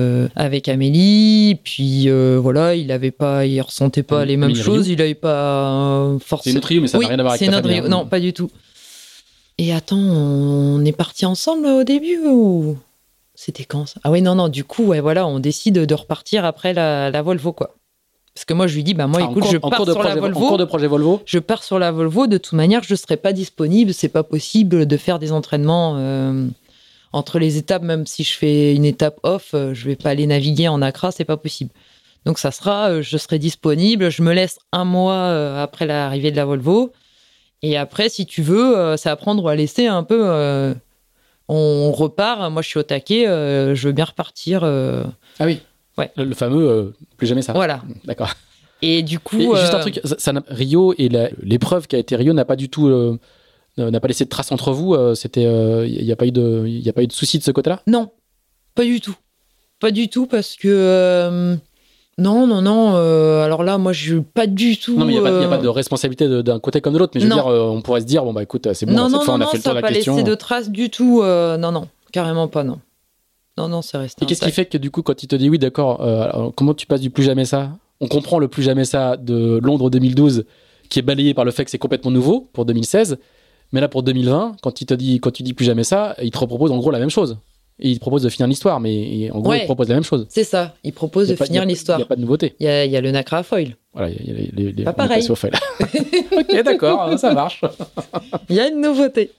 Amélie, puis voilà, il ressentait pas les mêmes choses, il avait pas forcément... C'est notre trio, mais ça n'a rien à voir avec ta famille. Non, pas du tout. Et attends, on est partis ensemble au début ou... C'était quand ça ? Ah oui, non, du coup, ouais, voilà, on décide de repartir après la Volvo, quoi. Parce que moi, je lui dis, écoute, je pars sur la Volvo. En cours de projet Volvo ? Je pars sur la Volvo, de toute manière, je ne serai pas disponible, c'est pas possible de faire des entraînements entre les étapes, même si je fais une étape off, je vais pas aller naviguer en Accra, c'est pas possible. Donc ça sera, je serai disponible, je me laisse un mois après l'arrivée de la Volvo, et après, si tu veux, c'est à prendre ou à laisser un peu... on repart, moi je suis au taquet, je veux bien repartir. Ah oui. Ouais. Le fameux plus jamais ça. Voilà. D'accord. Et du coup. Et juste un truc, Rio et l'épreuve qui a été Rio n'a pas du tout. N'a pas laissé de trace entre vous. Il n'y a pas eu de souci de ce côté-là ? Non, pas du tout. Pas du tout parce que. Non. Alors là, moi, je suis pas du tout. Non, mais il n'y a pas de responsabilité d'un côté comme de l'autre. Mais je veux dire, on pourrait se dire, écoute, c'est bon, cette fois, on a fait le tour de la question. Non, ça n'a pas laissé de traces du tout. Non, carrément pas, non. Non, c'est resté. Et qu'est-ce qui fait que, du coup, quand il te dit, oui, d'accord, comment tu passes du plus jamais ça ? On comprend le plus jamais ça de Londres 2012, qui est balayé par le fait que c'est complètement nouveau pour 2016. Mais là, pour 2020, quand tu dis plus jamais ça, il te propose en gros la même chose. Et il te propose de finir l'histoire, mais en gros, il te propose la même chose. C'est ça, il propose de finir l'histoire. Il n'y a pas de nouveauté. Il y a le Nacra Foil. Voilà, il y a les pas pareil. foil. Ok, d'accord, ça marche. Il y a une nouveauté.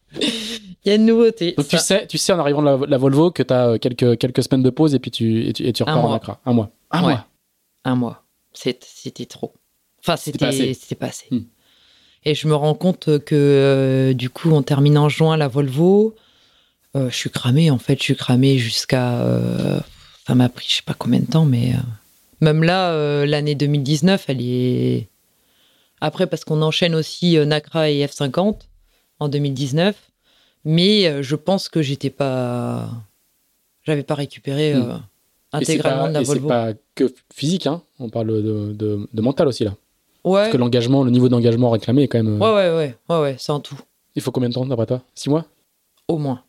Donc ça. tu sais en arrivant de la Volvo que tu as quelques semaines de pause et puis tu repars en Nacra. Un mois. Un mois. C'était trop. Enfin, c'était pas assez. Et je me rends compte que du coup, on termine en juin la Volvo. Je suis cramée, en fait. Je suis cramée jusqu'à... ça m'a pris je sais pas combien de temps, mais... Même là, l'année 2019, elle est... Après, parce qu'on enchaîne aussi Nacra et F50 en 2019. Mais je pense que j'avais pas récupéré intégralement de la Volvo. Et c'est pas que physique, hein. On parle de mental aussi, là. Ouais. Parce que le niveau d'engagement réclamé est quand même... Ouais, c'est un tout. Il faut combien de temps, d'après toi ? 6 mois ? Au moins,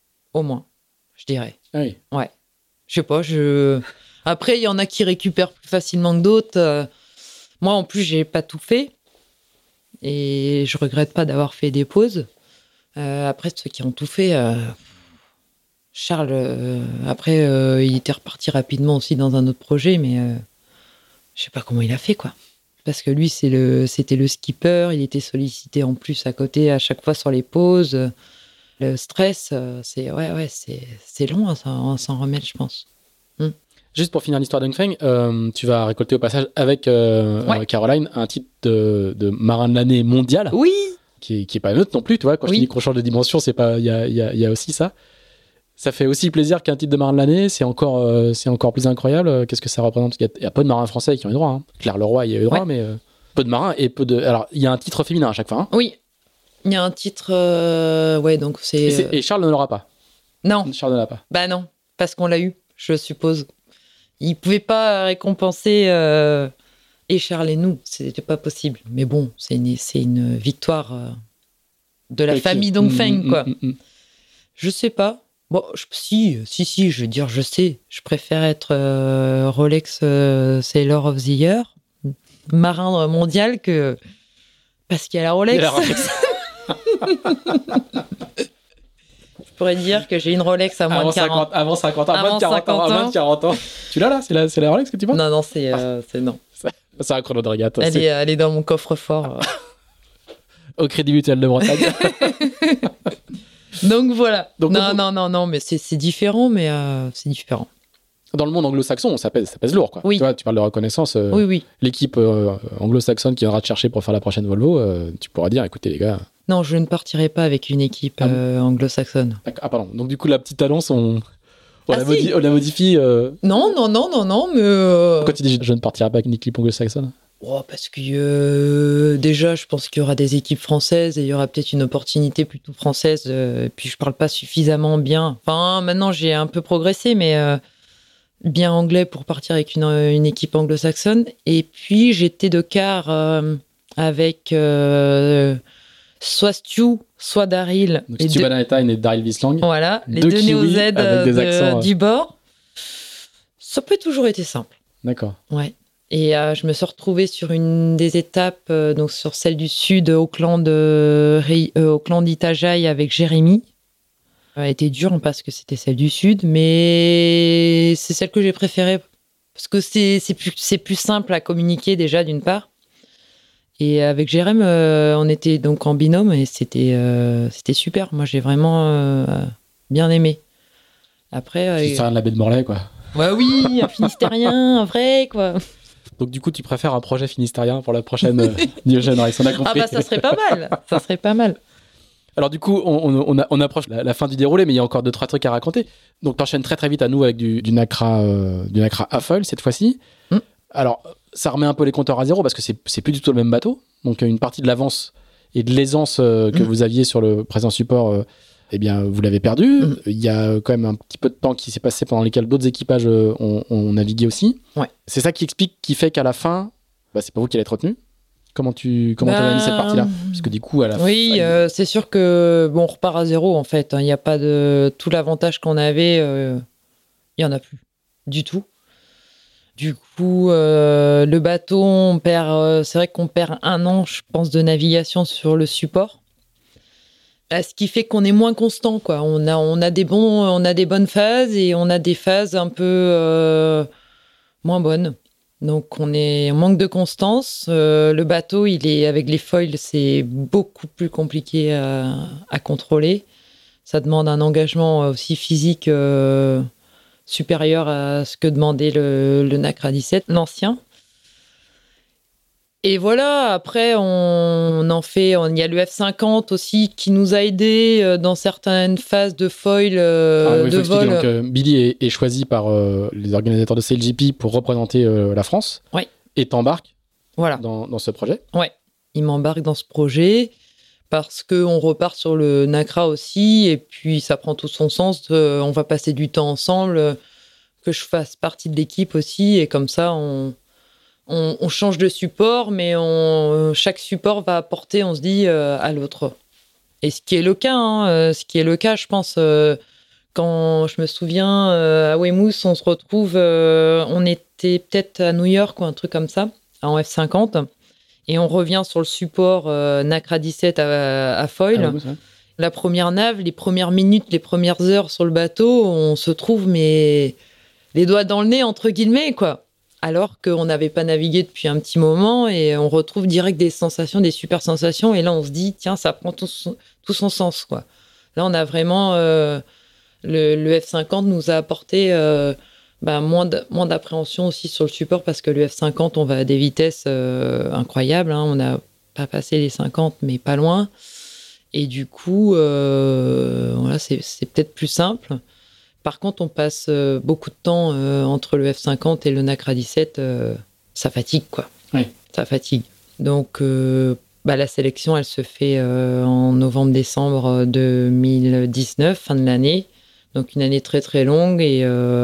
je dirais. Ah oui. Ouais. Je sais pas, Après, il y en a qui récupèrent plus facilement que d'autres. Moi, en plus, j'ai pas tout fait. Et je regrette pas d'avoir fait des pauses. Après, ceux qui ont tout fait... Charles, après, il était reparti rapidement aussi dans un autre projet, mais je sais pas comment il a fait, quoi. Parce que lui, c'était le skipper, il était sollicité en plus à côté à chaque fois sur les pauses. Le stress, c'est long à s'en remettre, je pense. Juste pour finir l'histoire d'Heng Feng, tu vas récolter au passage avec Caroline un titre de marin de l'année mondial. Oui. Qui est pas neutre non plus, tu vois. Quand je dis qu'on change de dimension, c'est pas, il y a aussi ça. Ça fait aussi plaisir qu'un titre de marin de l'année. C'est encore plus incroyable. Qu'est-ce que ça représente ? Il y a peu de marins français qui ont eu droit. Hein. Claire Leroy y a eu droit, mais peu de marins et peu de. Alors, il y a un titre féminin à chaque fois. Hein. Oui, il y a un titre. Donc c'est. Et Charles ne l'aura pas. Non. Charles ne l'a pas. Bah non, parce qu'on l'a eu, je suppose. Il pouvait pas récompenser et Charles et nous, c'était pas possible. Mais bon, c'est une victoire de la famille Dong Feng, quoi. Je sais pas. Bon, si, je veux dire, je sais. Je préfère être Rolex Sailor of the Year, marin mondial, que parce qu'il y a la Rolex. Je pourrais dire que j'ai une Rolex à moins de 40 ans. Avant 50 ans, à moins de 40 ans. Tu l'as là ? C'est la Rolex que tu vois ? Non, c'est non. C'est un chrono de régate. Elle est dans mon coffre-fort. Au Crédit Mutuel de Bretagne. Donc voilà. Donc, non, mais c'est différent, mais c'est différent. Dans le monde anglo-saxon, ça pèse lourd, quoi. Oui. Tu vois, tu parles de reconnaissance. Oui. L'équipe anglo-saxonne qui viendra te chercher pour faire la prochaine Volvo, tu pourras dire, écoutez les gars. Non, je ne partirai pas avec une équipe anglo-saxonne. Ah pardon. Donc du coup, la petite annonce, on la modifie. Non, mais. Pourquoi tu dis je ne partirai pas avec une équipe anglo-saxonne ? Parce que déjà, je pense qu'il y aura des équipes françaises et il y aura peut-être une opportunité plutôt française. Puis je parle pas suffisamment bien. Enfin, maintenant, j'ai un peu progressé, mais bien anglais pour partir avec une équipe anglo-saxonne. Et puis, j'étais de quart avec soit Stu, soit Daryl. Donc, Stu Bannatyne et Daryl Wislang. Voilà, les deux deux Kiwis néo-Z du bord. Ça peut toujours été simple. D'accord. Ouais. Et je me suis retrouvée sur une des étapes, donc sur celle du sud, Auckland Itajaï avec Jérémy. Elle a été dure parce que c'était celle du sud, mais c'est celle que j'ai préférée parce que c'est plus simple à communiquer déjà d'une part. Et avec Jérémy, on était donc en binôme et c'était super. Moi, j'ai vraiment bien aimé. Après, c'est ça, la baie de Morlaix, quoi. Ouais, oui, un Finistérien, un vrai, quoi. Donc du coup, tu préfères un projet finistérien pour la prochaine New Generation, on a compris. Ah bah ça serait pas mal, ça serait pas mal. Alors du coup, on approche la fin du déroulé, mais il y a encore 2-3 trucs à raconter. Donc t'enchaînes très très vite à nous avec du Nacra A-Foil cette fois-ci. Alors ça remet un peu les compteurs à zéro parce que c'est plus du tout le même bateau. Donc une partie de l'avance et de l'aisance que vous aviez sur le présent support, eh bien vous l'avez perdu. Il y a quand même un petit peu de temps qui s'est passé pendant lesquels d'autres équipages ont navigué aussi. Ouais. C'est ça qui fait qu'à la fin, c'est pas vous qui allez être retenu. Comment t'as mis cette partie-là? Parce que du coup, à la fin... c'est sûr que on repart à zéro en fait. Il n'y a pas de tout l'avantage qu'on avait, il y en a plus du tout. Du coup, le bateau, on perd. C'est vrai qu'on perd 1 an, je pense, de navigation sur le support. Ce qui fait qu'on est moins constant, quoi. On a des bonnes phases et on a des phases un peu moins bonnes. Donc on manque de constance. Le bateau, il est avec les foils, c'est beaucoup plus compliqué à contrôler. Ça demande un engagement aussi physique supérieur à ce que demandait le Nacra 17, l'ancien. Et voilà, après, on en fait... Il y a le F50 aussi qui nous a aidés dans certaines phases de foil, de vol. Donc, Billy est choisi par les organisateurs de CLJP pour représenter la France. Oui. Et t'embarques voilà. dans ce projet. Ouais, il m'embarque dans ce projet parce qu'on repart sur le Nacra aussi. Et puis, ça prend tout son sens. On va passer du temps ensemble, que je fasse partie de l'équipe aussi. Et comme ça, on change de support, mais chaque support va apporter, on se dit, à l'autre. Et ce qui est le cas, je pense, quand je me souviens, à Weymouth, on se retrouve, on était peut-être à New York ou un truc comme ça, en F50, et on revient sur le support Nacra 17 à foil. La première nave, les premières minutes, les premières heures sur le bateau, on se trouve, mais les doigts dans le nez, entre guillemets, quoi. Alors qu'on n'avait pas navigué depuis un petit moment et on retrouve direct des sensations, des super sensations. Et là, on se dit, tiens, ça prend tout son sens, quoi. Là, on a vraiment... le F50 nous a apporté moins d'appréhension aussi sur le support parce que le F50, on va à des vitesses incroyables. Hein. On n'a pas passé les 50, mais pas loin. Et du coup, voilà, c'est peut-être plus simple. Par contre, on passe beaucoup de temps entre le F50 et le Nacra 17. Ça fatigue, quoi. Oui. Ça fatigue. Donc, la sélection, elle se fait en novembre-décembre 2019, fin de l'année. Donc, une année très, très longue. Et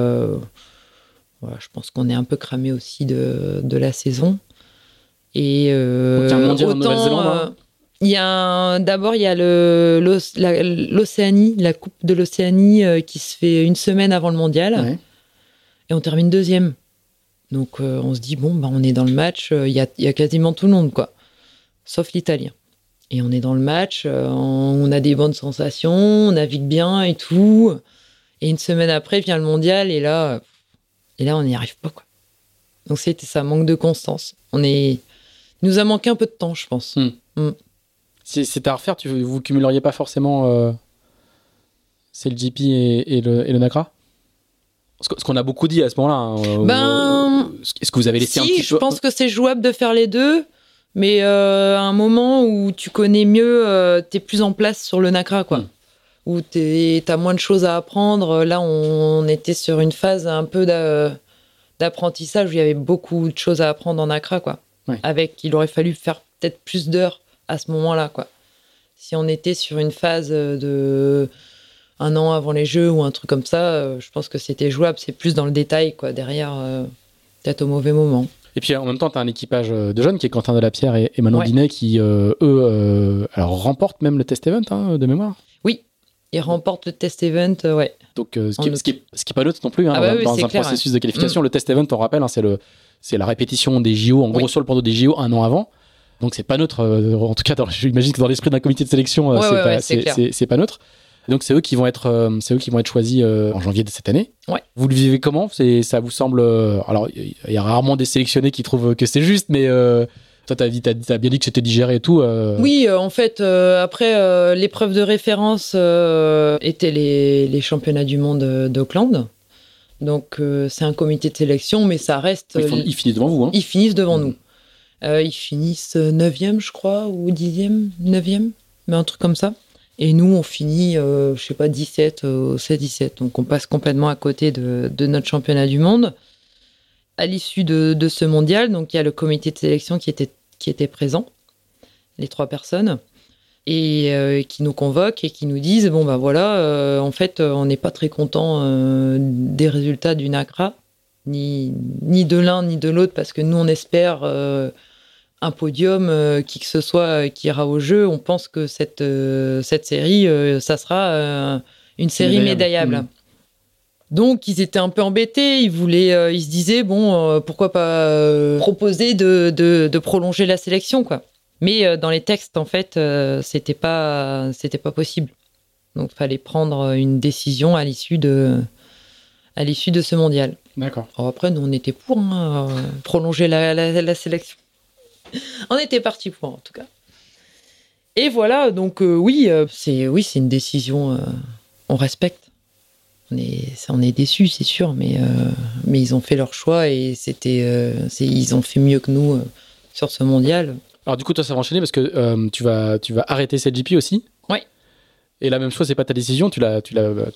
voilà, je pense qu'on est un peu cramé aussi de la saison. Et donc, il y a un mondial en Nouvelle-Zélande, D'abord, il y a l'Océanie, la Coupe de l'Océanie qui se fait une semaine avant le mondial. Ouais. Et on termine 2e. Donc, on se dit, on est dans le match. Il y a quasiment tout le monde, quoi. Sauf l'Italien. Et on est dans le match. On a des bonnes sensations. On navigue bien et tout. Et une semaine après, vient le mondial. Et là on n'y arrive pas, quoi. Donc, ça manque de constance. Il nous a manqué un peu de temps, je pense. Si c'était à refaire, vous cumuleriez pas forcément CLJP et le Nacra? Ce qu'on a beaucoup dit à ce moment-là. Est-ce que vous avez laissé un petit peu... je pense que c'est jouable de faire les deux, mais à un moment où tu connais mieux, t'es plus en place sur le Nacra, quoi. Où t'as moins de choses à apprendre. Là, on était sur une phase un peu d'apprentissage où il y avait beaucoup de choses à apprendre en Nacra, quoi. Ouais. Il aurait fallu faire peut-être plus d'heures à ce moment-là, quoi. Si on était sur une phase de 1 an avant les Jeux ou un truc comme ça, je pense que c'était jouable. C'est plus dans le détail, quoi, derrière, peut-être au mauvais moment. Et puis en même temps, tu as un équipage de jeunes qui est Quentin Delapierre et Manon Binet qui, alors, remportent même le test event de mémoire. Oui, ils remportent le test event, ouais. Donc, ce qui est pas neutre non plus, dans un clair, processus de qualification. Le test event, on rappelle, c'est la répétition des JO, en gros sur le plateau des JO 1 an avant. Donc c'est pas neutre, en tout cas j'imagine que dans l'esprit d'un comité de sélection, c'est pas neutre. Donc c'est eux qui vont être choisis en janvier de cette année. Ouais. Vous le vivez comment ? Ça vous semble alors il y a rarement des sélectionnés qui trouvent que c'est juste, mais toi t'as bien dit que c'était digéré et tout. Oui, en fait après l'épreuve de référence était les championnats du monde d'Auckland. Donc c'est un comité de sélection, mais ça reste. Ils finissent devant vous. Hein. Ils finissent devant nous. Ils finissent 9e, je crois, ou 10e, 9e, mais un truc comme ça. Et nous, on finit, je sais pas, 17, c'est 17. Donc, on passe complètement à côté de notre championnat du monde. À l'issue de ce mondial, donc il y a le comité de sélection qui était présent, les 3 personnes, et qui nous convoquent et qui nous disent, bon, ben voilà, en fait, on n'est pas très content des résultats du NACRA, ni de l'un ni de l'autre, parce que nous, on espère un podium, qui que ce soit qui ira au jeu. On pense que cette série, ça sera une série médaillable. Donc, ils étaient un peu embêtés. Ils se disaient, bon, pourquoi pas proposer de prolonger la sélection, quoi. Mais dans les textes, en fait, c'était pas possible. Donc, il fallait prendre une décision à l'issue de ce mondial. D'accord. Alors après, nous, on était pour prolonger la sélection. On était parti pour, en tout cas. Et voilà, donc c'est une décision, on respecte. On est déçus, c'est sûr, mais ils ont fait leur choix et ils ont fait mieux que nous sur ce mondial. Alors du coup, toi, ça va enchaîner parce que tu vas arrêter cette GP aussi. Oui. Et la même chose, c'est pas ta décision. Tu l'as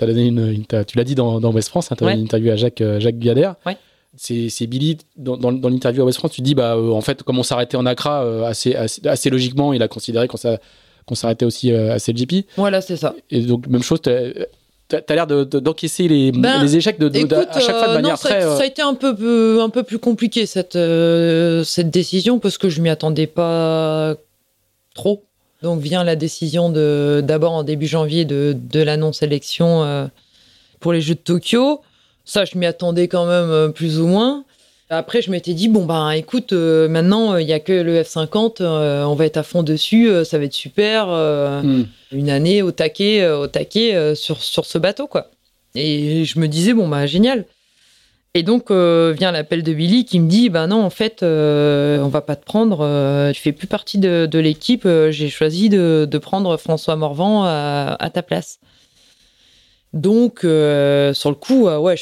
dit dans West France. Tu as une interview à Jacques Gader. Oui. C'est Billy, dans l'interview à West France, tu dis, en fait, comme on s'arrêtait en ACRA, assez logiquement, il a considéré qu'on s'arrêtait aussi à cette GP. Voilà, c'est ça. Et donc, même chose, t'as l'air d'encaisser les échecs à chaque fois de manière très... Ça a été un peu plus compliqué, cette décision, parce que je m'y attendais pas trop. Donc vient la décision d'abord en début janvier de la non-sélection pour les Jeux de Tokyo. Ça, je m'y attendais quand même plus ou moins. Après, je m'étais dit, bon, écoute, maintenant, il n'y a que le F50, on va être à fond dessus, ça va être super. Une année au taquet sur ce bateau, quoi. Et je me disais, bon, génial. Et donc, vient l'appel de Billy qui me dit, non, en fait, on va pas te prendre, tu fais plus partie de l'équipe, j'ai choisi de prendre François Morvan à ta place. Donc, sur le coup, je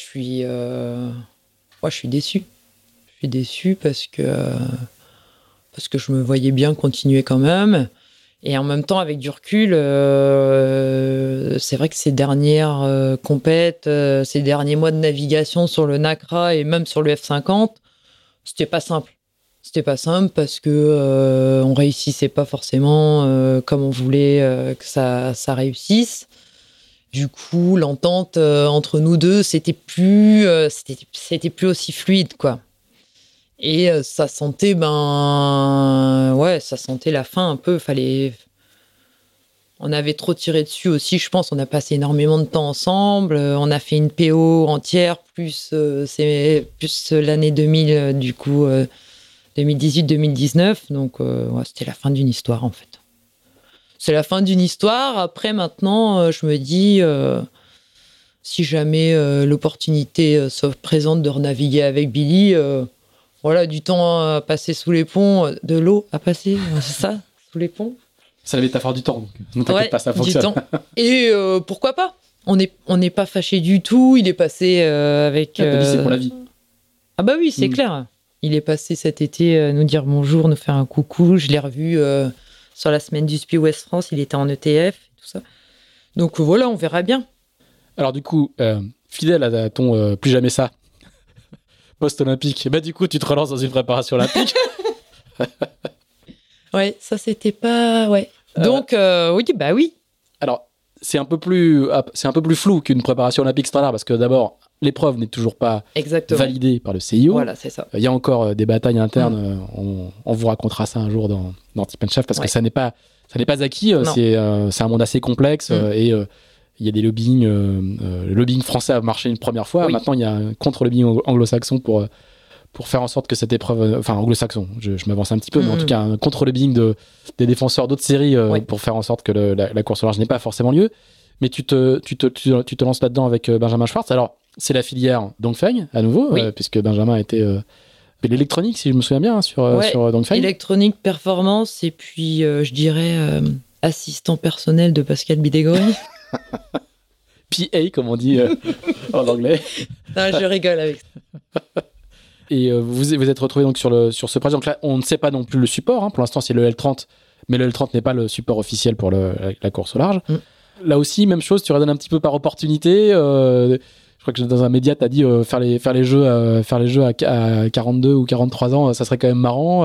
suis déçu. Je suis déçu parce que je me voyais bien continuer quand même. Et en même temps, avec du recul, c'est vrai que ces dernières compètes, ces derniers mois de navigation sur le NACRA et même sur le F50, c'était pas simple. C'était pas simple parce que on réussissait pas forcément comme on voulait que ça réussisse. Du coup, l'entente entre nous deux, c'était plus aussi fluide, quoi. Et ça sentait, ça sentait la fin un peu. On avait trop tiré dessus aussi, je pense. On a passé énormément de temps ensemble. On a fait une PO entière, plus l'année 2000, du coup, 2018-2019. Donc, c'était la fin d'une histoire, en fait. C'est la fin d'une histoire. Après, maintenant, je me dis, si jamais l'opportunité se présente de renaviguer avec Billy, du temps à passer sous les ponts, de l'eau à passer, c'est ça, sous les ponts. C'est la métaphore du temps, donc ne t'inquiète pas, ça fonctionne. Du temps. Et pourquoi pas ? On n'est pas fâchés du tout. Il est passé avec... c'est pour la vie. Ah bah oui, c'est clair. Il est passé cet été nous dire bonjour, nous faire un coucou. Je l'ai revu... sur la semaine du SPI West France, il était en ETF et tout ça. Donc voilà, on verra bien. Alors du coup, fidèle à ton plus jamais ça post-olympique, du coup tu te relances dans une préparation olympique. Ouais, ça c'était pas... Ouais. Donc, oui. Alors, c'est un peu plus flou qu'une préparation olympique standard, parce que d'abord, l'épreuve n'est toujours pas validée par le CIO. Voilà, c'est ça. Il y a encore des batailles internes. On vous racontera ça un jour dans Tip & Shaft, parce que ça n'est pas acquis. C'est un monde assez complexe et il y a des lobbying. Le lobbying français a marché une première fois. Maintenant, il y a un contre-lobbying anglo-saxon pour faire en sorte que cette épreuve, enfin anglo-saxon, je m'avance un petit peu, mais en tout cas un contre-lobbying des défenseurs d'autres séries pour faire en sorte que la course au large n'ait pas forcément lieu. Mais tu te lances là-dedans avec Benjamin Schwartz. Alors, c'est la filière Dongfeng, à nouveau, puisque Benjamin était l'électronique, si je me souviens bien, sur Dongfeng. Électronique, performance, et puis je dirais assistant personnel de Pascal Bidégory. PA, comme on dit en anglais. Non, je rigole avec ça. Et vous êtes retrouvé donc sur ce projet. Donc là, on ne sait pas non plus le support. Pour l'instant, c'est le L30, mais le L30 n'est pas le support officiel pour la course au large. Là aussi, même chose, tu redonnes un petit peu par opportunité. Je crois que dans un média, tu as dit faire les jeux à 42 ou 43 ans, ça serait quand même marrant.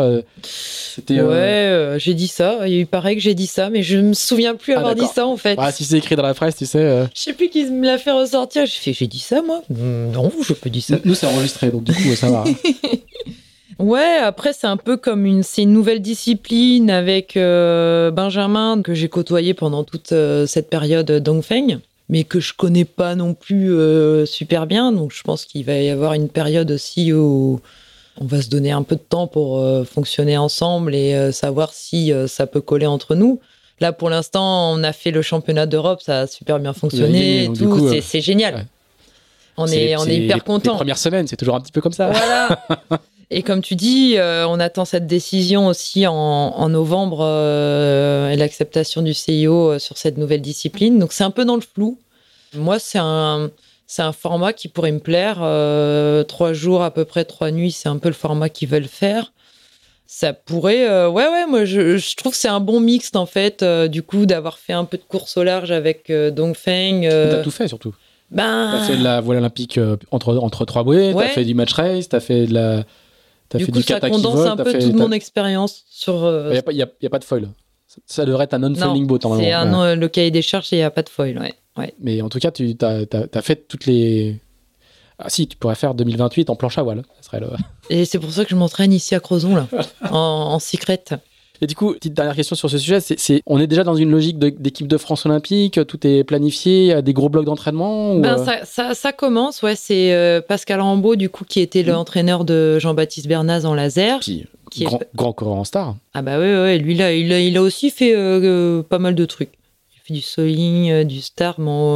J'ai dit ça. Il paraît que j'ai dit ça, mais je me souviens plus avoir dit ça en fait. Si c'est écrit dans la presse, tu sais. Je sais plus qui me l'a fait ressortir. J'ai dit ça moi. Non, je peux dire ça. Nous, c'est enregistré, donc du coup, ça va. Ouais, après, c'est un peu comme c'est une nouvelle discipline avec Benjamin, que j'ai côtoyé pendant toute cette période Dongfeng, mais que je connais pas non plus super bien. Donc, je pense qu'il va y avoir une période aussi où on va se donner un peu de temps pour fonctionner ensemble et savoir si ça peut coller entre nous. Là, pour l'instant, on a fait le championnat d'Europe, ça a super bien fonctionné. Et tout, coup, c'est génial. Ouais. On est hyper contents. Les premières semaines, c'est toujours un petit peu comme ça. Voilà. Et comme tu dis, on attend cette décision aussi en novembre et l'acceptation du CIO sur cette nouvelle discipline. Donc, c'est un peu dans le flou. Moi, c'est un format qui pourrait me plaire. 3 jours, à peu près 3 nuits, c'est un peu le format qu'ils veulent faire. Ça pourrait... moi, je trouve que c'est un bon mixte, en fait, du coup, d'avoir fait un peu de course au large avec Dongfeng. T'as tout fait, surtout. T'as fait de la voile olympique entre 3 bouées, t'as fait du match race, t'as fait de la... Du coup, ça condense un peu toute mon expérience sur... Il n'y a pas de foil. Ça devrait être un non-foiling boat, normalement. C'est le cahier des charges, il n'y a pas de foil, ouais. Mais en tout cas, tu as fait toutes les... Ah si, tu pourrais faire 2028 en planche à voile. Ça serait Et c'est pour ça que je m'entraîne ici à Crozon, là, en secret. Et du coup, petite dernière question sur ce sujet, on est déjà dans une logique d'équipe de France olympique, tout est planifié, il y a des gros blocs d'entraînement ça commence, c'est Pascal Rambaud, du coup, qui était l'entraîneur de Jean-Baptiste Bernaz en laser. Puis, grand coureur en star. Ah bah oui, lui là, il a aussi fait pas mal de trucs. Il fait du sailing, du star,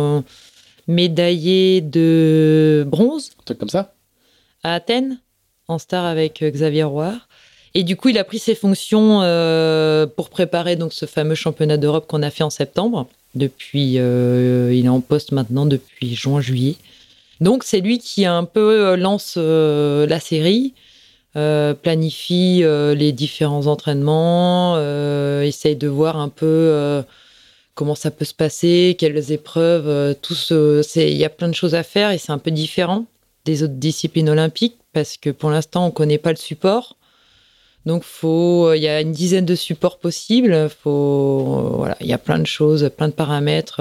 médaillé de bronze. Un truc comme ça. À Athènes, en star avec Xavier Roire. Et du coup, il a pris ses fonctions pour préparer donc ce fameux championnat d'Europe qu'on a fait en septembre. Depuis, il est en poste maintenant depuis juin-juillet. Donc, c'est lui qui un peu lance la série, planifie les différents entraînements, essaye de voir un peu comment ça peut se passer, quelles épreuves, il y a plein de choses à faire et c'est un peu différent des autres disciplines olympiques parce que pour l'instant, on ne connaît pas le support. Donc, il y a une dizaine de supports possibles. Il y a plein de choses, plein de paramètres.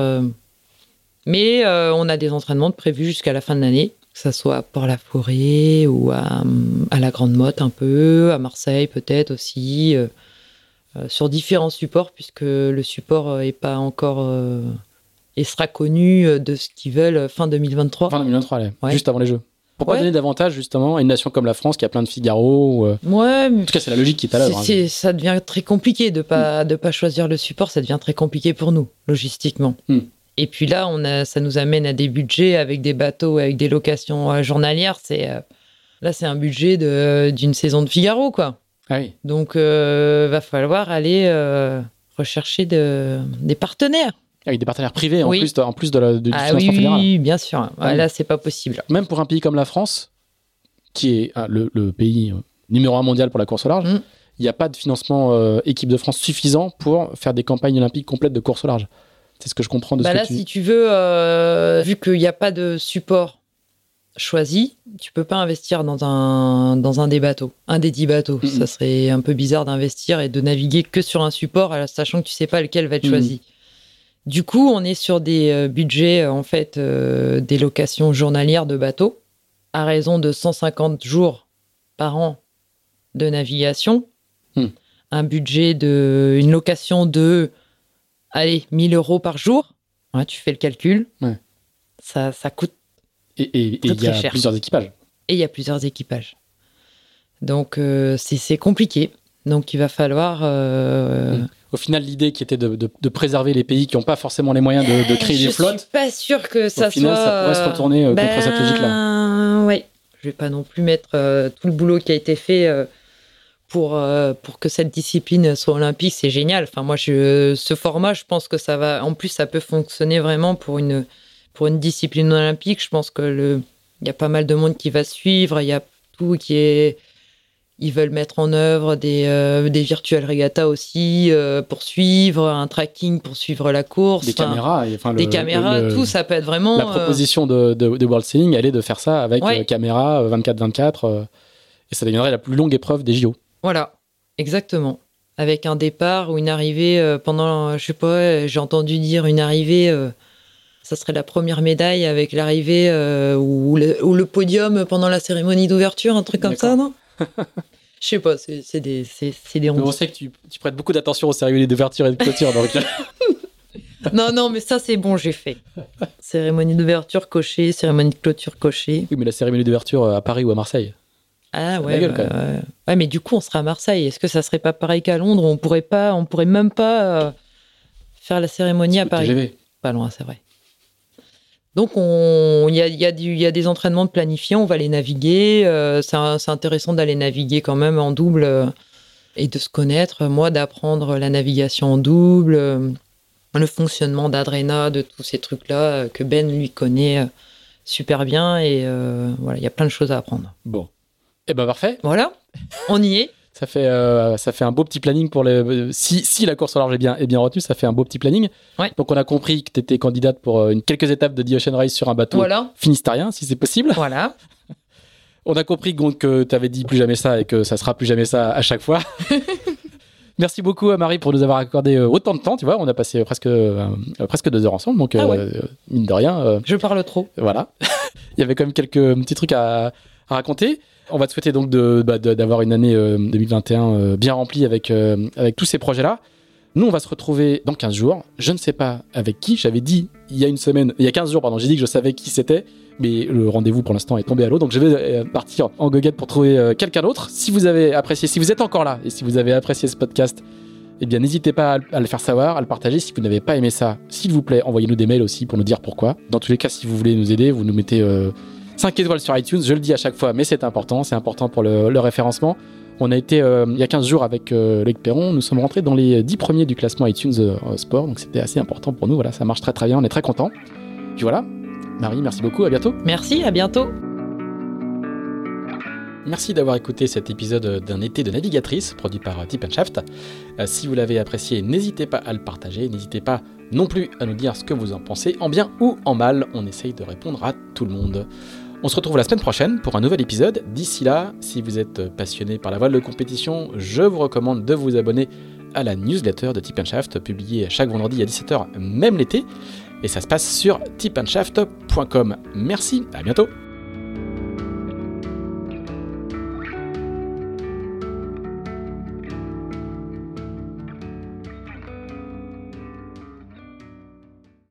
Mais on a des entraînements prévus jusqu'à la fin de l'année, que ce soit à Port-la-Forêt ou à la Grande Motte un peu, à Marseille peut-être aussi, sur différents supports, puisque le support n'est pas encore... et sera connu de ce qu'ils veulent fin 2023. Fin 2023, ouais. Juste avant les Jeux. Pour pas donner davantage, justement, à une nation comme la France qui a plein de Figaro. Ouais. En tout cas, c'est la logique qui est à l'œuvre. Ça devient très compliqué de pas choisir le support. Ça devient très compliqué pour nous, logistiquement. Et puis là, ça nous amène à des budgets avec des bateaux, avec des locations journalières. Là, c'est un budget d'une saison de Figaro, quoi. Ah oui. Donc, va falloir aller rechercher des partenaires. Avec des partenaires privés en plus du financement fédéral. Oui, bien sûr. Là, c'est pas possible. Même pour un pays comme la France, qui est le pays numéro 1 mondial pour la course au large, il n'y a pas de financement équipe de France suffisant pour faire des campagnes olympiques complètes de course au large. C'est ce que je comprends de ce que si tu veux, vu qu'il n'y a pas de support choisi, tu peux pas investir dans un des bateaux, un des 10 bateaux. Ça serait un peu bizarre d'investir et de naviguer que sur un support, sachant que tu sais pas lequel va être choisi. Du coup, on est sur des budgets, en fait, des locations journalières de bateaux, à raison de 150 jours par an de navigation. Un budget une location de, 1 000 € par jour. Ouais, tu fais le calcul. Ouais. Ça coûte Et il y a plusieurs équipages. Et il y a plusieurs équipages. Donc, c'est compliqué. Donc, il va falloir... Au final, l'idée qui était de préserver les pays qui n'ont pas forcément les moyens de créer des flottes... Je suis pas sûre que ça soit... Au final, ça pourrait se retourner contre cette logique-là. Oui. Je vais pas non plus mettre tout le boulot qui a été fait pour que cette discipline soit olympique. C'est génial. Enfin, moi, ce format, je pense que ça va... En plus, ça peut fonctionner vraiment pour une discipline olympique. Je pense que il y a pas mal de monde qui va suivre. Il y a tout qui est... Ils veulent mettre en œuvre des virtual regatta aussi pour suivre, un tracking pour suivre la course. Des caméras. Des caméras, tout, ça peut être vraiment... La proposition de World Sailing, elle est de faire ça avec caméra 24-24 et ça deviendrait la plus longue épreuve des JO. Voilà, exactement. Avec un départ ou une arrivée pendant, je sais pas, j'ai entendu dire une arrivée... ça serait la première médaille avec l'arrivée ou le podium pendant la cérémonie d'ouverture, un truc comme ça, non? Je sais pas, c'est des on sait que tu prêtes beaucoup d'attention aux cérémonies d'ouverture et de clôture. Donc... non, mais ça c'est bon, j'ai fait. Cérémonie d'ouverture cochée, cérémonie de clôture cochée. Oui, mais la cérémonie d'ouverture à Paris ou à Marseille. Ah ouais, ouais, mais du coup on serait à Marseille. Est-ce que ça serait pas pareil qu'à Londres? On pourrait même pas faire la cérémonie à Paris. TGV. Pas loin, c'est vrai. Donc, il y a des entraînements de planifiés, on va les naviguer. C'est intéressant d'aller naviguer quand même en double et de se connaître. Moi, d'apprendre la navigation en double, le fonctionnement d'Adrena, de tous ces trucs-là que Ben, lui, connaît super bien. Et voilà, il y a plein de choses à apprendre. Bon. Eh ben parfait. Voilà, on y est. Ça fait un beau petit planning pour si la course au large est bien retenue, ça fait un beau petit planning. Ouais. Donc on a compris que tu étais candidate pour quelques étapes de The Ocean Race sur un bateau finistérien, si c'est possible. Voilà. On a compris que tu avais dit plus jamais ça et que ça sera plus jamais ça à chaque fois. Merci beaucoup à Marie pour nous avoir accordé autant de temps. Tu vois, on a passé presque 2 heures ensemble, donc mine de rien. Je parle trop. Voilà. Il y avait quand même quelques petits trucs à raconter. On va te souhaiter donc d'avoir une année 2021 bien remplie avec tous ces projets-là. Nous, on va se retrouver dans 15 jours. Je ne sais pas avec qui. J'avais dit il y a 15 jours, j'ai dit que je savais qui c'était. Mais le rendez-vous pour l'instant est tombé à l'eau. Donc je vais partir en goguette pour trouver quelqu'un d'autre. Si vous avez apprécié, si vous êtes encore là et si vous avez apprécié ce podcast, eh bien n'hésitez pas à le faire savoir, à le partager. Si vous n'avez pas aimé ça, s'il vous plaît, envoyez-nous des mails aussi pour nous dire pourquoi. Dans tous les cas, si vous voulez nous aider, vous nous mettez 5 étoiles sur iTunes, je le dis à chaque fois, mais c'est important pour le référencement. On a été, il y a 15 jours avec Loïc Perron, nous sommes rentrés dans les 10 premiers du classement iTunes Sport, donc c'était assez important pour nous, voilà, ça marche très très bien, on est très contents. Puis voilà, Marie, merci beaucoup, à bientôt. Merci, à bientôt. Merci d'avoir écouté cet épisode d'un été de navigatrice, produit par Tip & Shaft. Si vous l'avez apprécié, n'hésitez pas à le partager, n'hésitez pas non plus à nous dire ce que vous en pensez, en bien ou en mal, on essaye de répondre à tout le monde. On se retrouve la semaine prochaine pour un nouvel épisode. D'ici là, si vous êtes passionné par la voile de compétition, je vous recommande de vous abonner à la newsletter de Tip & Shaft, publiée chaque vendredi à 17h, même l'été. Et ça se passe sur tipandshaft.com. Merci, à bientôt.